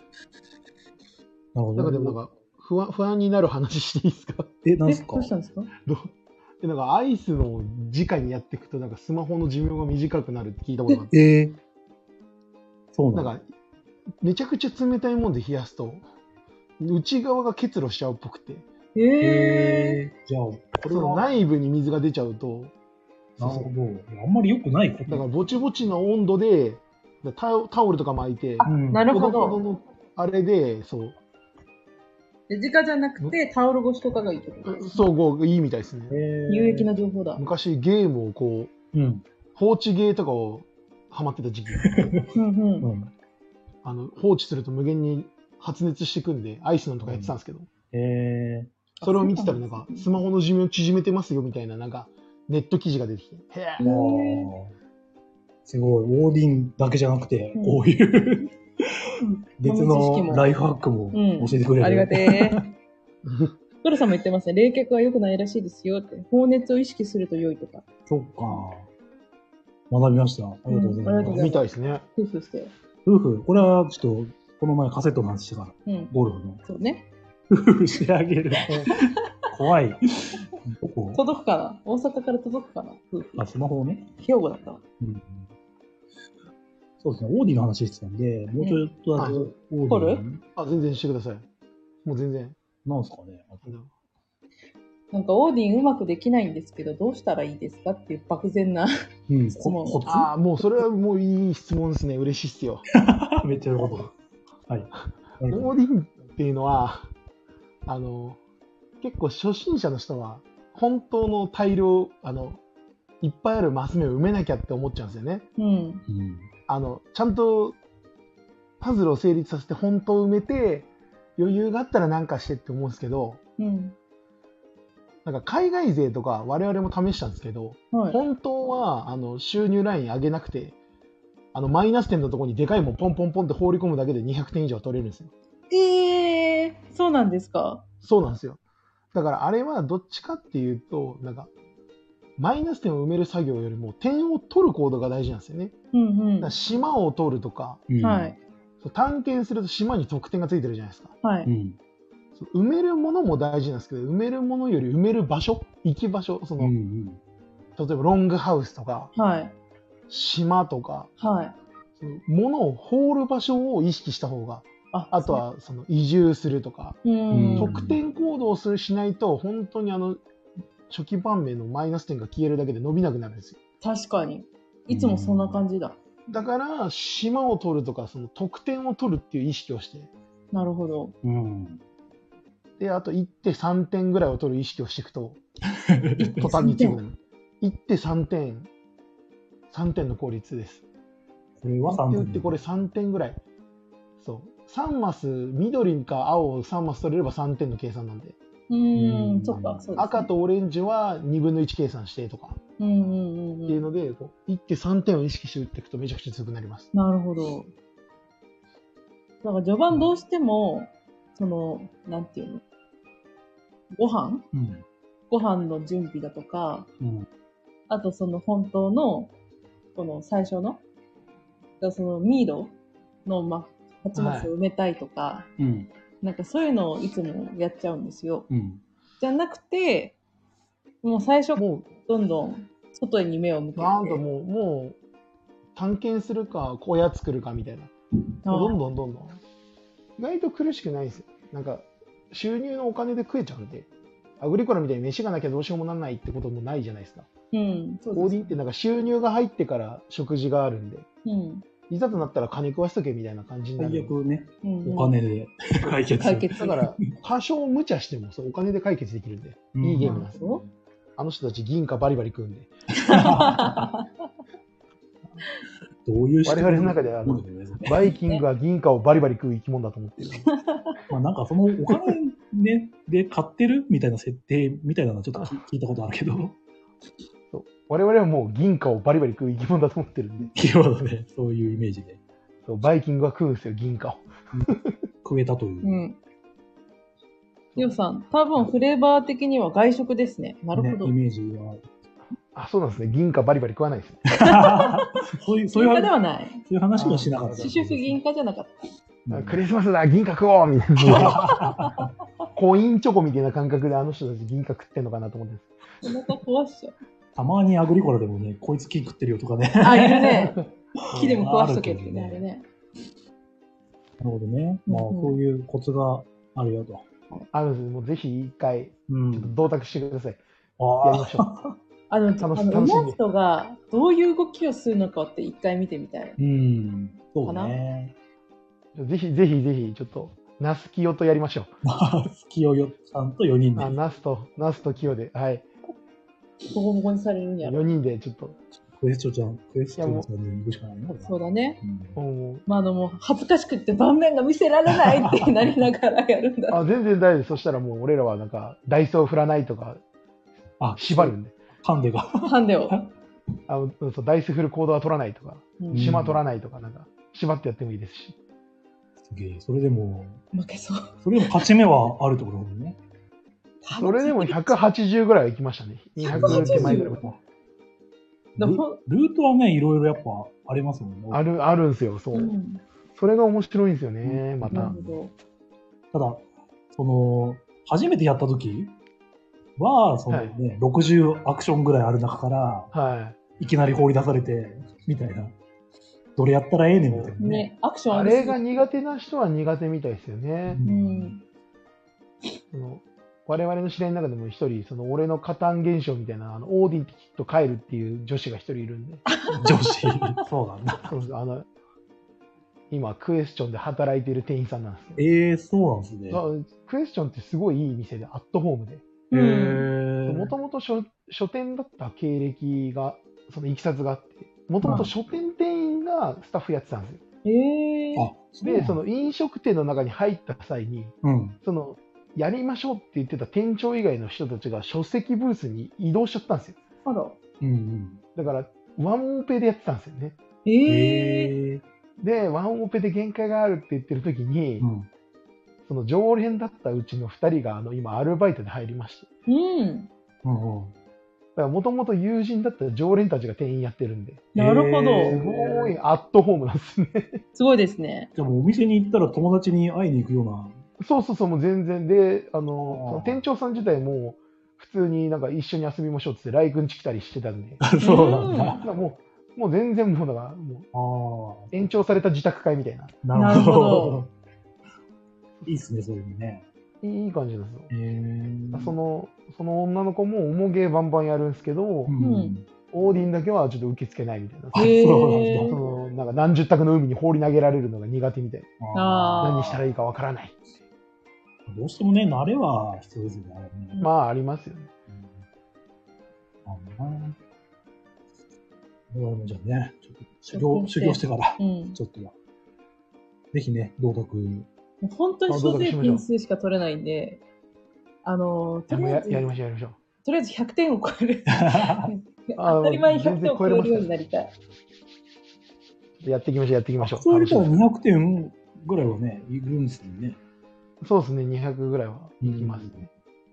ほど。
なんかでもなんか、不安、不安になる話していいですか？
え、なん
え、
すか
どうしたんですか？
どうでなんかアイスの直にやっていくと、なんかスマホの寿命が短くなるって聞いたことがあって、
え、えー、そうなの
なんか、めちゃくちゃ冷たいもんで冷やすと、内側が結露しちゃうっぽくて、
え
えー、じゃあ、これ
その
は、
内部に水が出ちゃうと、
なるほど。あんまり良くないこと
だからぼちぼちの温度で、タオタオルとか巻いて、
ー、
うん
なるほ
ほどほど
ど。
のあれで、そう、
で直じゃなくてタオル越しとかがいいってことですね。
そうこういいみたいですね。
えー、
有益な情報だ。
昔ゲームをこう、
うん。
放置ゲーとかをハマってた時期があって
うんうん。
うん。
あの放置すると無限に発熱してくんで、アイスのとかやってたんですけど、
え
それを見てたらなんか
そうなんですね
スマホの寿命縮めてますよみたいななんかネット記事が出てきて、へえ
ー、あーすごい。オーディンだけじゃなくて、
うん
こういう別
豆知識も
のライフハックも
うん。
教えてくれる。
ありがてえ。トロさんも言ってますね。冷却は良くないらしいですよって。放熱を意識すると良いとか。
そっか。学びました。ありがとうございます。
うんありがとうございます
みたいですね。
夫婦して。
夫婦、これはちょっと、この前カセットの話したから、
うん。
ゴルフの。
そうね。
夫婦してあげる。怖い。どこ
届くかな？大阪から届くかな？夫婦。
あ、スマホをね。
兵庫だったわ。
うんそうですね。オーディの話してたんで、もうちょっとだけ、
うん
オーディ
掘る
あ、全然してください。もう全然。
なんすかね。
あの
なんかオーディンうまくできないんですけど、どうしたらいいですかっていう漠然な。
うん、
質問
コツ
ああ、もうそれはもういい質問ですね。嬉しいっすよ。
めっちゃ喜ぶ。はい。
オーディンっていうのは、あの、結構初心者の人は、本当の大量、あの、いっぱいあるマス目を埋めなきゃって思っちゃうんですよね。
うん。
うん。
あの、ちゃんとパズルを成立させて本当を埋めて、余裕があったらなんかしてって思うんですけど、
うん。
なんか海外勢とか我々も試したんですけど、
はい。
本当はあの収入ライン上げなくて、あのマイナス点のところにでかいもんポンポンポンって放り込むだけでにひゃくてん以上取れるんですよ。
えー、そうなんですか？
そうなんですよ。だからあれはどっちかっていうと、なんかマイナス点を埋める作業よりも点を取る行動が大事なんですよね。
うん
だから島を取るとか、
うん
はい。
そう探検すると島に得点がついてるじゃないですか。
はい。
うん。
そう埋めるものも大事なんですけど、埋めるものより埋める場所、行き場所、その、
うんうん。
例えばロングハウスとか、
はい。
島とか、
はい。
その物を放る場所を意識した方が、
あ
あと、はその移住するとか、
う
うん
ん。
得点行動をするしないと、本当にあの、初期盤面のマイナス点が消えるだけで伸びなくなるんですよ。
確かに。いつもそんな感じだ。
だから、島を取るとか、その得点を取るっていう意識をして、
なるほど。
うん。
で、あといってんさんてんぐらいを取る意識をしていくと、途端に強くなる。いってんさんてん、さんてんの効率です。
これは
って
さんてん
言ってこれさんてんぐらい。そう。さんマス、緑か青をさんマス取れればさんてんの計算なんで。
うー
うん
ん、そっか、そうです、ね。
赤とオレンジはにぶんのいち計算してとか
うんうんうん
っていう
うん。
ので、こういってんさんてんを意識して打っていくとめちゃくちゃ強くなります。
なるほど。だから序盤どうしても、その、なんていうの、ご飯
うん。
ご飯の準備だとか、
うん。
あとその本当の、この最初の、だからそのミードの、ま、はちマスを埋めたいとか、
うん。
なんかそういうのをいつもやっちゃうんですよ。
うん。
じゃなくて、もう最初
も
どんどん外に目を向け
う、
て。
なんかもう、もう、探検するか、小屋作るかみたいな。
あ
どんどんどんどん。意外と苦しくないですよ。なんか、収入のお金で食えちゃうんで、アグリコラみたいに飯がなきゃどうしようもなんないってこともないじゃないですか。
うん、そうです。
オーディンってなんか収入が入ってから食事があるんで、
うん。
いざとなったら金食わしとけみたいな感じにな
最
る。
悪ね、
うん、
お金で解決。
解決。
だから、多少無茶してもそうお金で解決できるんで、
うん
いいゲームなんです
なるほど
あの人たち銀貨バリバリ食うんで。
どういう
我々の中ではあのバイキングは銀貨をバリバリ食う生き物だと思ってる。
まあなんかそのお金ね、で買ってるみたいな設定みたいなのはちょっと聞聞いたことあるけど、
そう我々はもう銀貨をバリバリ食う生き物だと思ってるんで、
キーワードね、そういうイメージで
そうバイキングは食うんですよ、銀貨を。
食えたという。
うん。 リオさん、多分フレーバー的には外食ですね。なるほど。
ね、イメージは。
あ、そうなんですね。銀貨バリバリ食わないですね。
そういう、そういう
銀貨で
話、
はない。
そういう話もしなかった。
主主婦銀貨じゃなかった。
うん
クリスマスだ、銀貨食おうみたいな。コインチョコみたいな感覚であの人たち銀貨食ってんのかなと思って
お腹壊しちゃう。
たまにアグリコラでもね、こいつ木食ってるよとかね。
あ、いるね。木でも
あ
壊しとけってね、
あるけどね
あれね。
なるほどね。まあ、
うんうん
こういうコツがあるよと。
あるんです。もうぜひ一回、
う
ちょっと
ん。
同卓してください。
あ
やりましょう。
あの、
楽し
あの
楽しんで
上手い人がどういう動きをするのかって一回見てみたい。
うん。そうね。
ぜひぜひぜひ、ちょっと、ナスキヨとやりましょう。
清代さんとよにんで。
あナスと、ナスとキヨで、はい。
ボコボコにされるんやろ。
よにんで、ちょっと、
クエスチョンちゃん、クエスチョンさんに行くしかないの
そうだね。
うん
もう
まあ、あの、もう恥ずかしくって盤面が見せられないってなりながらやるんだ。
あ、全然大丈夫です。そしたらもう、俺らはなんか、ダイソーを振らないとか、
あ、
縛るんで。
ハンデが。
ハンデを。
あのそうダイス振るコードは取らないとか、
うん
島取らないとか、なんか、縛ってやってもいいですし。
すげえ。それでも、
負けそう。
それでも勝ち目はあるってことだもんね。
それでもひゃくはちじゅうぐらいは行きましたね。にひゃく手前ぐらいまで。
ル
でも
ルートはね、いろいろやっぱありますもんね。
ある、あるんですよ、そうう。
ん。
それが面白いんですよね、また
なる。ほ
ただ、その、初めてやった時は、その
はい
ね、ろくじゅうアクションぐらいある中から、
はい
きなり放り出されて、みたいな。どれやったらええねんみたいな
ど。
ね。
ね、アクシ
い。
ョンる
あれが苦手な人は苦手みたいですよね。
うん。
その我々の知り合いの中でも一人、その俺の加担現象みたいな、あのオーディンってきっと帰るっていう女子が一人いるんで、
女子。そうなんだ。
そうそうあの今、クエスチョンで働いている店員さんなんですけど、
ええー、そうなんですね。
そうクエスチョンってすごいいい店で、アットホームで、
へ
うん。
え。
もともと書書店だった経歴が、そのいきさつがあって、もともと書店店員がスタッフやってたんですよ。
ええー。
あ、そうなん
で、
だ
その飲食店の中に入った際に、
うん。
そのやりましょうって言ってた店長以外の人たちが書籍ブースに移動しちゃったんですよ。
あら。
うんうん。
だから、ワンオペでやってたんですよね。
ええー。
へえ。
で、ワンオペで限界があるって言ってる時に、
うん。
その常連だったうちのふたりがあの今アルバイトで入りまして。
うん。
うんうん。
だからもともと友人だった常連たちが店員やってるんで、
なるほど。
す
へー
ごいアットホームなんですね。
すごいですね。
じゃあもうお店に行ったら友達に会いに行くような。
そうそうそう、もう全然。で、あの、
あー
その店長さん自体も普通になんか一緒に遊びましょうってって、ライクンチ来たりしてたんで、だか
そうなん
うん
だ。
らもう、もう全然もうだから、も
あ
う延長された自宅会みたいな。
あ。なるほ
なるほど
ど。いいっすね、そういうのね。
いい感じなんですよ。
へえ。
その、その女の子も重ゲーバンバンやるんですけど、
うん。
うん
オーディンだけはちょっと受け付けないみたいな。
あ、
へー
そうなんだ。
そのなんか何十択の海に放り投げられるのが苦手みたいな。
あー
何したらいいかわからない。
どうしてもね、慣れは必要ですよね、あれね。
まあ、ありますよね。
うん。なるほどな。これはもうじゃあね、ちょっと修行、修行してから、
うん。
ちょっとは。ぜひね、道徳。
もう本当に小税金数しか取れないんで、あの、と
いやもう
りあえず、
ややりましょう、やりましょう。
とりあえずひゃくてんを超える。
あ
当たり前にひゃくてんを超えるよう
全然超えれます
になりたい。
やっていきましょう、やっていきましょう。
それ
楽しみ
からにひゃくてんぐらいはね、いるんですよね。
そうですね、にひゃくぐらいはいきますね。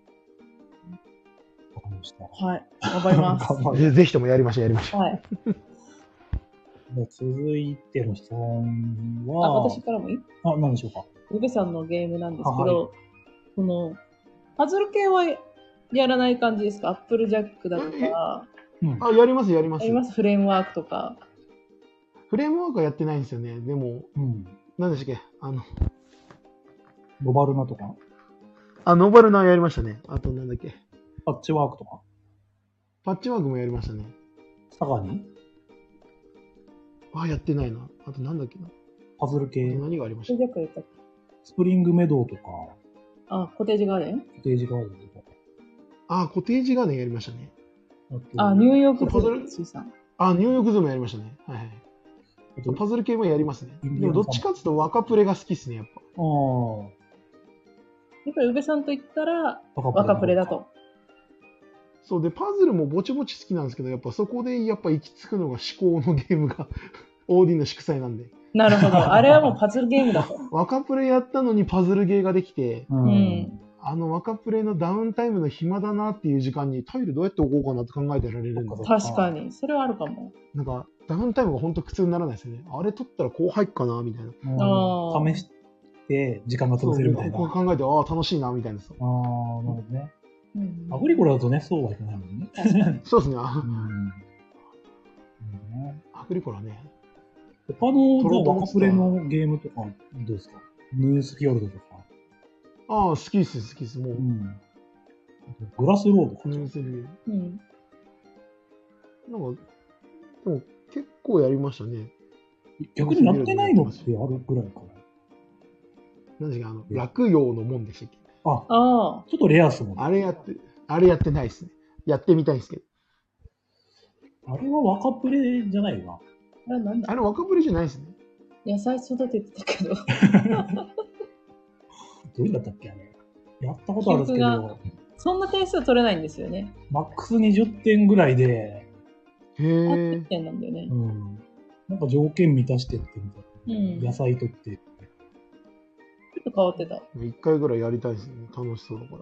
わかりました。
はい。頑張ります。
頑張る
ぜぜひともやりましょう、やりましょう。
はい。
じゃあ続いての質問
あ、
は、
私からもいい
あ、何でしょうか。
ウベさんのゲームなんですけ
は
ど、その、パズル系はやらない感じですか？アップルジャックだとか、
うん。
あ、やります、やります。
ありますフレームワークとか。
フレームワークはやってないんですよね。でも、
うん。
何でしたっけあの、
ロバルナとか、
あ、ノバルナはやりましたね。あと、なんだっけ
パッチワークとか、
パッチワークもやりましたね。
サガニ
あ、やってないな。あと、なんだっけな。
パズル系、
何がありまし
ジャックやったっけ
スプリングメドウとか、
あ、コテージガーデン
コテージガーデンとか、
たあ、コテージガーデンやりましたね。
あと、
あ、ニューヨーク
パズル
ズルさん。
あ、ニューヨークズもやりましたね。はいはい。
あと
パズル系もやりますね。
インディアン
でもどっちかっていうと若プレが好きっすね、やっぱ。
ああ、
やっぱり宇部さんと言ったら、
若
若プレだと。
そうで、パズルもぼちぼち好きなんですけど、やっぱそこでやっぱ行き着くのが思考のゲームが、オーディンの祝祭なんで。
なるほど。あれはもうパズルゲームだと。
若プレやったのにパズルゲーができて、
う。
うんん。
あの若プレのダウンタイムの暇だなっていう時間にタイルどうやって置こうかなって考えてられるんですよ。
確かに。それはあるかも。
なんか、ダウンタイムが本当苦痛にならないですよね。あれ取ったらこう入っかなみたいな。
あー
試して時間が潰せるみたいな。
ここ考えて、ああ、楽しいなみたいな。
ああ、なるほどね。
うん
アグリコラだとね、そうはいかないもんね。
そうですね。
うん
アグリコラね。
他の
トロトロ
若プレのゲームとかどうですか？ヌースフィヨルドとか。
ああ、好きっす、好きっす。もう、
うん。グラスロードか。
ニュースリー
うん。
なんか、でも結構やりましたね。
逆にやってないのってあるぐらいか
何でしたっけ、あの、落葉の門でしたっけ。
な。あ、
ああ。
ちょっとレアっすもんね。
あれやって、あれやってないですね。やってみたいですけど。
あれは若プレじゃないよな。
あれなんだ
あれ若ぶりじゃないですね。
野菜育ててたけど。
どういうんだったっけあれ。やったことあるんですけ
記憶
ど、
そんな点数取れないんですよね。
マックスにじゅってんぐらいで、
へ
80
え。
点なんだよね
う。ん。なんか条件満たしてってみたいな。
うん。
野菜取って。
ちょっと変わってた。
一回ぐらいやりたいですね。楽しそうだから。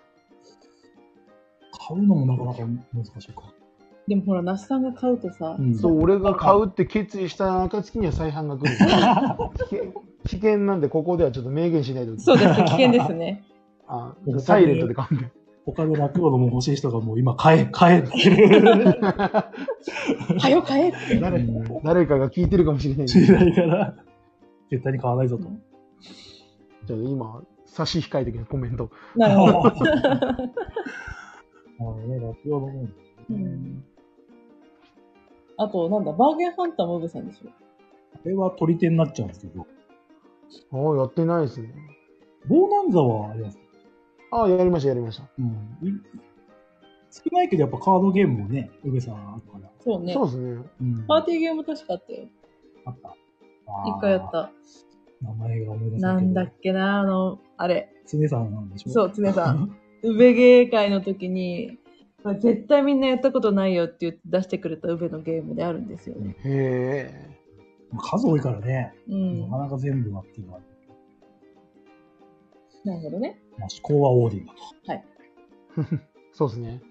買うのもなかなか難しいか。
でもほら、那須さんが買うとさ、
うん
そう、俺が買うって決意した暁には再販が来るんですよ。危険危険なんで、ここではちょっと明言しないと。
そうですね、危険ですね。
あ、サイレントで買うんで。
他で落葉のもん欲しい人がもう今買え、買えってる。
はよ買えって。
誰誰かが聞いてるかもしれないんで。
知りないから、絶対に買わないぞと。
じゃあ今、差し控えてきたコメント。
なるほど。
あのね、落葉のもん。
うんあと、なんだ、バーゲンハンターもうべさんでしょ。
あれは取り手になっちゃうんですけど、
ああ、やってないですね。
ボーナンザはあります。
ああ、やりました、やりました。
うん。い少ないけどやっぱカードゲームもね、うべさんあったから。
そうね
そう。ですね。
うん。
パーティーゲーム確かあったよ。
あった。
一回やっ。た。
名前が思い出せ
な
ないけど。
んだっけな、あの、あれ。
常さんなんでしょ
そう、常さん。ウベゲー会の時に、これ絶対みんなやったことないよって言って出してくれたウベのゲームであるんですよね。
へえ。
数多いからね、
うん。
なかなか全部はっていうのは、
なるほどね。
まあ、思考はオーディンだと。
そうですね。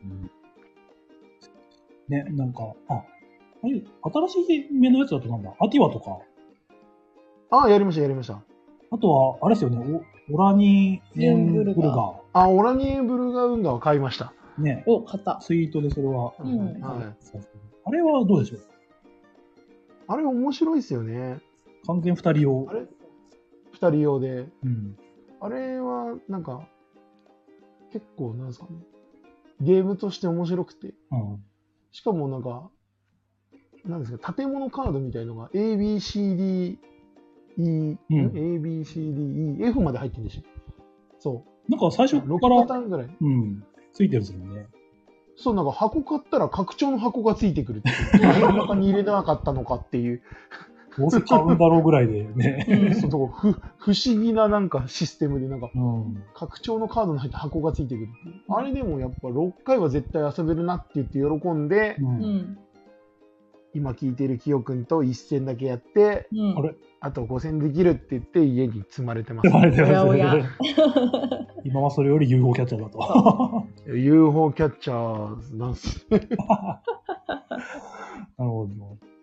ね、なんか、あ、ああいう新しい目のやつだとなんだ、アティワとか、
ああ、やりました、やりました。
あとは、あれですよね、オオラニエンブルガー。
あ、オラニエブルガ運河を買いました。
ね、
お、買った。
ツイートでそれは、
うん
はい。
あれはどうでしょう？
あれ面白いですよね。
完全二人用
あ。れ二人用で。
うん。
あれは、なんか、結構、なんですかね。ゲームとして面白くて。
うん。
しかもなんか、なんですか、建物カードみたいのが A、B、C、D、E、
うん
A、B、C、D、E、F まで入ってるんですよ。そ
なんか最
う。ろく
初から、
パターンぐらい。
うん、ついてるんですよね。
そう、なんか箱買ったら拡張の箱がついてくるっていう。真ん中に入れなかったのかっていう。
どうせ買うんだろうぐらいでね。
うん
そうそうふ不思議ななんかシステムでなんか
うん。
拡張のカードの入った箱がついてくるっていう。あれでもやっぱろっかいは絶対遊べるなって言って喜んで、
う。
うんん。
今聞いてるキヨくんといっ戦だけやって、
うん。
あれ
あとご戦できるって言って家に積まれてます。
あれだよ
おやおや
今はそれより ユーフォー キャッチャーだと。
ユーフォー キャッチャーなんす。
なるほど。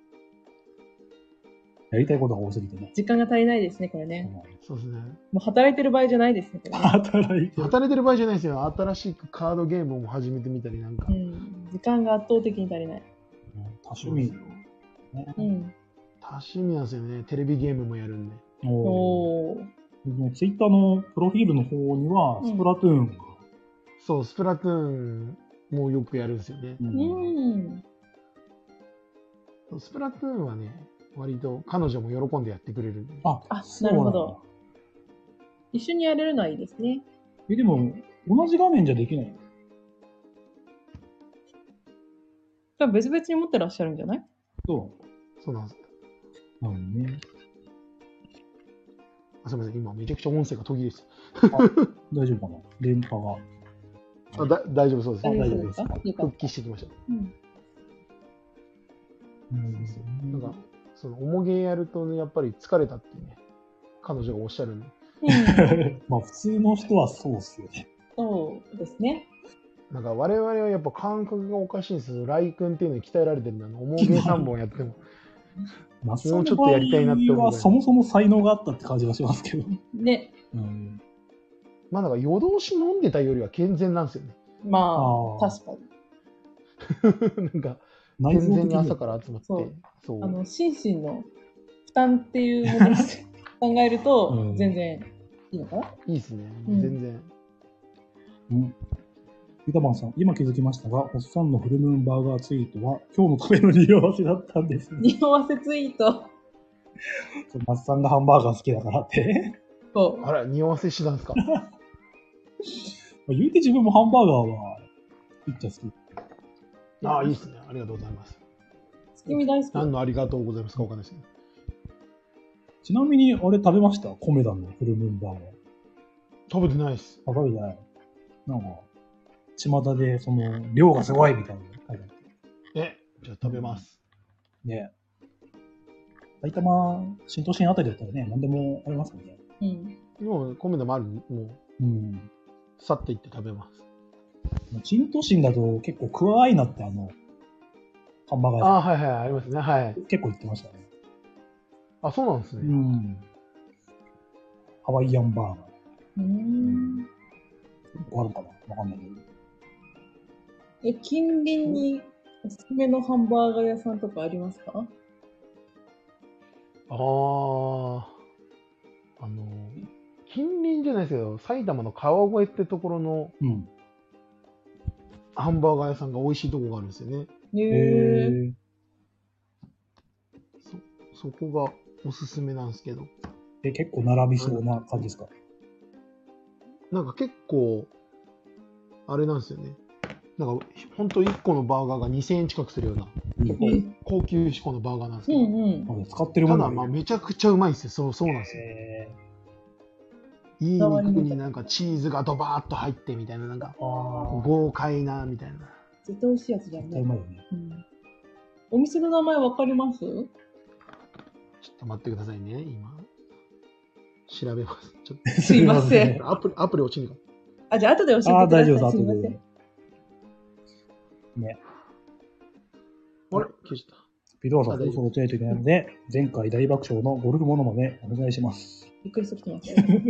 やりたいことが多すぎてね。
時間が足りないですね、これね。
そうですね。
もう働いてる場合じゃないですね、これね。
働いてる。
働いてる場合じゃないですよ。新しくカードゲームも始めてみたりなんか
う。ん。時間が圧倒的に足りない。
多趣味。ね
うん。
多趣味なんですよね。テレビゲームもやるんで。
お
おー。
ツイッターのプロフィールの方には、スプラトゥーンが。
そう、スプラトゥーンもよくやるんですよね。
う
うん。
スプラトゥーンはね、割と彼女も喜んでやってくれるんで。
あ、
あ、
そうなんだ
なるほど。一緒にやれるのはいいですね。
え、でも、同じ画面じゃできないの？
多分別々に持ってらっしゃるんじゃない？
そ
そうなんです。
う。なのね。
あ、すみません。今めちゃくちゃ音声が途切れて
大丈夫かな？電波が。
た。あだ大丈夫そうです。
あ
大
大丈夫ですす
丈夫でか。
か？よかっ
復帰してきました。
うん。
うん
なんか、その、重げやるとね、やっぱり疲れたってね、彼女がおっしゃるんで。
うん。
まあ、普通の人はそうっすよね。
そうですね。
なんか我々はやっぱ感覚がおかしいんですよ。ライ君っていうのに鍛えられてるんだな。重げさんぼんやっても。
マッ
それをちょっとやりたいなって思う
はそもそも才能があったって感じがしますけど。
ね。
うん、
まあなんか夜通し飲んでたよりは健全なんですよね。
まあ、
あー
確かに。
なんか
内
健
臓的に
全に朝から集まって。
そう
そう
あの心身の負担っていうものを考えると、
うん
全然いいのかな。
いいですね。
うん
全然。
うんピタマンさん、今気づきましたが、おっさんのフルムーンバーガーツイートは今日のための匂わせだったんですね。
匂わせツイート。
マッさんがハンバーガー好きだからって。
そう
あら、匂わせしてたんですか。
言うて自分もハンバーガーは、いっちゃ好き。
ああ、いいですね。ありがとうございます。
月見大好き。
何のありがとうございますかわかんないですね。
ちなみに、あれ食べましたコメダのフルムーンバーガー。
食べてないです。
あ、食べてない。なんか、巷で、その、量がすごいみたいなの書いてあって。
え、じゃあ食べます。
ね埼玉、新都心あたりだったらね、何でもありますもんね。
うん。
もう、米でもある、もう、
うん。
さっていって食べます。
新都心だと結構クワアイナってあの、ハンバーガー屋
ああ、はいはい、ありますね。はい
さ。ん結構行ってましたね。
あ、そうなんです
う
ね。
ん。ハワイアンバーガー。
うーん。
結構あるかなわかんないけど。
え、近隣におすすめのハンバーガー屋さんとかありますか？
ああ、あの、近隣じゃないですけど、埼玉の川越ってところの
うん。
ハンバーガー屋さんが美味しいとこがあるんですよね。
へ
へ
え。
ー。
そ、そこがおすすめなんですけど。
え、結構並びそうな感じですか？
なんか結構、あれなんですよね。なんか、ほんといっこのバーガーがにせんえん近くするような、結構高級志向のバーガーなんですけど、
うんうん。
あれ使ってるもの
ただまあめちゃくちゃうまいんですよ。そう、そうなんですよ。
へ
いい肉になんかチーズがドバーッと入ってみたいな、なんか
ー。あー。
豪快なみたいな。
絶対美味しいやつじゃんね。
絶対うまいよね。
うん。お店の名前わかります？
ちょっと待ってくださいね、今。調べます。ちょっ
すいません
とアプリ、アプリ落ちんのか。
あ、じゃあ後で教えてください。
ああ、大丈夫です、
すいません。
後で。ね。
あれ消した。
ピドワさん、
あ大丈夫
そろそろ落ちないといけないので、前回大爆笑のゴルフモノマネお願いします。
びっくりしてきてます。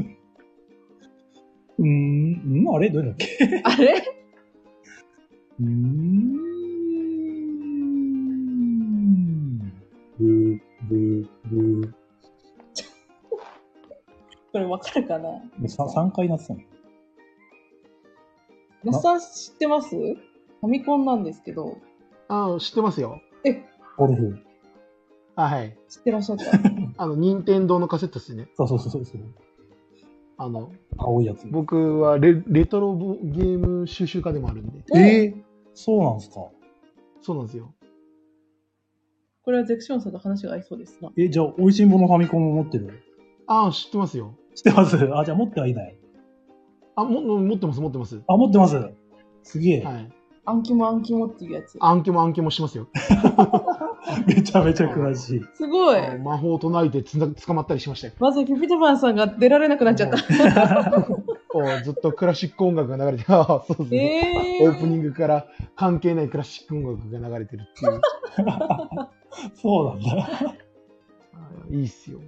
うーん、んあれどれだっけ
あれ
うーん。ブー、ブー、ブー。
これわかるかな？
ささんかいなってたの。
那須さん知ってます？ファミコンなんですけど。
ああ、知ってますよ。
え、
ゴルフ。
あはい。
知ってらっしゃった
あの、任天堂のカセットですね。
そうそうそうそう。
あの、
青いやつ。
僕はレレトロゲーム収集家でもあるんで。
えー、そうなんですか。
そうなんですよ。
これはゼクションさんと話が合いそうですな。
え、じゃあ、美味しんぼのファミコンも持ってる？
ああ、知ってますよ。
知ってますあ、じゃあ持ってはいない。
あ、も、持ってます、持ってます。
あ、持ってます。すげえ。
はい。
アンキモアンキモっていうやつ。
暗記も暗記もしますよ。
めちゃめちゃ詳しい。
すごい。
あの魔法を唱えてつな捕まったりしましたよ。
まずピピタパンさんが出られなくなっちゃった。
こうずっとクラシック音楽が流れて、ああ、そうですね。
え
オープニングから関係ないクラシック音楽が流れてるっていう。
そうなんだ。
あいいっすよ。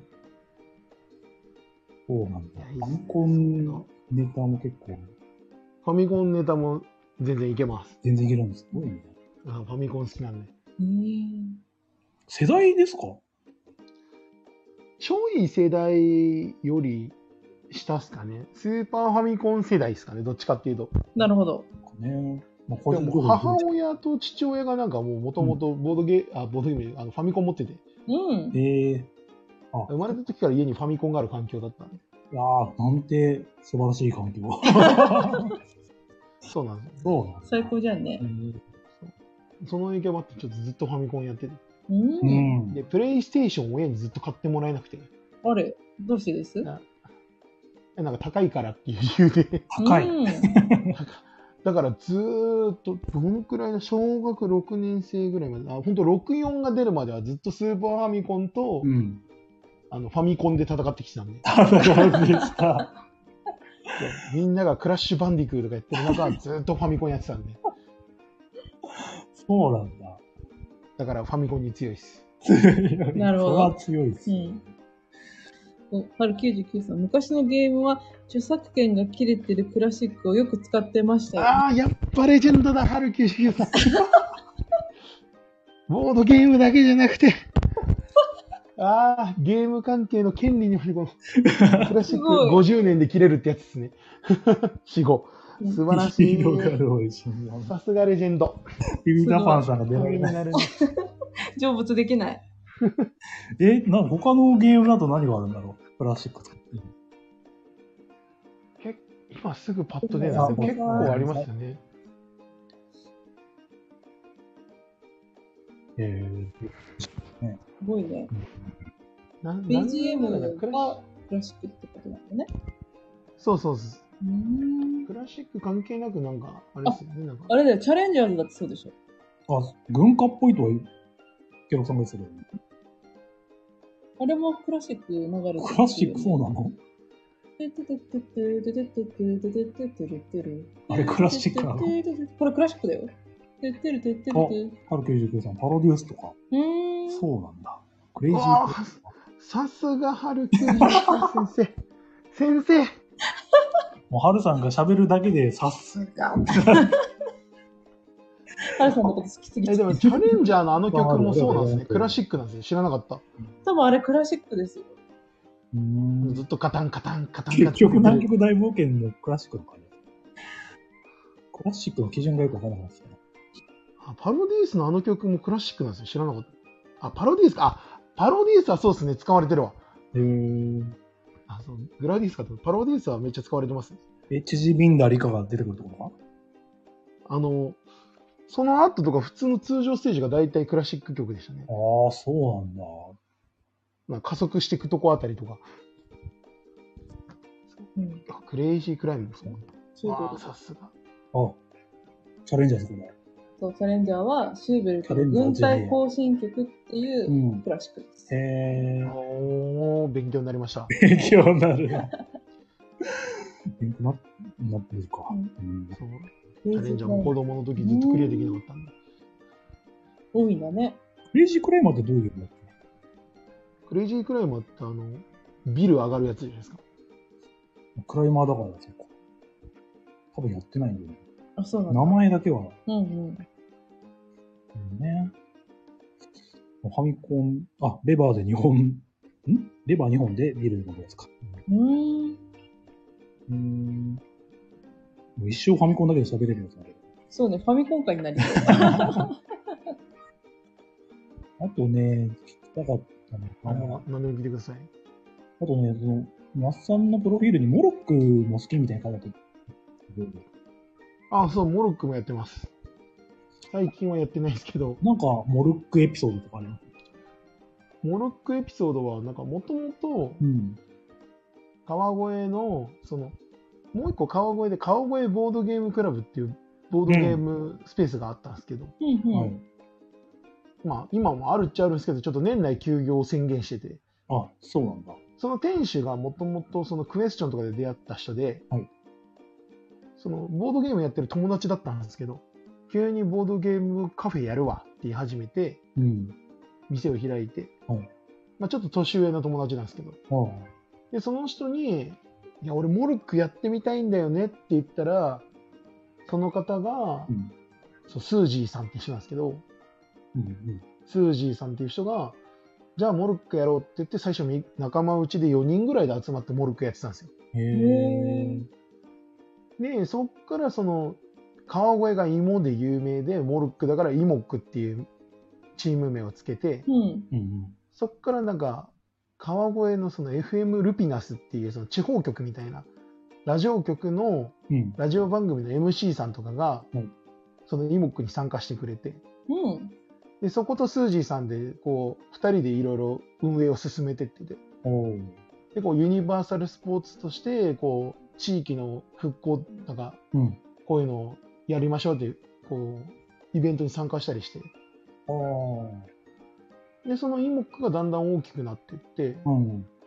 そうなんだ。
いやいいっす
ファミコンネタも結構、
ファミコンネタも全然いけます。
全然いけるんです。すごいね。
あファミコン好きなんで。
ー、えー、
世代ですか？
ちょい世代より下っすかね。スーパーファミコン世代ですかね。どっちかっていうと。
なるほど。
ね。まあ、個
でも
人情報
母親と父親がなんかもう元々ボードゲー、あ、ボードゲーム、あのファミコン持ってて、
うん。
ええ
生まれた時から家にファミコンがある環境だったんで。
ー、いやー、なんて素晴らしい環境。
そうなんですよ。
そうなんです。
最高じゃんね
う。ん。
その影響もあって、ちょっとずっとファミコンやってて。
う。
うんん。
で、プレイステーションを親にずっと買ってもらえなくて、
あれ、どうしてです？
ななんか高いからっていう理由で。
高い。
うん、
だからずーっと、どのくらいの小学ろくねん生ぐらいまで、あ、ほんとろくじゅうよんが出るまではずっとスーパーファミコンと、
うん。
あのファミコンで戦ってきてたんで。
あ、そうですか。
みんながクラッシュバンディクーとかやってる中、ずっとファミコンやってたんで。
そうなんだ。
だからファミコンに強いです。
なるほど
それは強いです。
うん。お春きゅうじゅうきゅうさん、昔のゲームは著作権が切れてるクラシックをよく使ってましたよ。
ああ、やっぱレジェンドだ、ハルきゅうじゅうきゅうさん。ボードゲームだけじゃなくて、ああ、ゲーム関係の権利にまでこの、クラシックごじゅうねんで切れるってやつですね。死後。素晴らしい。
広がる美味しいな。
さすがレジェンド。
ビビタパンさんが出られない。
になるね。
成仏できない。
え、な、他のゲームだと何があるんだろう、クラシックとか。
結今すぐパッと出ないんですけど、結構ありますよね。
え
すごいね。
な
ビージーエム が
なんだろうクラシ
クラシックってことなんだね。
そうそうです。
うーん。
クラシック関係なくなんか、あれですよね。なんか
あれだよ、チャレンジャーズだってそうでしょ。
ー、あ、軍歌っぽいとは、ケロさんが言ってたけど、
あれもクラシック流れてる。
クラシックそうなの？あれクラシックなの？
これクラシックだよ。てってるてってるて。
ハルきゅうじゅうきゅうさん、パロデュースとか。
うーん。
そうなんだ。クレイジー
わあさすがハルきゅうじゅうきゅう先生。先生
もうハルさんが喋るだけで、さすがって。
ハルさんのこと好きすぎて。
えでもチャレンジャーのあの曲もそうなんですね。クラシックなんですね。知らなかった。
多分あれクラシックですよ。
うーん
ずっとカタンカタンカタンカタン。
結局、南極大冒険のクラシックの感じ。クラシックの基準がよくわからなかったですね。
あパロディースのあの曲もクラシックなんですよ。知らなかった。あ、パロディースか。あ、パロディースはそうですね。使われてるわ。
へー。
あ、そう。グラディースかと。パロディースはめっちゃ使われてますね。
え、チジビンダリカが出てくるってことか？
あの、その後とか普通の通常ステージが大体クラシック曲でしたね。
ああ、そうなんだ。
まあ、加速していくとこあたりとか。
うん。
あクレイジークライムもそう。ああ、
シューベルト。
さすが。
あ、チャレンジャーズこれ。
そう、チャレンジャーはシューベルトの軍隊行進曲っていう
うん。
クラシックです。
へー。
おー、勉強になりました。
勉強になるな。勉強になってるか。
うん
うん
そう。チャレンジャーも子供の時ずっとクリアできなかったんで。
多いんだね。
クレイジークレイマーってどういうゲームだっけ？
クレイジークライマーってあの、ビル上がるやつじゃないですか。
クライマーだからそうか。多分やってないんだよね。
あ、そうなんだ。
名前だけは。
うんうん。
ね。ファミコン、あ、レバーでにほん、んレバーにほんでビルのやつか。
うーん。
うーん。もう一生ファミコンだけで喋れるやつだけど。
そうね、ファミコン界になりそう。
あとね、聞きたかったの
あ
が、
の、何でも聞いてください。
あとね、その、マッさんのプロフィールにモロックも好きみたいな書いてあった。
あ、そう、モロックもやってます。最近はやってないですけど、
なんか、モルックエピソードとかね。
モロックエピソードは、なんかもともと、
うん。
川越の、その、もう一個川越で、川越ボードゲームクラブっていうボードゲームスペースがあったんですけど、
うんうん。
はい。
まあ、今もあるっちゃあるんですけど、ちょっと年内休業を宣言してて、
あ、そうなんだ。
その店主がもともとそのクエスチョンとかで出会った人で、
はい
そのボードゲームやってる友達だったんですけど、急にボードゲームカフェやるわって言い始めて、
うん。
店を開いて、
はい
まあ、ちょっと年上の友達なんですけど、
あ
で、その人に、いや、俺モルックやってみたいんだよねって言ったら、その方が、
うん。
そうスージーさんって人なんですけど、
うんうん。
スージーさんっていう人が、じゃあモルックやろうって言って、最初み仲間内でよにんぐらいで集まってモルックやってたんですよ。
へえ。
で、そっからその、川越が芋で有名で、モルックだからイモックっていうチーム名をつけて、
うん。
うんうん。
そっからなんか、川越のその エフエム ルピナスっていうその地方局みたいな、ラジオ局の、
うん。
ラジオ番組の エムシー さんとかが
はい、
そのイモックに参加してくれて、
うん。
で、そことスージーさんで、こう、二人でいろいろ運営を進めてってて、
おー。
で、こう、ユニバーサルスポーツとして、こう、地域の復興、なんか、
うん。
こういうのをやりましょうっていう、こう、イベントに参加したりして、
ああ。
で、そのイモックがだんだん大きくなっていって、
うん。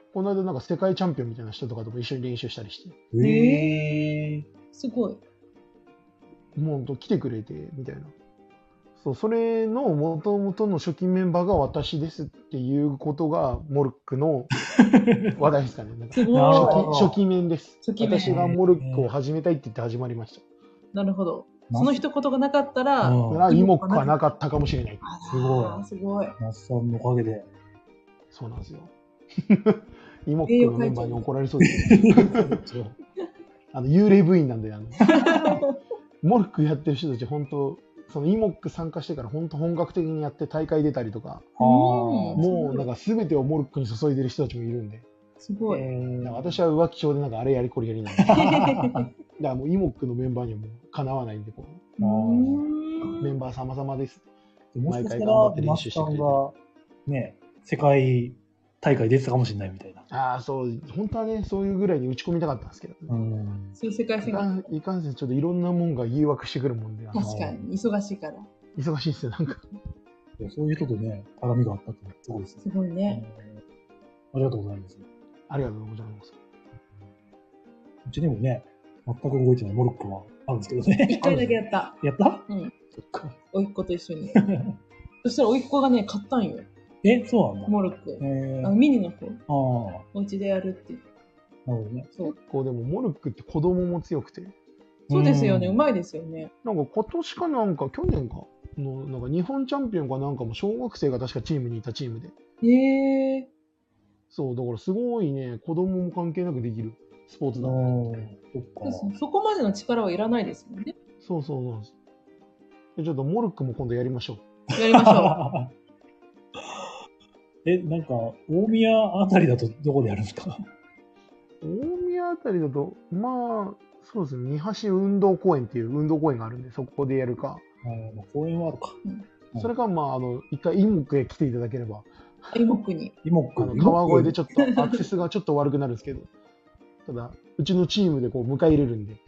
この間なんか世界チャンピオンみたいな人とかとも一緒に練習したりして、
えー、
すごい。
もうほんと来てくれて、みたいな。そう、それの元々の初期メンバーが私ですっていうことが、モルックの話題ですかね。なんか
すご
なるほど
い。
初期初期面です。
初期面
私がモルックを始めたいって言って始まりました。
なるほど。
な
その一言がなかったら、
うん
だからイモックはなかったかもしれない。
あ
すごい
らーすごい。
那須さんのおかげで。
そうなんですよ。イモックのメンバーに怒られそうですけど。あの幽霊部員なんで、あのモルックやってる人たち、本当そのイモック参加してから本当本格的にやって大会出たりとか、
あー
もうなんか全てをモルックに注いでる人たちもいるんで、
すごい。
えー
なんか私は浮気症でなんかあれやりこれやりなんで、だからもうイモックのメンバーにはもうかなわないんで、こ
うー
うメンバー様々です。
もしかしたら、
毎回頑張って練
那須さん
習してくれて
が、ね、世界大会出てたかもしれないみたいな。
ああ、そう、本当はね、そういうぐらいに打ち込みたかったんですけど、ね
ん。
そういう世界
い
線が
かんいかんせんちょっといろんなもんが誘惑してくるもんで、あの
確かに忙しいから。
忙しいですよ、なんか。
そういう人とね、絡みがあったってすごいですね。
すごいね。
ありがとうございます。
ありがとうございます。
うちにもね、全く動いてないモルックはあるんですけどね。
一回だけやった。
やった
うん。
そっか。
甥っ子と一緒に。そしたら甥っ子がね、買ったんよ。
え、そうなんだ。
モルック。
えー、
あのミニの方。
ああ、
お家でやるって言って。
なるほどね。
そう。
こうでも、モルックって子供も強くて、
そうですよね。
う
うんまいですよね。
なんか今年かなんか、去年かの、なんか日本チャンピオンかなんかも小学生が確かチームにいたチームで、
へえ。
そう、だからすごいね、子供も関係なくできるスポーツだな。
うん。そっか。
そうそうそこまでの力はいらないですもんね。
そうそうそうなんです。でちょっとモルックも今度やりましょう。
やりましょ
え、なんか、大宮あたりだとどこでやるんですか？
大宮あたりだと、まあ、そうですね、二橋運動公園っていう運動公園があるんで、そこでやるか。
あーまあ公園はあるか。うん
それか、まあ、あの、一回、イモックへ来ていただければ、
う。イモックに。
イモック。
あの川越でち
ょ
ょっとアクセスがちょっと悪くなるんですけど、ただ、うちのチームでこう迎え入れるんで、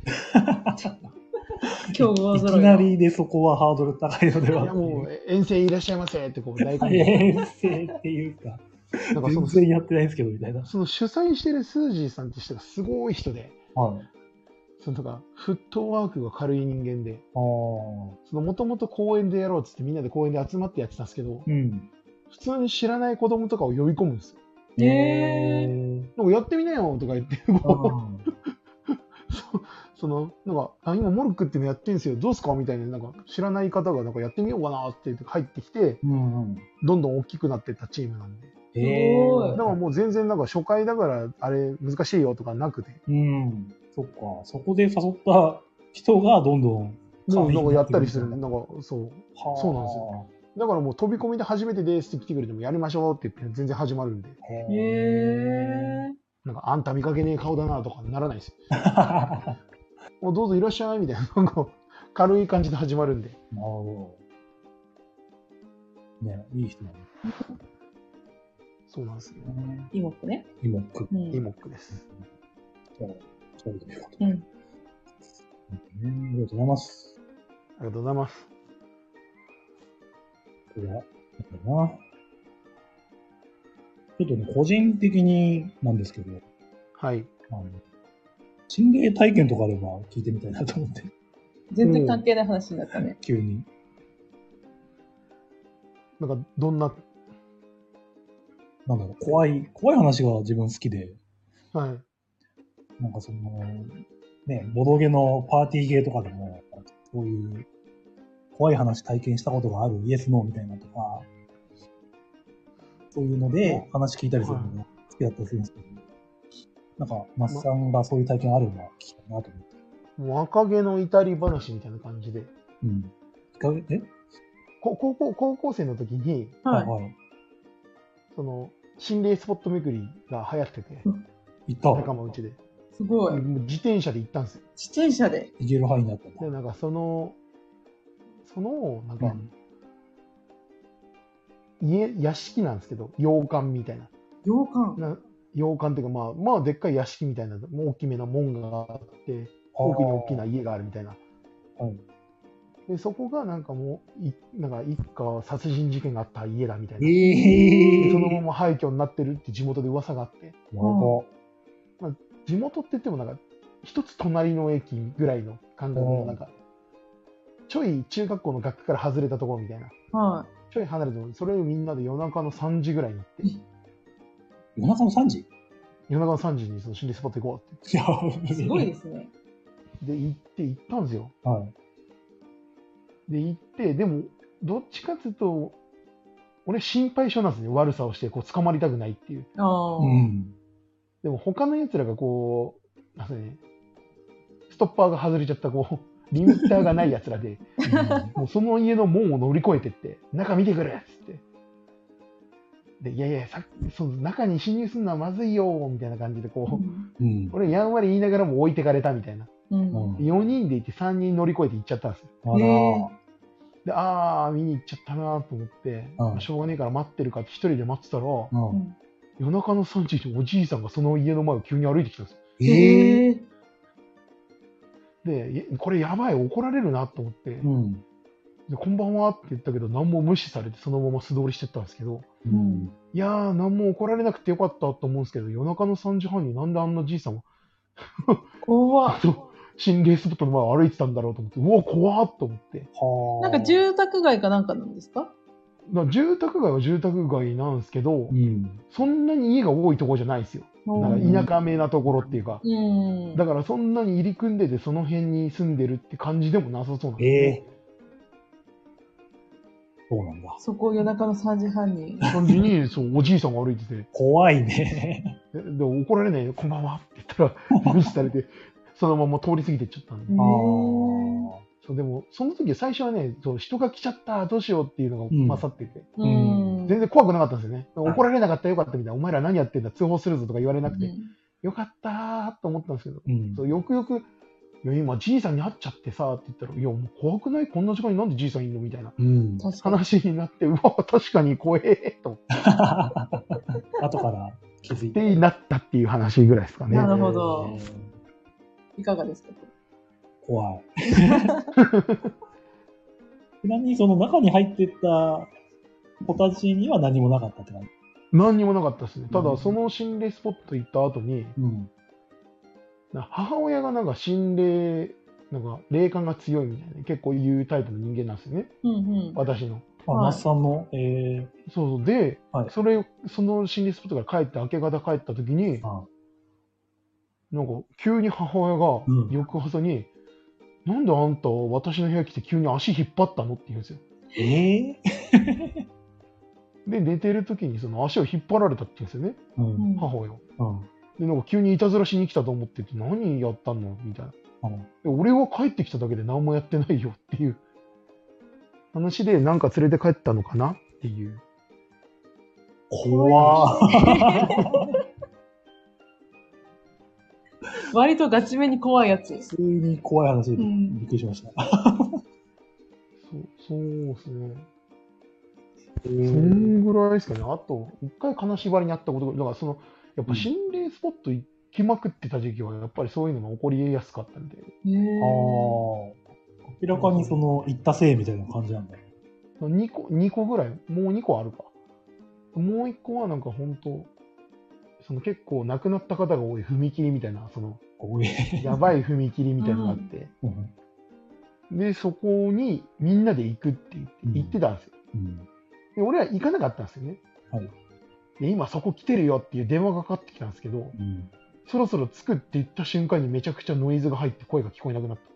今日大
い
揃いの。
きなりでそこはハードル高いのでは。
いやもう、遠征いらっしゃいませってこう大歓迎。
遠征っていうか、
なんかその、
全然やってないんですけど、みたいな。
その主催してるスージーさんって人がすごい人で、
はい。
そのなんかフットワークが軽い人間で、
ああ。
そのもともと公園でやろうっつってみんなで公園で集まってやってたんですけど、
うん。
普通に知らない子供とかを呼び込むんですよ。
へ
ー。
なんかやってみなよとか言って、こうそそのなんかあ今モルックっていうのやってるんですよ、どうすかみたいな、なんか知らない方がなんかやってみようかなって言って入ってきて、
うんうん。
どんどん大きくなっていったチームなんで、
へ
すごい
だからもう全然なんか初回だからあれ難しいよとかなくて、
うん。そっか。そこで誘った人がどんどん。
もうなんかやったりする、
は
なんかそう、
あ
そうなんですよ。だからもう飛び込みで初めてですって来てくれてもやりましょうって言って全然始まるんで、
へ
へえ。
なんかあんた見かけねえ顔だなとかならないですよ。もうどうぞいらっしゃいみたいな、なんか軽い感じで始まるんで。
なるほど。ね、いい人だね。
そうなんですよ。
イモックね。
イモック。
うん。
イモックです。
じゃあ、そうということで。
うん。
ねありがとうございます。
ありがとうございます。
これは、なんだろうな。ちょっとね、個人的になんですけど、
はい。
あの、心霊体験とかあれば聞いてみたいなと思って、
全然関係ない話になったね。
急に。
なんかどんな、
なんだろう、怖い、怖い話が自分好きで、
はい。
なんかその、ね、ボドゲのパーティーゲーとかでも、そういう怖い話体験したことがあるイエスノーみたいなとか、そういうので話聞いたりするのが好きだったりするんですけど、なんか、マスさんがそういう体験あるのは聞きたいなと思って。
もう若気の至り話みたいな感じで。
うん。いかがえ
こ高校、高校生の時に、
はい。
はい。
その、心霊スポット巡りが流行ってて、
行った。
仲間内で。
すごい。
もう自転車で行ったんですよ。
自転車で。
行ける範囲になったんだ。
で、なんかその、その、なんか、
うん
家、屋敷なんですけど、洋館みたいな。
洋館。
な洋館っていうか、まあ、まあ、でっかい屋敷みたいな、もう大きめな門があって、奥に大きな家があるみたいな。
はい。
でそこがなんかもういなんか一家殺人事件があった家だみたいな、
ええ
でそのまま廃墟になってるって地元で噂があって、
やば。
地元って言ってもなんか一つ隣の駅ぐらいの感覚のなんかちょい中学校の学区から外れたところみたいな、
は
ちょい離れてもそれをみんなで夜中のさんじぐらいに行って
夜中のさんじ？
夜中のさんじにその心霊スポット行こうって
いや、
い。すごいですね。
で行って行ったんですよ。
はい。
で行ってでもどっちかっていうと俺心配性なんですね、悪さをしてこう捕まりたくないっていう。
ああ。
うん。
でも他の奴らがこうなんかねストッパーが外れちゃったこうリミッターがない奴らでもうその家の門を乗り越えてって中見てくれっつってでいやいやさその中に侵入するのはまずいよみたいな感じでこう、
うん。
俺やんわり言いながらも置いてかれたみたいな。
うん。
うん
よにんでいてさんにん乗り越えて行っちゃったんですよ。
あら
へ
であー見に行っちゃったなと思って、
うん
しょうがねえから待ってるかって一人で待ってたら、
う。
うんん。
夜中のさんじにおじいさんがその家の前を急に歩いてきたんですよ。
ええ
へえ。
でいこれやばい怒られるなと思って、
うん。
でこんばんはって言ったけど何も無視されてそのまま素通りしてったんですけど、
うん。
いやー何も怒られなくてよかったと思うんですけど、夜中のさんじはんになんであんなじいさんは
怖っ。
心霊スポットの前を歩いてたんだろうと思って、うわ怖っと思って。
はあ。
なんか住宅街かなんかなんですか？
だから住宅街は住宅街なんですけど、
うん。
そんなに家が多いところじゃないですよ。なんか田舎めなところっていうか、
うん。
だからそんなに入り組んでてその辺に住んでるって感じでもなさそうなん
え
です
えそうなんだ。
そこを夜中のさんじはんに。
感じにそうおじいさんが歩いてて、
怖いね。
でで怒られないよ、こんばんはって言ったら無視されて、そのまま通り過ぎてっちゃったんで。
へ
あ
ー
あ。
そうでもその時最初はね、そう人が来ちゃったどうしようっていうのが勝ってて、
うん。
全然怖くなかったんですよね。怒られなかったらよかったみたいな、お前ら何やってんだ通報するぞとか言われなくて、
うん
よかったーと思ったんですけど、
うん
そうよくよく、いや今じいさんに会っちゃってさって言ったら、いやもう怖くないこんな時間になんでじいさんいんのみたいな
うん。
確かに。
話になって、うわ確かに怖えーと思
後から気づい。
っててなったっていう話ぐらいですかね。
なるほど
えー
いかがですか？
怖い。ちなみにその中に入ってった子たちには何もなかったって感じ。
何にもなかったですね。た
うん
だその心霊スポット行った後に、
うん。
な母親がなんか心霊、なんか霊感が強いみたいな、結構言うタイプの人間なんですよね。
うんうん。
私の。
あ、
はい
那須さんの、え
そうそう。で、
はい
それ、その心霊スポットから帰って、明け方帰った時に
ー、、あ
なんか急に母親が
うん
翌朝に、なんであんた私の部屋来て急に足引っ張ったのって言うんですよ。
え
で、寝てる時にその足を引っ張られたって言うんですよね、
ー、う。
うんん
母親は。
うん。
で、なんか急にいたずらしに来たと思ってて、何やったのみたいな。
うん
で俺は帰ってきただけで何もやってないよっていう話で、なんか連れて帰ったのかなっていう。
怖ー。
割とガチめに怖いやつ。
普通に怖い話でび
うん
っくりしました。
そうそうですね。そんぐらいですかね。あと、一回金縛りにあったことが、だからその、やっぱ心霊スポット行きまくってた時期は、やっぱりそういうのが起こりやすかったんで、
へ
ああ。
ー
明らかにその、行ったせいみたいな感じなんだ。
にこ、にこぐらい、もうにこあるか。もういっこはなんか本当、その結構亡くなった方が多い踏切みたいな、その、
怖え。
やばい踏切みたいなのがあって、
うん。
で、そこにみんなで行くって言って
うん
行ってたんですよ。
うん。
で俺は行かなかったんですよね。
はい。
で、今そこ来てるよっていう電話がかかってきたんですけど、
うん。
そろそろ着くって言った瞬間にめちゃくちゃノイズが入って声が聞こえなくなった。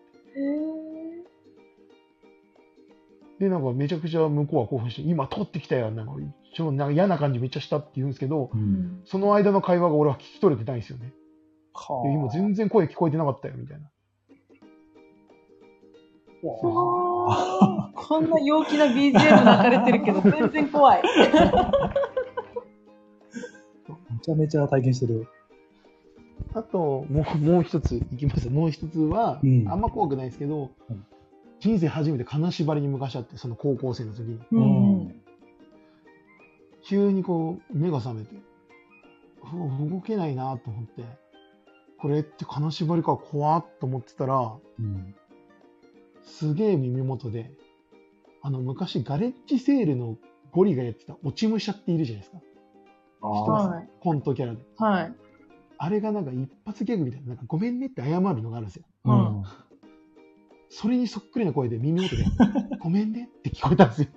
で、なんかめちゃくちゃ向こうは興奮して、今通ってきたよ。なんか、ちょっとなんか嫌な感じめっちゃしたって言うんですけど、
う。
うんん
その間の会話が俺は聞き取れてないんですよね。
は
で今全然声聞こえてなかったよ、みたいな。
あーこんな陽気な ビージーエム 流れてるけど全然怖い。
めちゃめちゃ体験してる。
あと、もう、もう一ついきます。もう一つは、
うん
あんま怖くないですけど、
うん
人生初めて金縛りに昔あって、その高校生の時に、
うんうん
急にこう、目が覚めて、うわ動けないなと思って、これって金縛りか怖っと思ってたら、
うん。
すげえ耳元で、あの、昔ガレッジセールのゴリがやってた落ち武者っているじゃないですか。
あ
は
コントキャラで。
い。はい。
あれがなんか一発ギャグみたいな、なんかごめんねって謝るのがあるんですよ。
あ。うん。
それにそっくりな声で耳元で、ごめんねって聞こえたんですよ。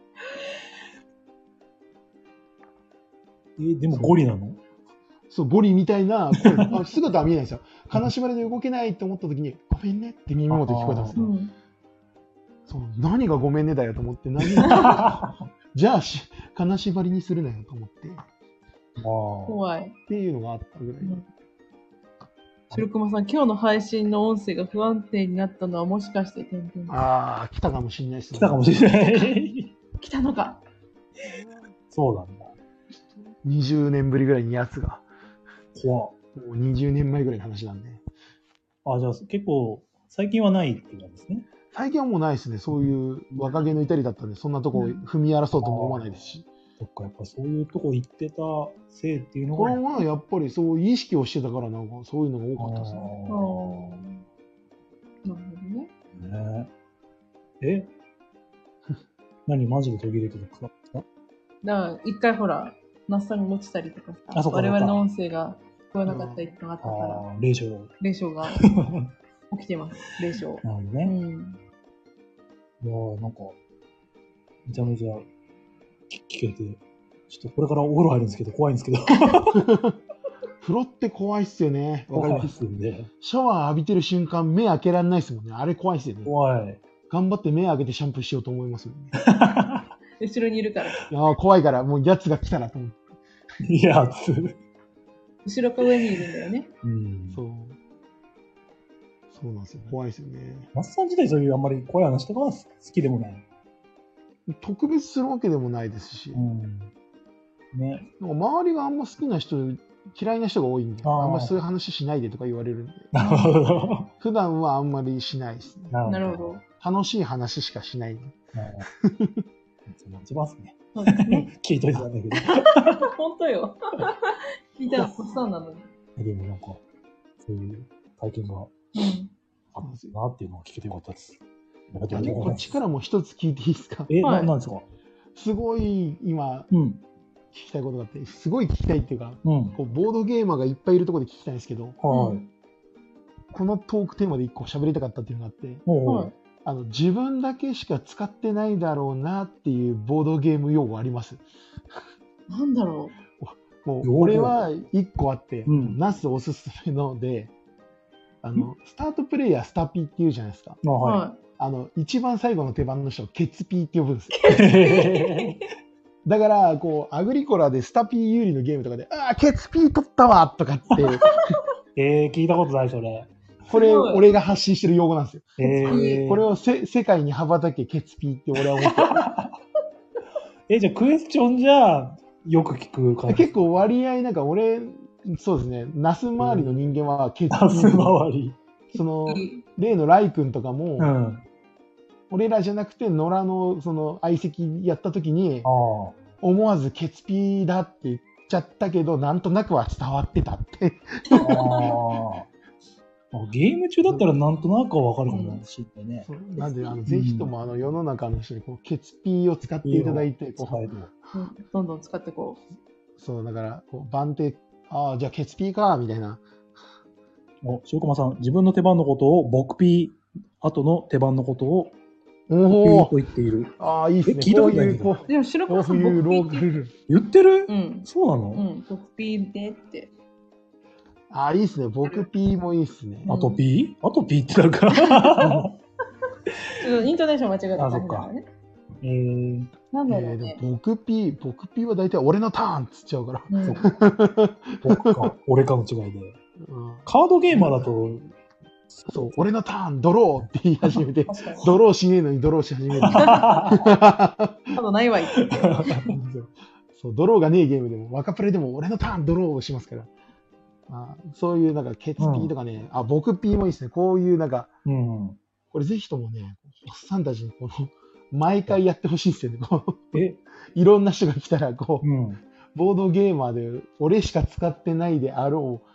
え、でもゴリなの？
そう、ゴリみたいな声で、あ姿は見えないんですよ。金縛りで動けないって思った時に、ごめんねって耳元で聞こえたんですよ。
うん。
そう、何がごめんねだよと思って、何じゃあし、金縛りにするなよと思って、っ
ああ。
怖い。
ていうのがあったぐらい。
うん白熊さん、今日の配信の音声が不安定になったのはもしかして点々
ああ、来たかもしれないですね。
来たかもしれない。
来たのか。
そうなんだ。
にじゅうねんぶりぐらいにやつが。
怖
もうにじゅうねんまえぐらいの話なんで。
あ、じゃあ結構、最近はないっていう感じですね。
最近はもうないですね。そういう若気の至りだったんで、そんなとこ踏み荒らそうとも思わないですし。
そっか、やっぱそういうとこ行ってたせいっていうのが。
これはやっぱりそういう意識をしてたからなんかそういうのが多かったですね。
ああ。なるほどね。
ねえ何マジで途切れてたんですか？
だから、一回ほら、那須さんが落ちたりとかさ、
あそっかそっか
我々の音声が聞こえなかったりとかあったから、
ああ、霊障。
霊障が起きてます。霊障。う
なるほどね。
ん。
いやーなんか、めちゃめちゃ聞けて、ちょっとこれからお風呂入るんですけど、怖いんですけど。
風呂って怖いっすよね。わかり
怖い
ま。
ですすんで。
シャワー浴びてる瞬間目開けられないですもんね。あれ怖いっすよね。
怖い。
頑張って目開けてシャンプーしようと思いますもんね。
後ろにいるから。
いやー怖いから、もうやつが来たなと思って。
いや、つ。
後ろか上にいるんだよね。
うん。
そう。そうなんですよ。怖いですよね。
マッサン自体そういうあんまり怖い話とかは好きでもない。
特別するわけでもないですし、
うん。ね。
なんか周りがあんま好きな人、嫌いな人が多いんで、
あー
あんまりそういう話しないでとか言われるんで、
なるほど。
普段はあんまりしないですね。
なるほど。
楽しい話しかしないんで。
その一番っすね。
そうですね。
聞いといてたんだけど。
本当よ。聞いたらこっさんなのに。
でもなんか、そういう体験が
うん。
あったなっていうのを聞けてよかったです。ありがとう
あでこっ
ございます。
ちからも一つ聞いていいですか？
え、
はい
ななんですか？
すごい今
うん。
聞きたいことがあって、すごい聞きたいっていうか、
うん。
こうボードゲーマーがいっぱいいるところで聞きたいんですけど、
はい。
うん
このトークテーマで一個喋りたかったっていうのがあって、
おうおう
はい
あの自分だけしか使ってないだろうなっていうボードゲーム用語あります。
なんだろ
もう
用語
俺は一個あって、
うん
ナスおすすめので、あのスタートプレイヤースタピーっていうじゃないですか。
あ、
う。
は
は
あの一番最後の手番の人をケツピーって呼ぶんですよ。
い。
だからこうアグリコラでスタピー有利のゲームとかで、ああケツピー取ったわとかって
えー、聞いたことない、それ。
これ
すごい
俺が発信してる用語なんですよ。
えー、
これをせ世界に羽ばたけケツピーって俺は思って
え、じゃあクエスチョンじゃ、よく聞く感
る。
じ。
結構割合なんか俺、そうですね、ナス周りの人間はケツピ
ナス
ー。
回り。
その
い。い
例のライ君とかも、
うん。
俺らじゃなくて野良のその相席やった時に
ああ。
思わずケツピーだって言っちゃったけどなんとなくは伝わってたって
ああ。ゲーム中だったらなんとなくはわかるかもしれないね。
そうなんであのぜひともあの世の中の人にこうケツピーを使っていただいてこ
使える。
うんどんどん使ってこ
うそうだからこう番手ああじゃあケツピーかみたいな
お、塩駒さん、自分の手番のことをボクピー、後の手番のことをピ
お
ーと
お
言っている。
ああいいですね
え聞いた
こう
ことないけど
いうこう
う。でも白
こ
川さん、
ういうロ
僕ピー
ールル
言ってる、
うん。
そうなの、
うん。僕ピーでって。
ああいいですね僕ピーもいいですね
うん
アトピーアトピーってなるから。
ちょっとイントネーション間違えた
あそっか
だね。
えー、
なんだろ
えー、
うね
で。も僕ピー僕ピーは大体俺のターンっつっちゃうから、
うん
僕か、俺かの違いで。
うん
カードゲーマーだと、
そう、俺のターン、ドローって言い始めて、
確かに。
ドローしねえのにドローし始める。
カードないわいって。
そう、ドローがねえゲームでも、若プレでも俺のターン、ドローをしますから。あそういうなんか、ケツピーとかね、あ、僕ピーもいいですね。こういうなんか、
うん。
これぜひともね、おっさんたちにこの、毎回やってほしいんですよね。こう
え、
いろんな人が来たら、こう、
うん。
ボードゲーマーで、俺しか使ってないであろう、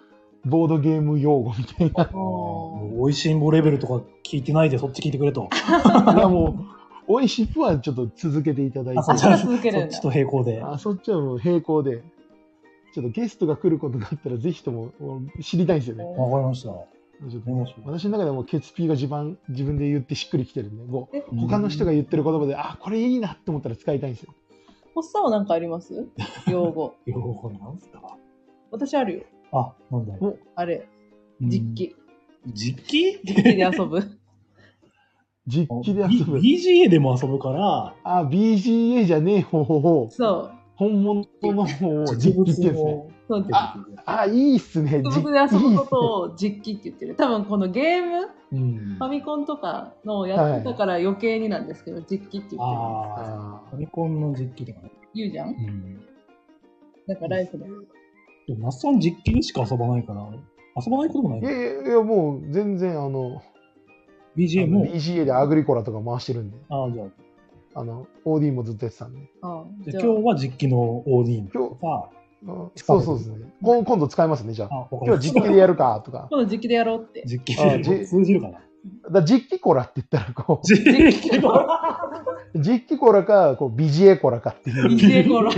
ボードゲーム用語みたいな。
おー
おいしんぼレベルとか聞いてないで、そっち聞いてくれと。
いやもう、おいしくはちょっと続けていただいて。
あそっち
そっちは続けるんだ
そっちと並行で。
あそっちはもう並行で。ちょっとゲストが来ることがあったら、ぜひとも知りたいんですよね。
わかりました。
ちょっと
メモします
私の中ではもうケツピーが自分自分で言ってしっくりきてるんで、もう
え
他の人が言ってる言葉で、あ、これいいなって思ったら使いたいんですよ。
ホッサンは何かあります用語。
用語なんすか。
私あるよ。
あ、なんだろう。
あれ。
うん
実機。
実機
実機で遊ぶ。
実機で遊ぶ。
ビージーエー でも遊ぶから、
あ、ビージーエー じゃねえ方を、
そう。
本物の方を実機って言うんですね。
そう
ああ、いいっすね。
実物で遊ぶことを実機って言ってる。多分このゲーム、
うん
ファミコンとかのやってたから余計になんですけど、実機って言ってる。
ああ、
あ
ファミコンの実機とかね。
言うじゃん
うん。
だからライフだよ。
でも、那須さん実機でしか遊ばないから、遊ばないこともない
ーいやいやいや、もう全然あの、
ビージーエー も。
ビージーエー でアグリコラとか回してるんで、
ああ、じゃあ、
あの、オーディー もずっとやってたんで。
ああ
じゃあ今日は実機のオーディーンとか、
あそうそうですね。こん今度使いますね、じゃあ。
あ、わか
今日は
りました
実機でやるか、とか。
今度実機でやろうって。
実機
あじ
で通じるかな。
だから実機コラって言ったら、こ
実機の
う、実機コラか、こう、ビジエコラかっていう、
ビジエコラ。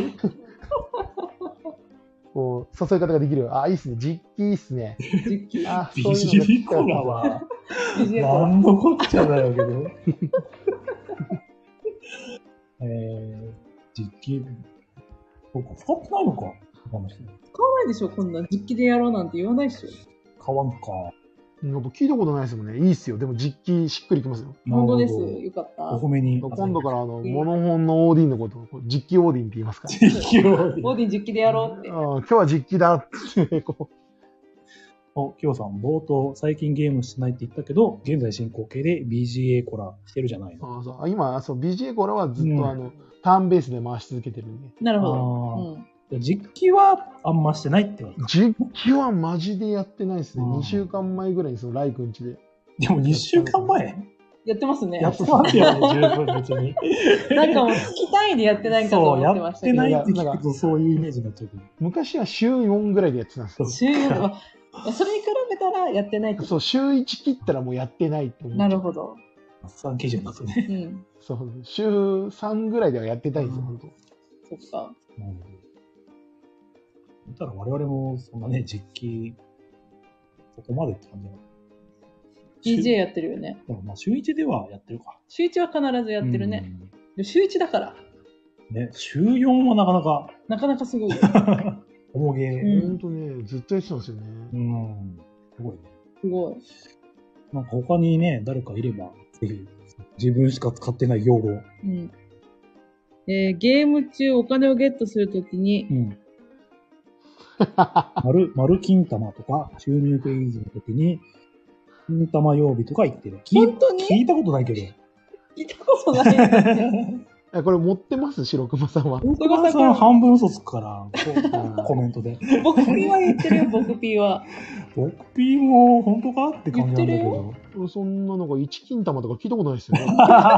こう、誘い方ができる。あ、いいっすね。実機いいっすね。
実機。
あ、
ビ
そういうの
ジ
が
ーコラは、
ビジエコラ。
なんのこっちゃだよけど。えー、実機、僕使ってないのか。わかんないですね
使わないでしょ、こんな実機でやろうなんて言わないでしょ。
買わんか。
なんか聞いたことないですもんね。いいっすよ。でも実機しっくりきますよ。
本当です。
なるほど
よかった。
お褒めに。
今度からあの、モノホンのオーディンのことをこう実機オーディンって言いますから。
実機を。
オーディン実機でやろうって。
あー今日は実機だって、こ
お、きょうさん、冒頭、最近ゲームしてないって言ったけど、現在進行形で ビージーエー コラしてるじゃないの。
うあーそうあ今、そう、ビージーエー コラはずっ
うん
とあの、ターンベースで回し続けてるんで。
なるほ
あ
ど。うん。
実機はあんましてないってこと。
実機はマジでやってないですね。
あー
にしゅうかんまえぐらいにそのライくんちで。
でもにしゅうかんまえ
やってますね。
やってますよね、十分別に。
なんかもう月単位でやってないかと
そう、や
思ってましたけど。
ってないって聞くとそういうイメージになっちゃうけど。
昔は週よんぐらいでやってたんですよ。
週よんはそれに比べたらやってないってこと
そう、週いち切ったらもうやってないって思う。
なるほど。
さん基準だとね。
うん。
そう、週さんぐらいではやってたいんですよ、
うん
本当。
そっか。
うんだから我々もそんなね、実機、そこまでって感じだな。
ディージェー やってるよね。
でもまあ週いちではやってるか。
週いちは必ずやってるね。で週いちだから。
うん。ね、週よんはなかなか
なかなかすごいよ。
重げ。
うん
本当ね、ずっとやってたんですよね。
うん。すごいね。
すごい。
なんか他にね、誰かいれば、ぜひ、自分しか使ってない用語を。
うん。えーゲーム中お金をゲットするときに
う、ん。丸、丸金玉とか、収入フェーズの時に、金玉曜日とか言ってる。聞い
本当に
聞いたことないけど。
聞いたことないですね。
えこれ持ってます白熊さんは。
大熊さん半分嘘つくから、こコメントで。
僕ピーは言ってるよ、僕ピーは。
僕ピーも本当かって感じなんだけ
言っ
ど。
そんなのがいち金玉とか聞いたことないですよね。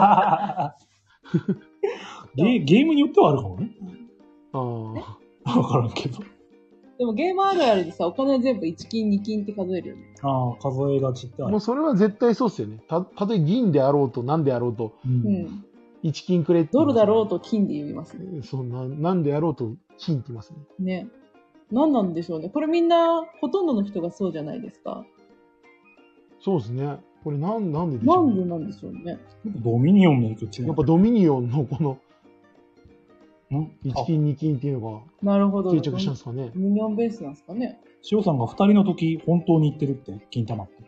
ゲゲームによってはあるかもね。
ああ。
わからんけど。
でもゲームあるあるでさ、お金全部いち金、に金って数えるよね。
ああ、数えがちってある
もう。それは絶対そうっすよね。た、たとえ銀であろうと何であろうと、
う。
うんん。
いち金くれって言
ド
いますね。
ルだろうと金で言いますね。
えーそうな、なんであろうと金って言いますね。
ね。何なんでしょうね。これみんな、ほとんどの人がそうじゃないですか。
そうですね。これなん、なんででしょうんね、
なでなんでしょうね。
ドミニオンの影響違う。
やっぱドミニオンのこの
ん
いち金に金っていうの
なるほど。
が定着したんですかね。
ミニオンベースなんですかね。
塩さんが二人の時、本当に言ってるって、金玉って。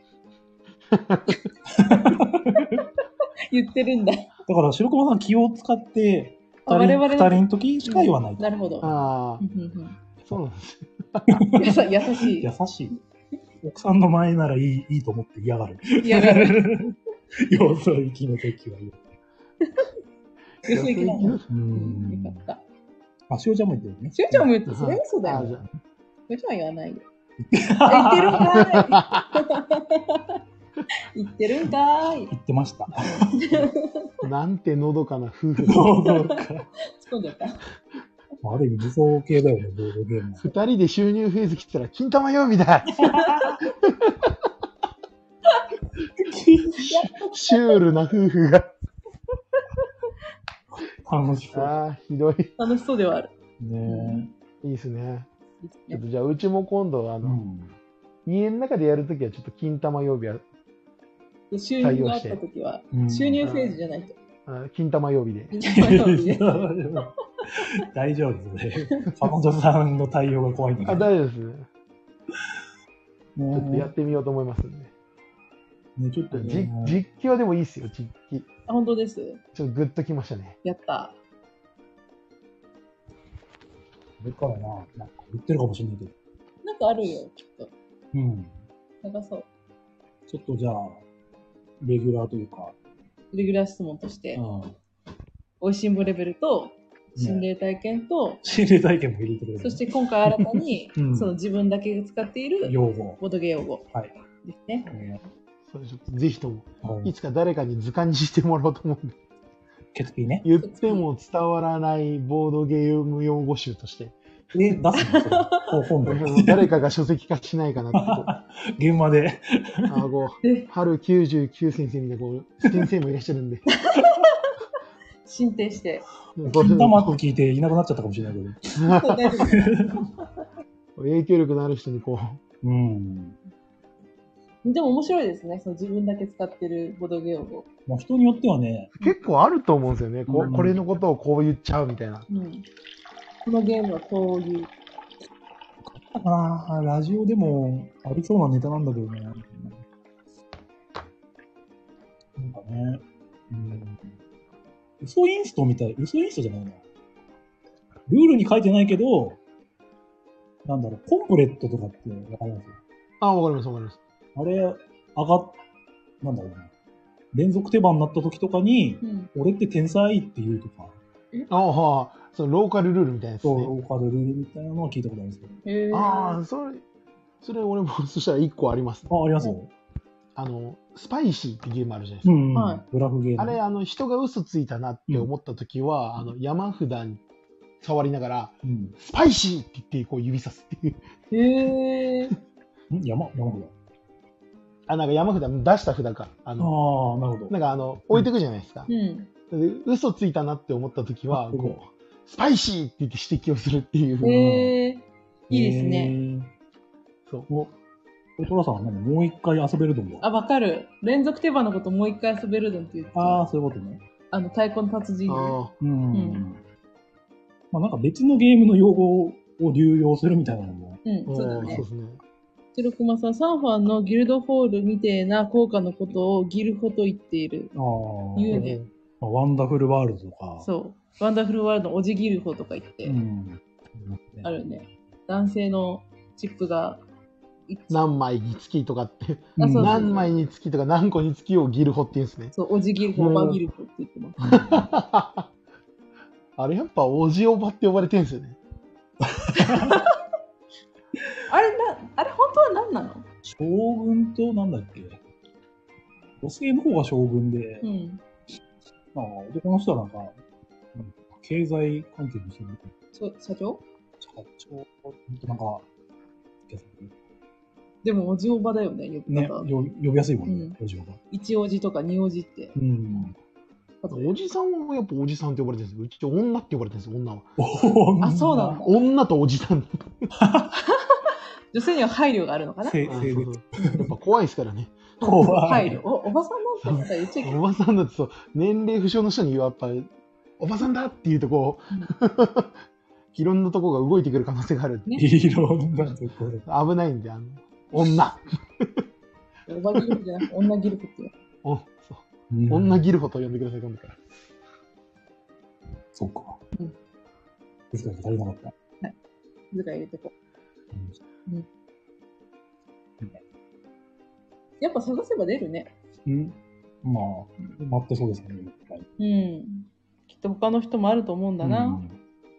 言ってるんだ。
だから、白熊さん気を使って、
あ
二人
我々の
二人の時しか言わない。
なるほど。
ああ
う、んうん
そうなんです。
うんやさ優しい。
優しい。奥さんの前ならいいいいと思って嫌がる。
嫌がる。
よそ行きの時は言う。
よそ行きなの。
う
うん
ん。
よかった。
あ、塩ちゃんも言ってるね。
しゅうちゃんも言って、それは嘘だよ。
あじゃあ
しゅうちゃんは言わないよ。あ言ってるんかい。言ってるんかい。
言ってました。
なんてのどかな夫婦。
どうぞか。
突っ込んじゃった。
ある意味理想系だよね、ボードゲーム。
二人で収入フェーズ来たら、金玉曜日だシュールな夫婦が。
楽しそう。
ああ、ひどい。
楽しそうではある。
ね
いいですね。
いいですね
ちょっとじゃあ、うちも今度、あ
え。う
の、
ん。
家の中でやるときは、ちょっと金玉曜日は、
収入があったときは
う、ん
収入フェーズじゃないと。
あ金玉曜日で。
大丈夫ですね。彼女さんの対応が怖いんだけ
あ、
ど。
大丈夫です。ちょっとや
ね
ってみようと思いますんで。
ね、ちょっと
じ
ね。
実機はでもいいですよ、実機。
あ、本当です。
ちょっとグッときましたね。
やった。
これからな、なんか売ってるかもしれないけど。
なんかあるよ、きっと。
うん。
長そう。
ちょっとじゃあ、レギュラーというか、
レギュラー質問として
う、ん。
おいしんぼレベルと、心霊体験と、
心霊体験も入れてくれる。
そして今回新たに、
うん
その自分だけが使っている
用語。
ボドゲ用語
はい。
ですね。
え
そうちょっとぜひとも、
ーはい
いつか誰かに図鑑にしてもらおうと思うんで。
ケツピーね。
言っても伝わらないボードゲーム用語集として、
え、出すのそれほ本で。
誰かが書籍化しないかなって。
現場で。
あこう
え
春きゅうじゅうきゅう先生みたいなこう先生もいらっしゃるんで。
進展して。
金玉って聞いていなくなっちゃったかもしれないけど。
大丈夫です
影響力のある人にこ
うん。
でも面白いですね。その自分だけ使ってるボドゲ用語。
まあ、人によってはね、
う結構あると思うんですよね。こ
うん
これのことをこう言っちゃうみたいな。
うん。このゲームはこういう。
ああ、ラジオでもありそうなネタなんだけどね。なんかね、うん。嘘インストみたい、嘘インストじゃないな。ルールに書いてないけど、なんだろう、コンプレットとかってわかります？
あ、わかりますわかります。
あれ、上がっ、なんだろうな。連続手番になった時とかに、
うん。
俺って天才って言うとか、
ああ、はあ、そのローカルルールみたいなやつ
そう、
ね。
ローカルルールみたいなのは聞いたことあるんですけど。
へー
ああ、それ、それ俺もそしたらいっこあります。
あ、あります
う
よ。
あの、スパイシーってゲームあるじゃないですか。
うん、
はい
ブラフゲーム。
あれ、あの、人が嘘ついたなって思った時は、あの、山札に触りながら、
うん。
スパイシーって言って、こう指さすっていう。
へー
ん山山札。
あ、なんか山札出した札か。あ
ああ
の、
ー、なるほど。
なんかあの、置いてくじゃないですか。
うん。
で嘘ついたなって思った時は、
あ
こう、スパイシーって言って指摘をするっていう。
へーいいです
へ
ね。
ー。
そう。
お、これトラさんは何もう一回遊べると思う。
あ、わかる。連続手番のこともう一回遊べるのって言って
ああ、そういうことね。
あの、太鼓の達人。
あ
うん。
ん
まあなんか別のゲームの用語を流用するみたいなのも。
うん、
あ、
そうだね
そうで。すね。
白熊さん、サンファンのギルドホールみてえな効果のことをギルホと言っている。
ああ。
言うね
まあワンダフルワールドとか。
そう。ワンダフルワールドのオジギルホとか言って、
うん。
あるね。男性のチップが一
何枚につきとかって、
あそうそう
何枚につきとか何個につきをギルホって言うんですね。
そう、オジギルホ、
うん
オバギルホって言ってます。
あれやっぱおじおばって呼ばれてるんですよね。
あれ、な、あれ本当は何なの？
将軍となんだっけ女性の方が将軍で、
うん。
まあ男の人はなんか、うん経済関係の人に、
そ社長
社長、なんか、
でも、おじおばだよね、呼び
ね、
方。
よ呼びやすいもんね
うん、
おじおば。
一おじとか二おじって。
うん。
あと
おじさんはやっぱおじさんって呼ばれてるんですよ。うち女って呼ばれてるんですよ、女は。
あ、そうなんだ。
女とおじさん。
女性には配慮があるのかな？
性性
あそう
別
そうやっぱ怖いですからね。
怖い。
配慮。お、おばさんなんてさ、言っちゃいけない。
おばさんだってそう、年齢不詳の人に言うやっぱり、おばさんだっていうとこう、いろんなとこが動いてくる可能性がある。
ね
いろんなところ。
危ないんで、あの、女。
おばギルフじゃなくて女ギルフっていう。
おそう
うん
女ギルホと呼んでください、今度から。
そうか。
うん
ですから足りなかった。
図鑑入れてこ
うん
う。やっぱ探せば出るね。
うん。まあ、待ってそうですね。いっぱい
うん。きっと他の人もあると思うんだな。
うん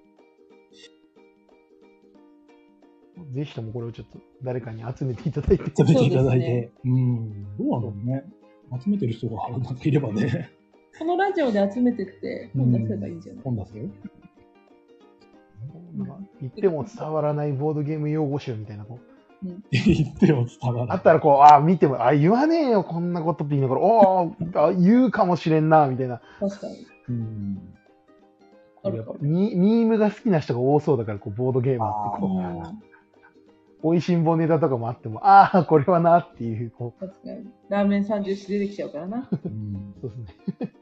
ぜひともこれをちょっと誰かに集めていただいて。
集めていただい
そうです
て。うん。どうなんだろうね。集めてる人がなんかいればね。
このラジオで集めてって本出せばいいんじゃない？
本出すよ。
なんか言っても伝わらないボードゲーム用語集みたいなこう
言っても伝わらない。
あったらこう、ああ、見ても、あ言わねえよ、こんなことって言いながら、おお、あ言うかもしれんな、みたいな。
確かに。
うん。
あるかも。
ミミームが好きな人が多そうだから、こう、ボードゲーマーってこ
うん。
う、おいしんぼネタとかもあっても、ああ、これはなっていう、こう、
確かに。ラーメンさんじゅう種出てきちゃうからな。
うん。
そうですね。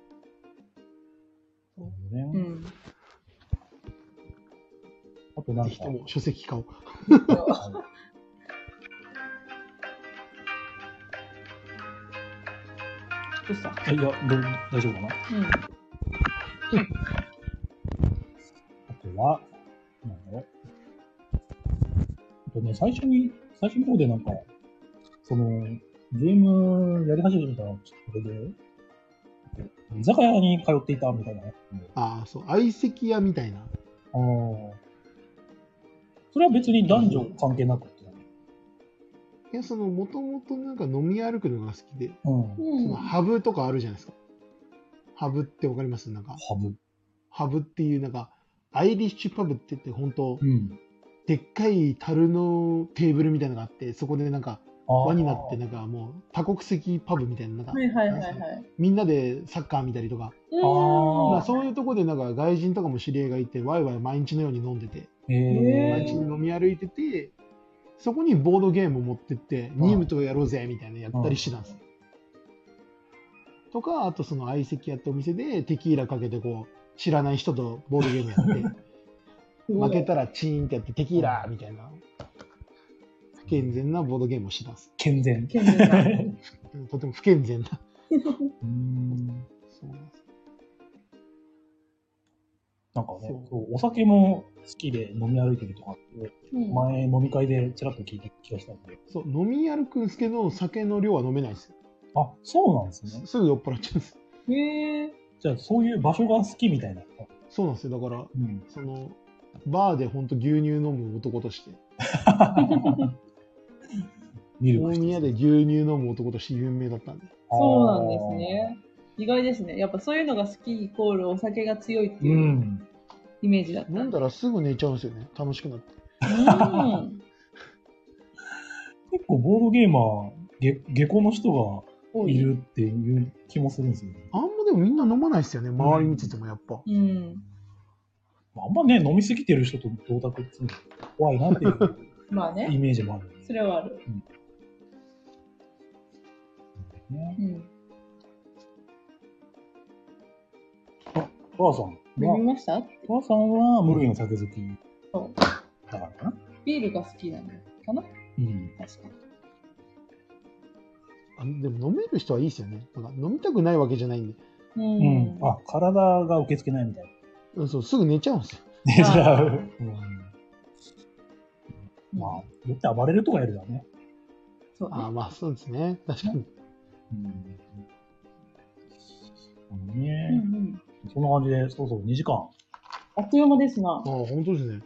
そうね。
うん。
あとなんか
ぜひと、も書籍買おう。
どうした？
あいや、どう大丈夫かな。
うん。
あとは、なんだろう。あとね、最初に、最初の方でなんか、その、ゲームやり始めたきっかけで、居酒屋に通っていたみたいなね。
ああ、そう、相席屋みたいな。
ああ。それは別に男女関係なくて。
いや、その、もともとなんか飲み歩くのが好きで、
うん。
そ
うん
のハブとかあるじゃないですか。ハブってわかります？なんか、
ハブ。
ハブっていうなんか、アイリッシュパブって言って、本当
うん。
でっかい樽のテーブルみたいなのがあって、そこでなんか、輪になって、
ね。
なんかもう多国籍パブみたいな、なんか、
はいはいはい
なんか
はい。
みんなでサッカー見たりとか、
うん
あ
まあ、そういうとこでなんか外人とかも知り合いがいて、ワイワイ毎日のように飲んでて、
え
へ
毎日
ー。
飲み歩いてて、そこにボードゲームを持ってって、ニームとかやろうぜみたいなのやったりしてたんですよ。とか、あとその相席屋ってお店でテキーラかけてこう、知らない人とボードゲームやって、負けたらチーンってやってテキーラみたいな、不健全なボードゲームをしてたんです。
健全。
健全な。
うんとても不健全な。
うーん。
そうなんです。
なんかね
そう、
そうお酒も好きで飲み歩いてるとかって、
うん
前飲み会でちらっと聞いた気がしたんで。
そう、飲み歩くんですけど、酒の量は飲めないですよ。
あ、そうなんですね。
すぐ酔っ払っちゃうんです。
へえ。
じゃあ、そういう場所が好きみたいな。
そうなんですよ。だから、
うん。
その、バーで本当牛乳飲む男として、
ミルク
大宮で牛乳飲む男として有名だったんで。
そうなんですね。意外ですね。やっぱそういうのが好きイコールお酒が強いって
う。
いうんイメージだった。
飲んだらすぐ寝ちゃうんですよね。楽しくなって。
うん。
結構ボードゲーマー、げ下戸の人が
多
いるっていう気もするんですよね。
あんまでもみんな飲まないですよね。周り見ててもやっぱ。
うん。
あんまね、飲みすぎてる人と同卓っていうのは怖いなっていうイ
まあね。
メージもある。
それはある。
ね
うん。
母さんは、
飲みました
母さんは無類の酒好き
そう。
だからかな。
ビールが好きなのかな
うん。
確かに。
あでも飲める人はいいですよね。なんか飲みたくないわけじゃないんで。
う
うん。あ、体が受け付けないみたいな。
うんそう、すぐ寝ちゃうんですよ。
寝ちゃう。うん。
うん
まあ、酔って暴れるとかよりはね。
そうね。
ああ、まあそうですね。確かに。
うん。あの
うん
ね、
うん。
そんな感じで、そうそう、にじかん。
あっという間ですな
あ。あ、本当ですね。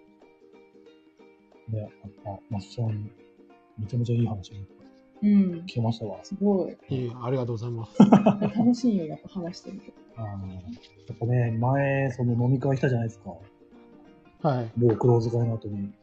ね、あ、まあ、その、めちゃめちゃいい話を
うん。
聞けましたわ。
すごい。
いえいえ、ありがとうございます。
楽しいよ、やっぱ話してると。
あのやっぱね、前、その飲み会したじゃないですか。
はい。
某クローズ会の後に。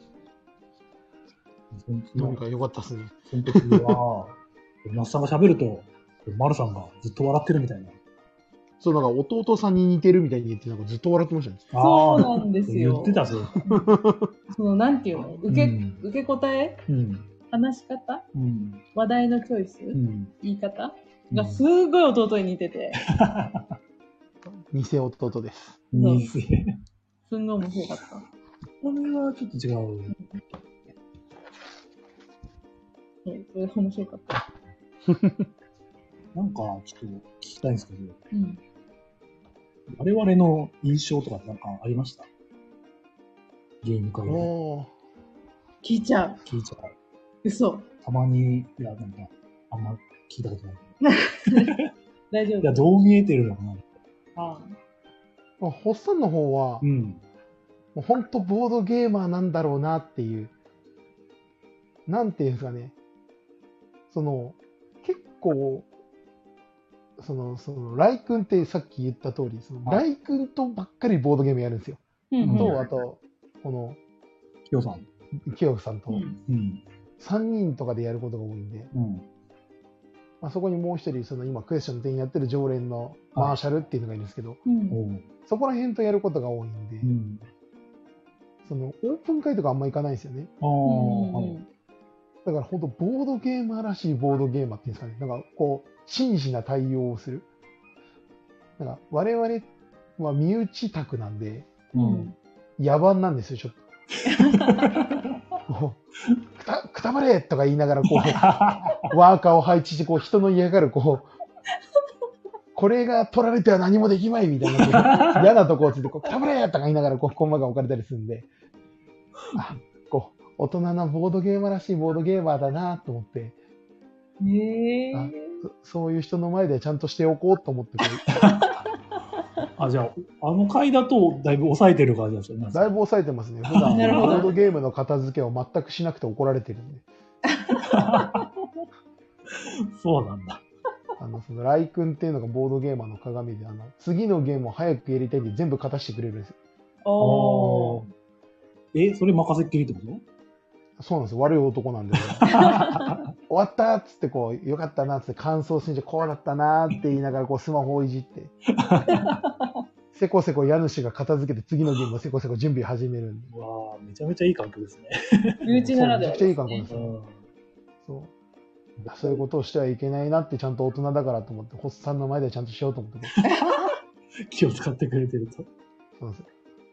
そのその
飲み会良かったですね。
その時は、那須さんが喋ると、丸さんがずっと笑ってるみたいな。
そう、なんか弟さんに似てるみたいに言って、なんかずっと笑ってましたね。
そうなんですよ。
言ってたぞ。
その、なんていうの受け、
うん
受け答え
うん。
話し方
うん。
話題のチョイス、
うん。
言い方がすごい弟に似てて、
偽弟です。
うん。
うすんごい面白かった。
これはちょっと違う。
そう、それ面白かった。
なんか、ちょっと聞きたいんですけど、
うん。
我々の印象とかなんかありました？ゲーム会で
おー。
聞いちゃう。
聞いちゃう。
嘘。
たまに、いや、なんか、あんま聞いたことない。
大丈夫
いや、どう見えてるのかな。
あ
まあ、ホッサンの方は、
うん。
もう本当ボードゲーマーなんだろうなっていう、なんていうんですかね、その、結構、その、その、ライ君ってさっき言った通り、その、
はい
ライ君とばっかりボードゲームやるんですよ。
うん
と、あと、この、
きよさん。
清さんと、
うん
うん。
さんにんとかでやることが多いんで、
うん。
まあ、そこにもう一人、その今、クエスチョンの店員やってる常連のマーシャルっていうのがいるんですけど、
うん
おう。
そこら辺とやることが多いんで、
うん。
その、オープン会とかあんま行かないんですよね。
ああ、
うん
はい。
だから本当、ボードゲーマーらしいボードゲーマーっていうんですかね。なんか、こう、真摯な対応をする。なんか、我々は身内宅なんで、
うん。
野蛮なんですよ、ちょっと。もうくた、くたばれとか言いながら、こう、ワーカーを配置して、こう、人の嫌がる、こう、これが取られては何もできまいみたいな、こう嫌なとこをついて、こう、くたばれとか言いながら、こう、コンマが置かれたりするんで、あ、こう、大人のボードゲーマーらしいボードゲーマーだなと思って、
へえ。
あそそういう人の前でちゃんとしておこうと思って、こ
あ、じゃあ、あの回だとだいぶ抑えてる感じなんですよね。
うだいぶ抑えてますね。普段、ボ
なるほど
ードゲームの片付けを全くしなくて怒られてるんで。
そうなんだ。
あの、その、ライ君っていうのがボードゲーマーの鏡で、あの、次のゲームを早くやりたいんで全部勝たしてくれるんですよ。
おー。
え、それ任せっきりってこと
そうなんですよ。悪い男なんで。終わったっつってこう、よかったなっつって感想戦じゃこうだったなって言いながらこうスマホをいじって。せこせこ家主が片付けて次のゲームをせこせこ準備始めるんで。
うわあ、めちゃめちゃいい環境ですね。
身内ならでは
そうめちゃくちゃいい感じなんですよ。
うん。
そう。そういうことをしてはいけないなってちゃんと大人だからと思って、ホッさんの前でちゃんとしようと思って。
気を使ってくれてると。
そうなんですよ。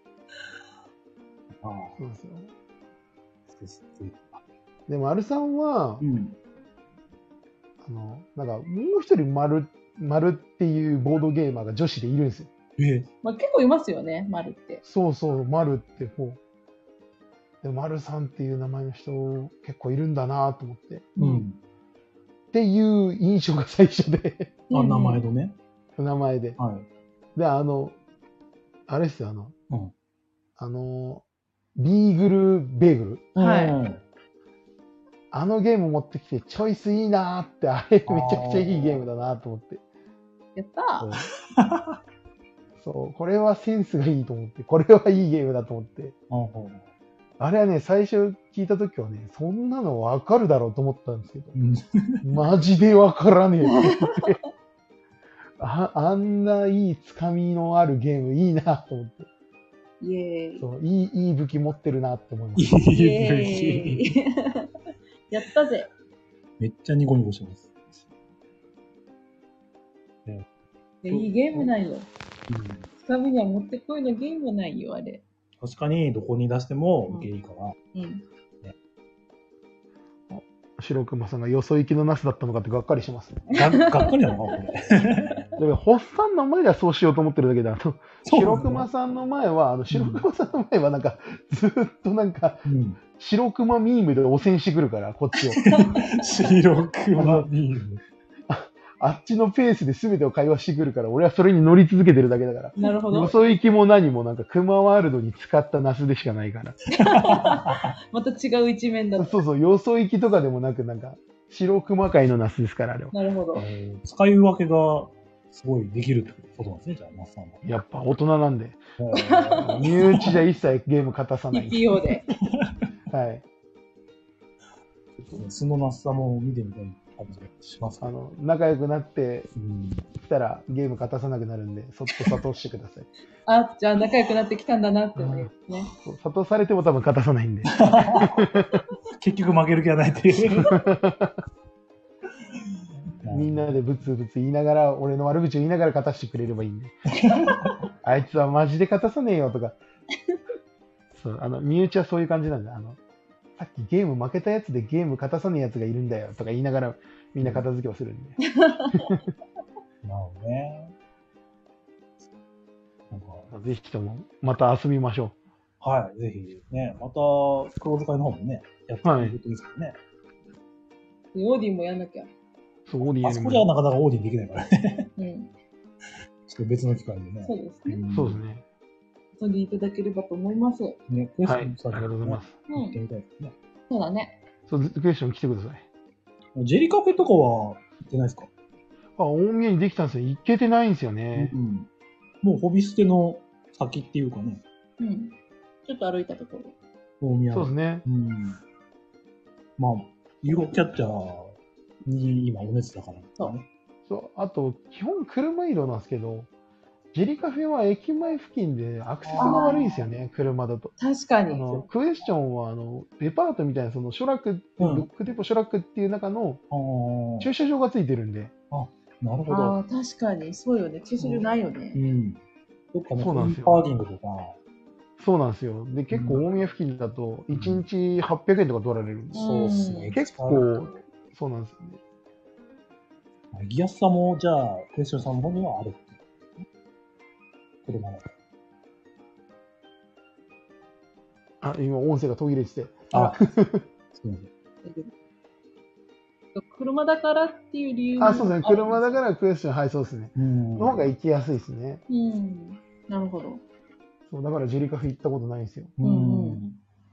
ああ、
そうなんですよ。
ですね。
でも、アルさんは
う、ん。
あの、なんか、もう一人丸、丸っていうボードゲーマーが女子でいるんですよ。
え、
まあ、結構いますよね、丸って。
そうそう、丸ってほう。で、丸さんっていう名前の人結構いるんだなと思って。
うん。
っていう印象が最初で、
あ、名前のね。
名前で。
はい。
で、あの、あれですよ、あの、
うん。
あの、ビーグルベーグル。
はい
うん
あのゲーム持ってきて、チョイスいいなーって、あれめちゃくちゃいいゲームだなと思って。
やった
そう
ー。
そう、これはセンスがいいと思って、これはいいゲームだと思って。
うん
あれはね、最初聞いたときはね、そんなのわかるだろうと思ったんですけど、
うん。
マジでわからねえって言って。ああんないいつかみのあるゲームいいなと思って。
イエーイ。
そういい、いい武器持ってるなって思いまし
い
イエー
い
イ。やったぜ。
めっちゃニコニコしてます。
いいゲームないよ。
うん。
つかみにはもってこいのゲームないよ、あれ。
確かに、どこに出しても受けいいから。
うん。
た。白熊さんがよそ行きのナスだったのかってがっかりしますね。
ががっかりなのか、これ。
でも、ホッサンの前ではそうしようと思ってるだけで、あの、
そう
白熊さんの前は、あの、白熊さんの前はなんか、ずっとなんか、
うん。
白熊ミームで汚染してくるから、こっちを。
白熊ビール。
あっちのペースで全てを会話してくるから、俺はそれに乗り続けてるだけだから。
なるほど。
よそ行きも何もなんか、熊ワールドに使ったナスでしかないから。
また違う一面だった。
そうそう、よそ行きとかでもなく、なんか、白熊界のナスですから、あれは。
なるほど。
えー使い分けがすごいできるってことなんですね、じゃあ、マッサンは。
やっぱ大人なんで。
は
身内じゃ一切ゲーム勝たさない。
一票で。
はい。
素のマッサも見てみたい感じがしますけど。
あの、仲良くなって
うん。
きたらゲーム勝たさなくなるんで、そっと諭してください。
あ、じゃあ仲良くなってきたんだなって思うね。
そう諭されても多分勝たさないんで。
結局負ける気はないっていう。
みんなでブツブツ言いながら、俺の悪口を言いながら勝たしてくれればいいんで。あいつはマジで勝たさねえよとか。そう、あの、身内はそういう感じなんだ。あの、さっきゲーム負けたやつでゲーム勝たさねえやつがいるんだよとか言いながらみんな片付けをするんで。
なるほどね。なんか
ぜひともまた遊びましょ
はい、ぜひね、また、黒使いの方もね、やってみるといいですけどね。
でオーディンもやんなきゃ。
う。そう、オーディ
あそこじゃなかなかオーディンできないからね。
うん。
ちょっと別の機会でね。
そうですね。
ん
そうです。ね。
遊んでいただければと思います。
ね、クエス
はい。あり
チョンさ
がとうございます。
うん
行ってみたいですね。
そうだね。
そう、クエスチョン来てください。
ジェリカフェとかは行ってないですか？
あ、大宮にできたんですよ。行けてないんですよね。
うん。もうホビステの先っていうかね。
うん。ちょっと歩いたところ。
大宮。
そうですね。
うん。まあ、ユーゴキャッチャーに今お熱だから、ね。
そう
そう、あと、基本車移動なんですけど、ジェリカフェは駅前付近でアクセスが悪いんですよね、車だと。
確かに。
あの、クエスチョンは、あの、デパートみたいな、その、ショラック、
うん
ブックデポショラックっていう中の
あー
駐車場がついてるんで、
なるほど。
ああ、確かに。そうよね。駐車場ないよ
う
ね。
ん。どっかね、
そうなんですよ
パーキングとか、
そうなんですよ。で、結構大宮付近だと、いちにちはっぴゃくえんとか取られるんです。
そうっすね。
結構、そうなんですよね。
行きやすさも、じゃあ、クエスチョンさんの方にはある。車の。
あ、今、音声が途切れてて。
あ、すみません。
車だからっていう理由も
あ、そうですね。車だからクエスチョン、はい、そうですね。
うん。
の方が行きやすいですね。
うん。なるほど。
そう、だからジェリカフェ行ったことないんですよ。
う
うん
ん。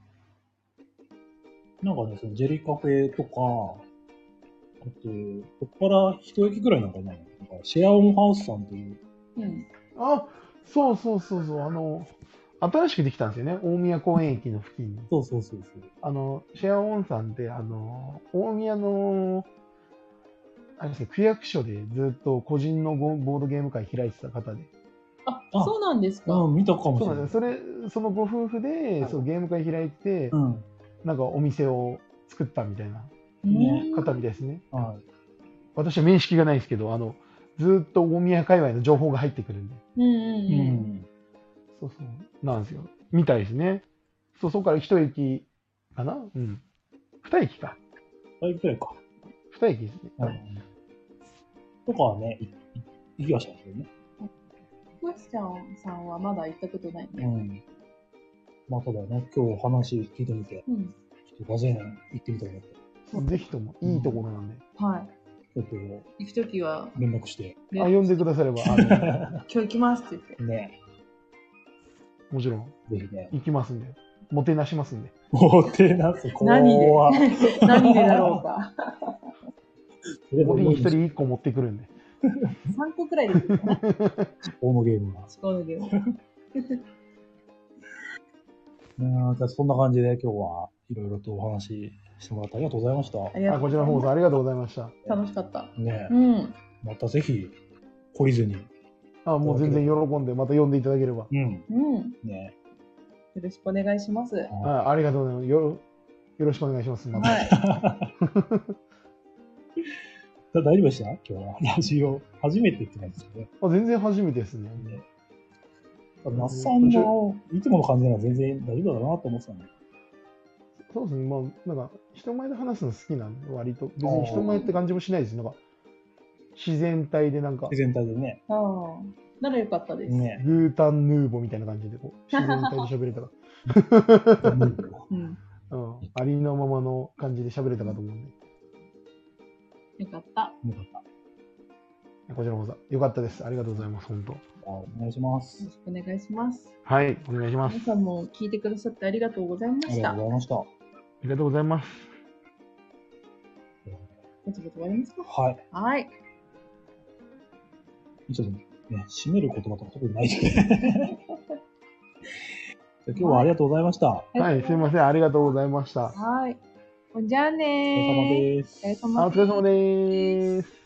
なんかね、そのジェリカフェとか、あと、ここから一駅ぐらいなんかな、なんかシェアオンハウスさんっていう、
うん。
あ、そうそうそうそう。あの、新しくできたんですよね。大宮公園駅の付近に。
そうそうそうそう。
あの、シェアオンさんって、あの、大宮の、あれですね、区役所でずっと個人のゴボードゲーム会開いてた方で。
あ、
あ
そうなんですか。
うん、見たかもしれない。
そうなんですよ。それ、そのご夫婦で、そうゲーム会開いて、
うん。
なんかお店を作ったみたいな
ね
方みたいですね。
は
私は面識がないですけど、あの、ずっと大宮界隈の情報が入ってくるんで。
うんうん
い。う
うん。
ん。
そうそう。なんですよ。みたいですね。そう、そこから一駅かなうん。二駅か。
だいぶくらいか。
二駅ですね。
うん。とかはね、いい行きはしたんですけどね。
クエスチョンさんはまだ行ったことないね。
うん。まあ、ただね、今日話聞いてみて、
うん。
ちょっとガゼン行ってみたいなって、
ぜひともいいところなんで。
はい。
ちょっと
行くときは、
連絡して。
ね
あ、呼んでくだされば、あの、
今日行きますって言って。
ね、
もちろん
ぜひね。
行きますんで。もてなしますんで。
もてなす、
何で
怖
何でだろうか。
ボディ一人一個持ってくるんで。
さんこくらいできるかな。
このゲームが。
思考のゲーム。
うん、じゃあそんな感じで今日はいろいろとお話ししてもらってありがとうございました。
ありがと
あ、
う
こちらの方こそありがとうございました。
楽しかった。
ね、
うん。
またぜひ、懲りずに。
あ、もう全然喜んで、また呼んでいただければ。
うん。
うん。
ね。
よろしくお願いします。は
あ、ありがとうございます。よろ、よろしくお願いします。また。
い。
大丈夫でした今日は。ラジオ、初めてって感じですね。
あ、全然初めてですね。
ね那須さんのいつもの感じなら全然大丈夫だろうなと思ってたんで。
そうですね。まあ、なんか、人前で話すの好きなんで、割と。別に人前って感じもしないです。なんか、自然体でなんか、
全体でね。
ああ。ならよかったです。
ね。
グータンヌーボみたいな感じで、こう、自然体で喋れたか
うん。
ら、うん、ありのままの感じで喋れたかと思うんで、
よかった。
よかった。
こちらこそ、よかったです。ありがとうございます。本当。
じゃあお願いします
よろ。しくお願いします。
はい、お願いします。
皆さんも聞いてくださってありがとうございま
ありが
した。
とうございました。
ありがとうございます。
ぼちぼち終わりますか。
はい。
はい。
ちょっとね、締める言葉とか特にないで。じゃあ今日はありがとうございました。
はい、すいません。ありがとうございました。
はい。ほんじゃあ
お疲れ様
ねー。
です。
お疲れ様
あお疲れ様です。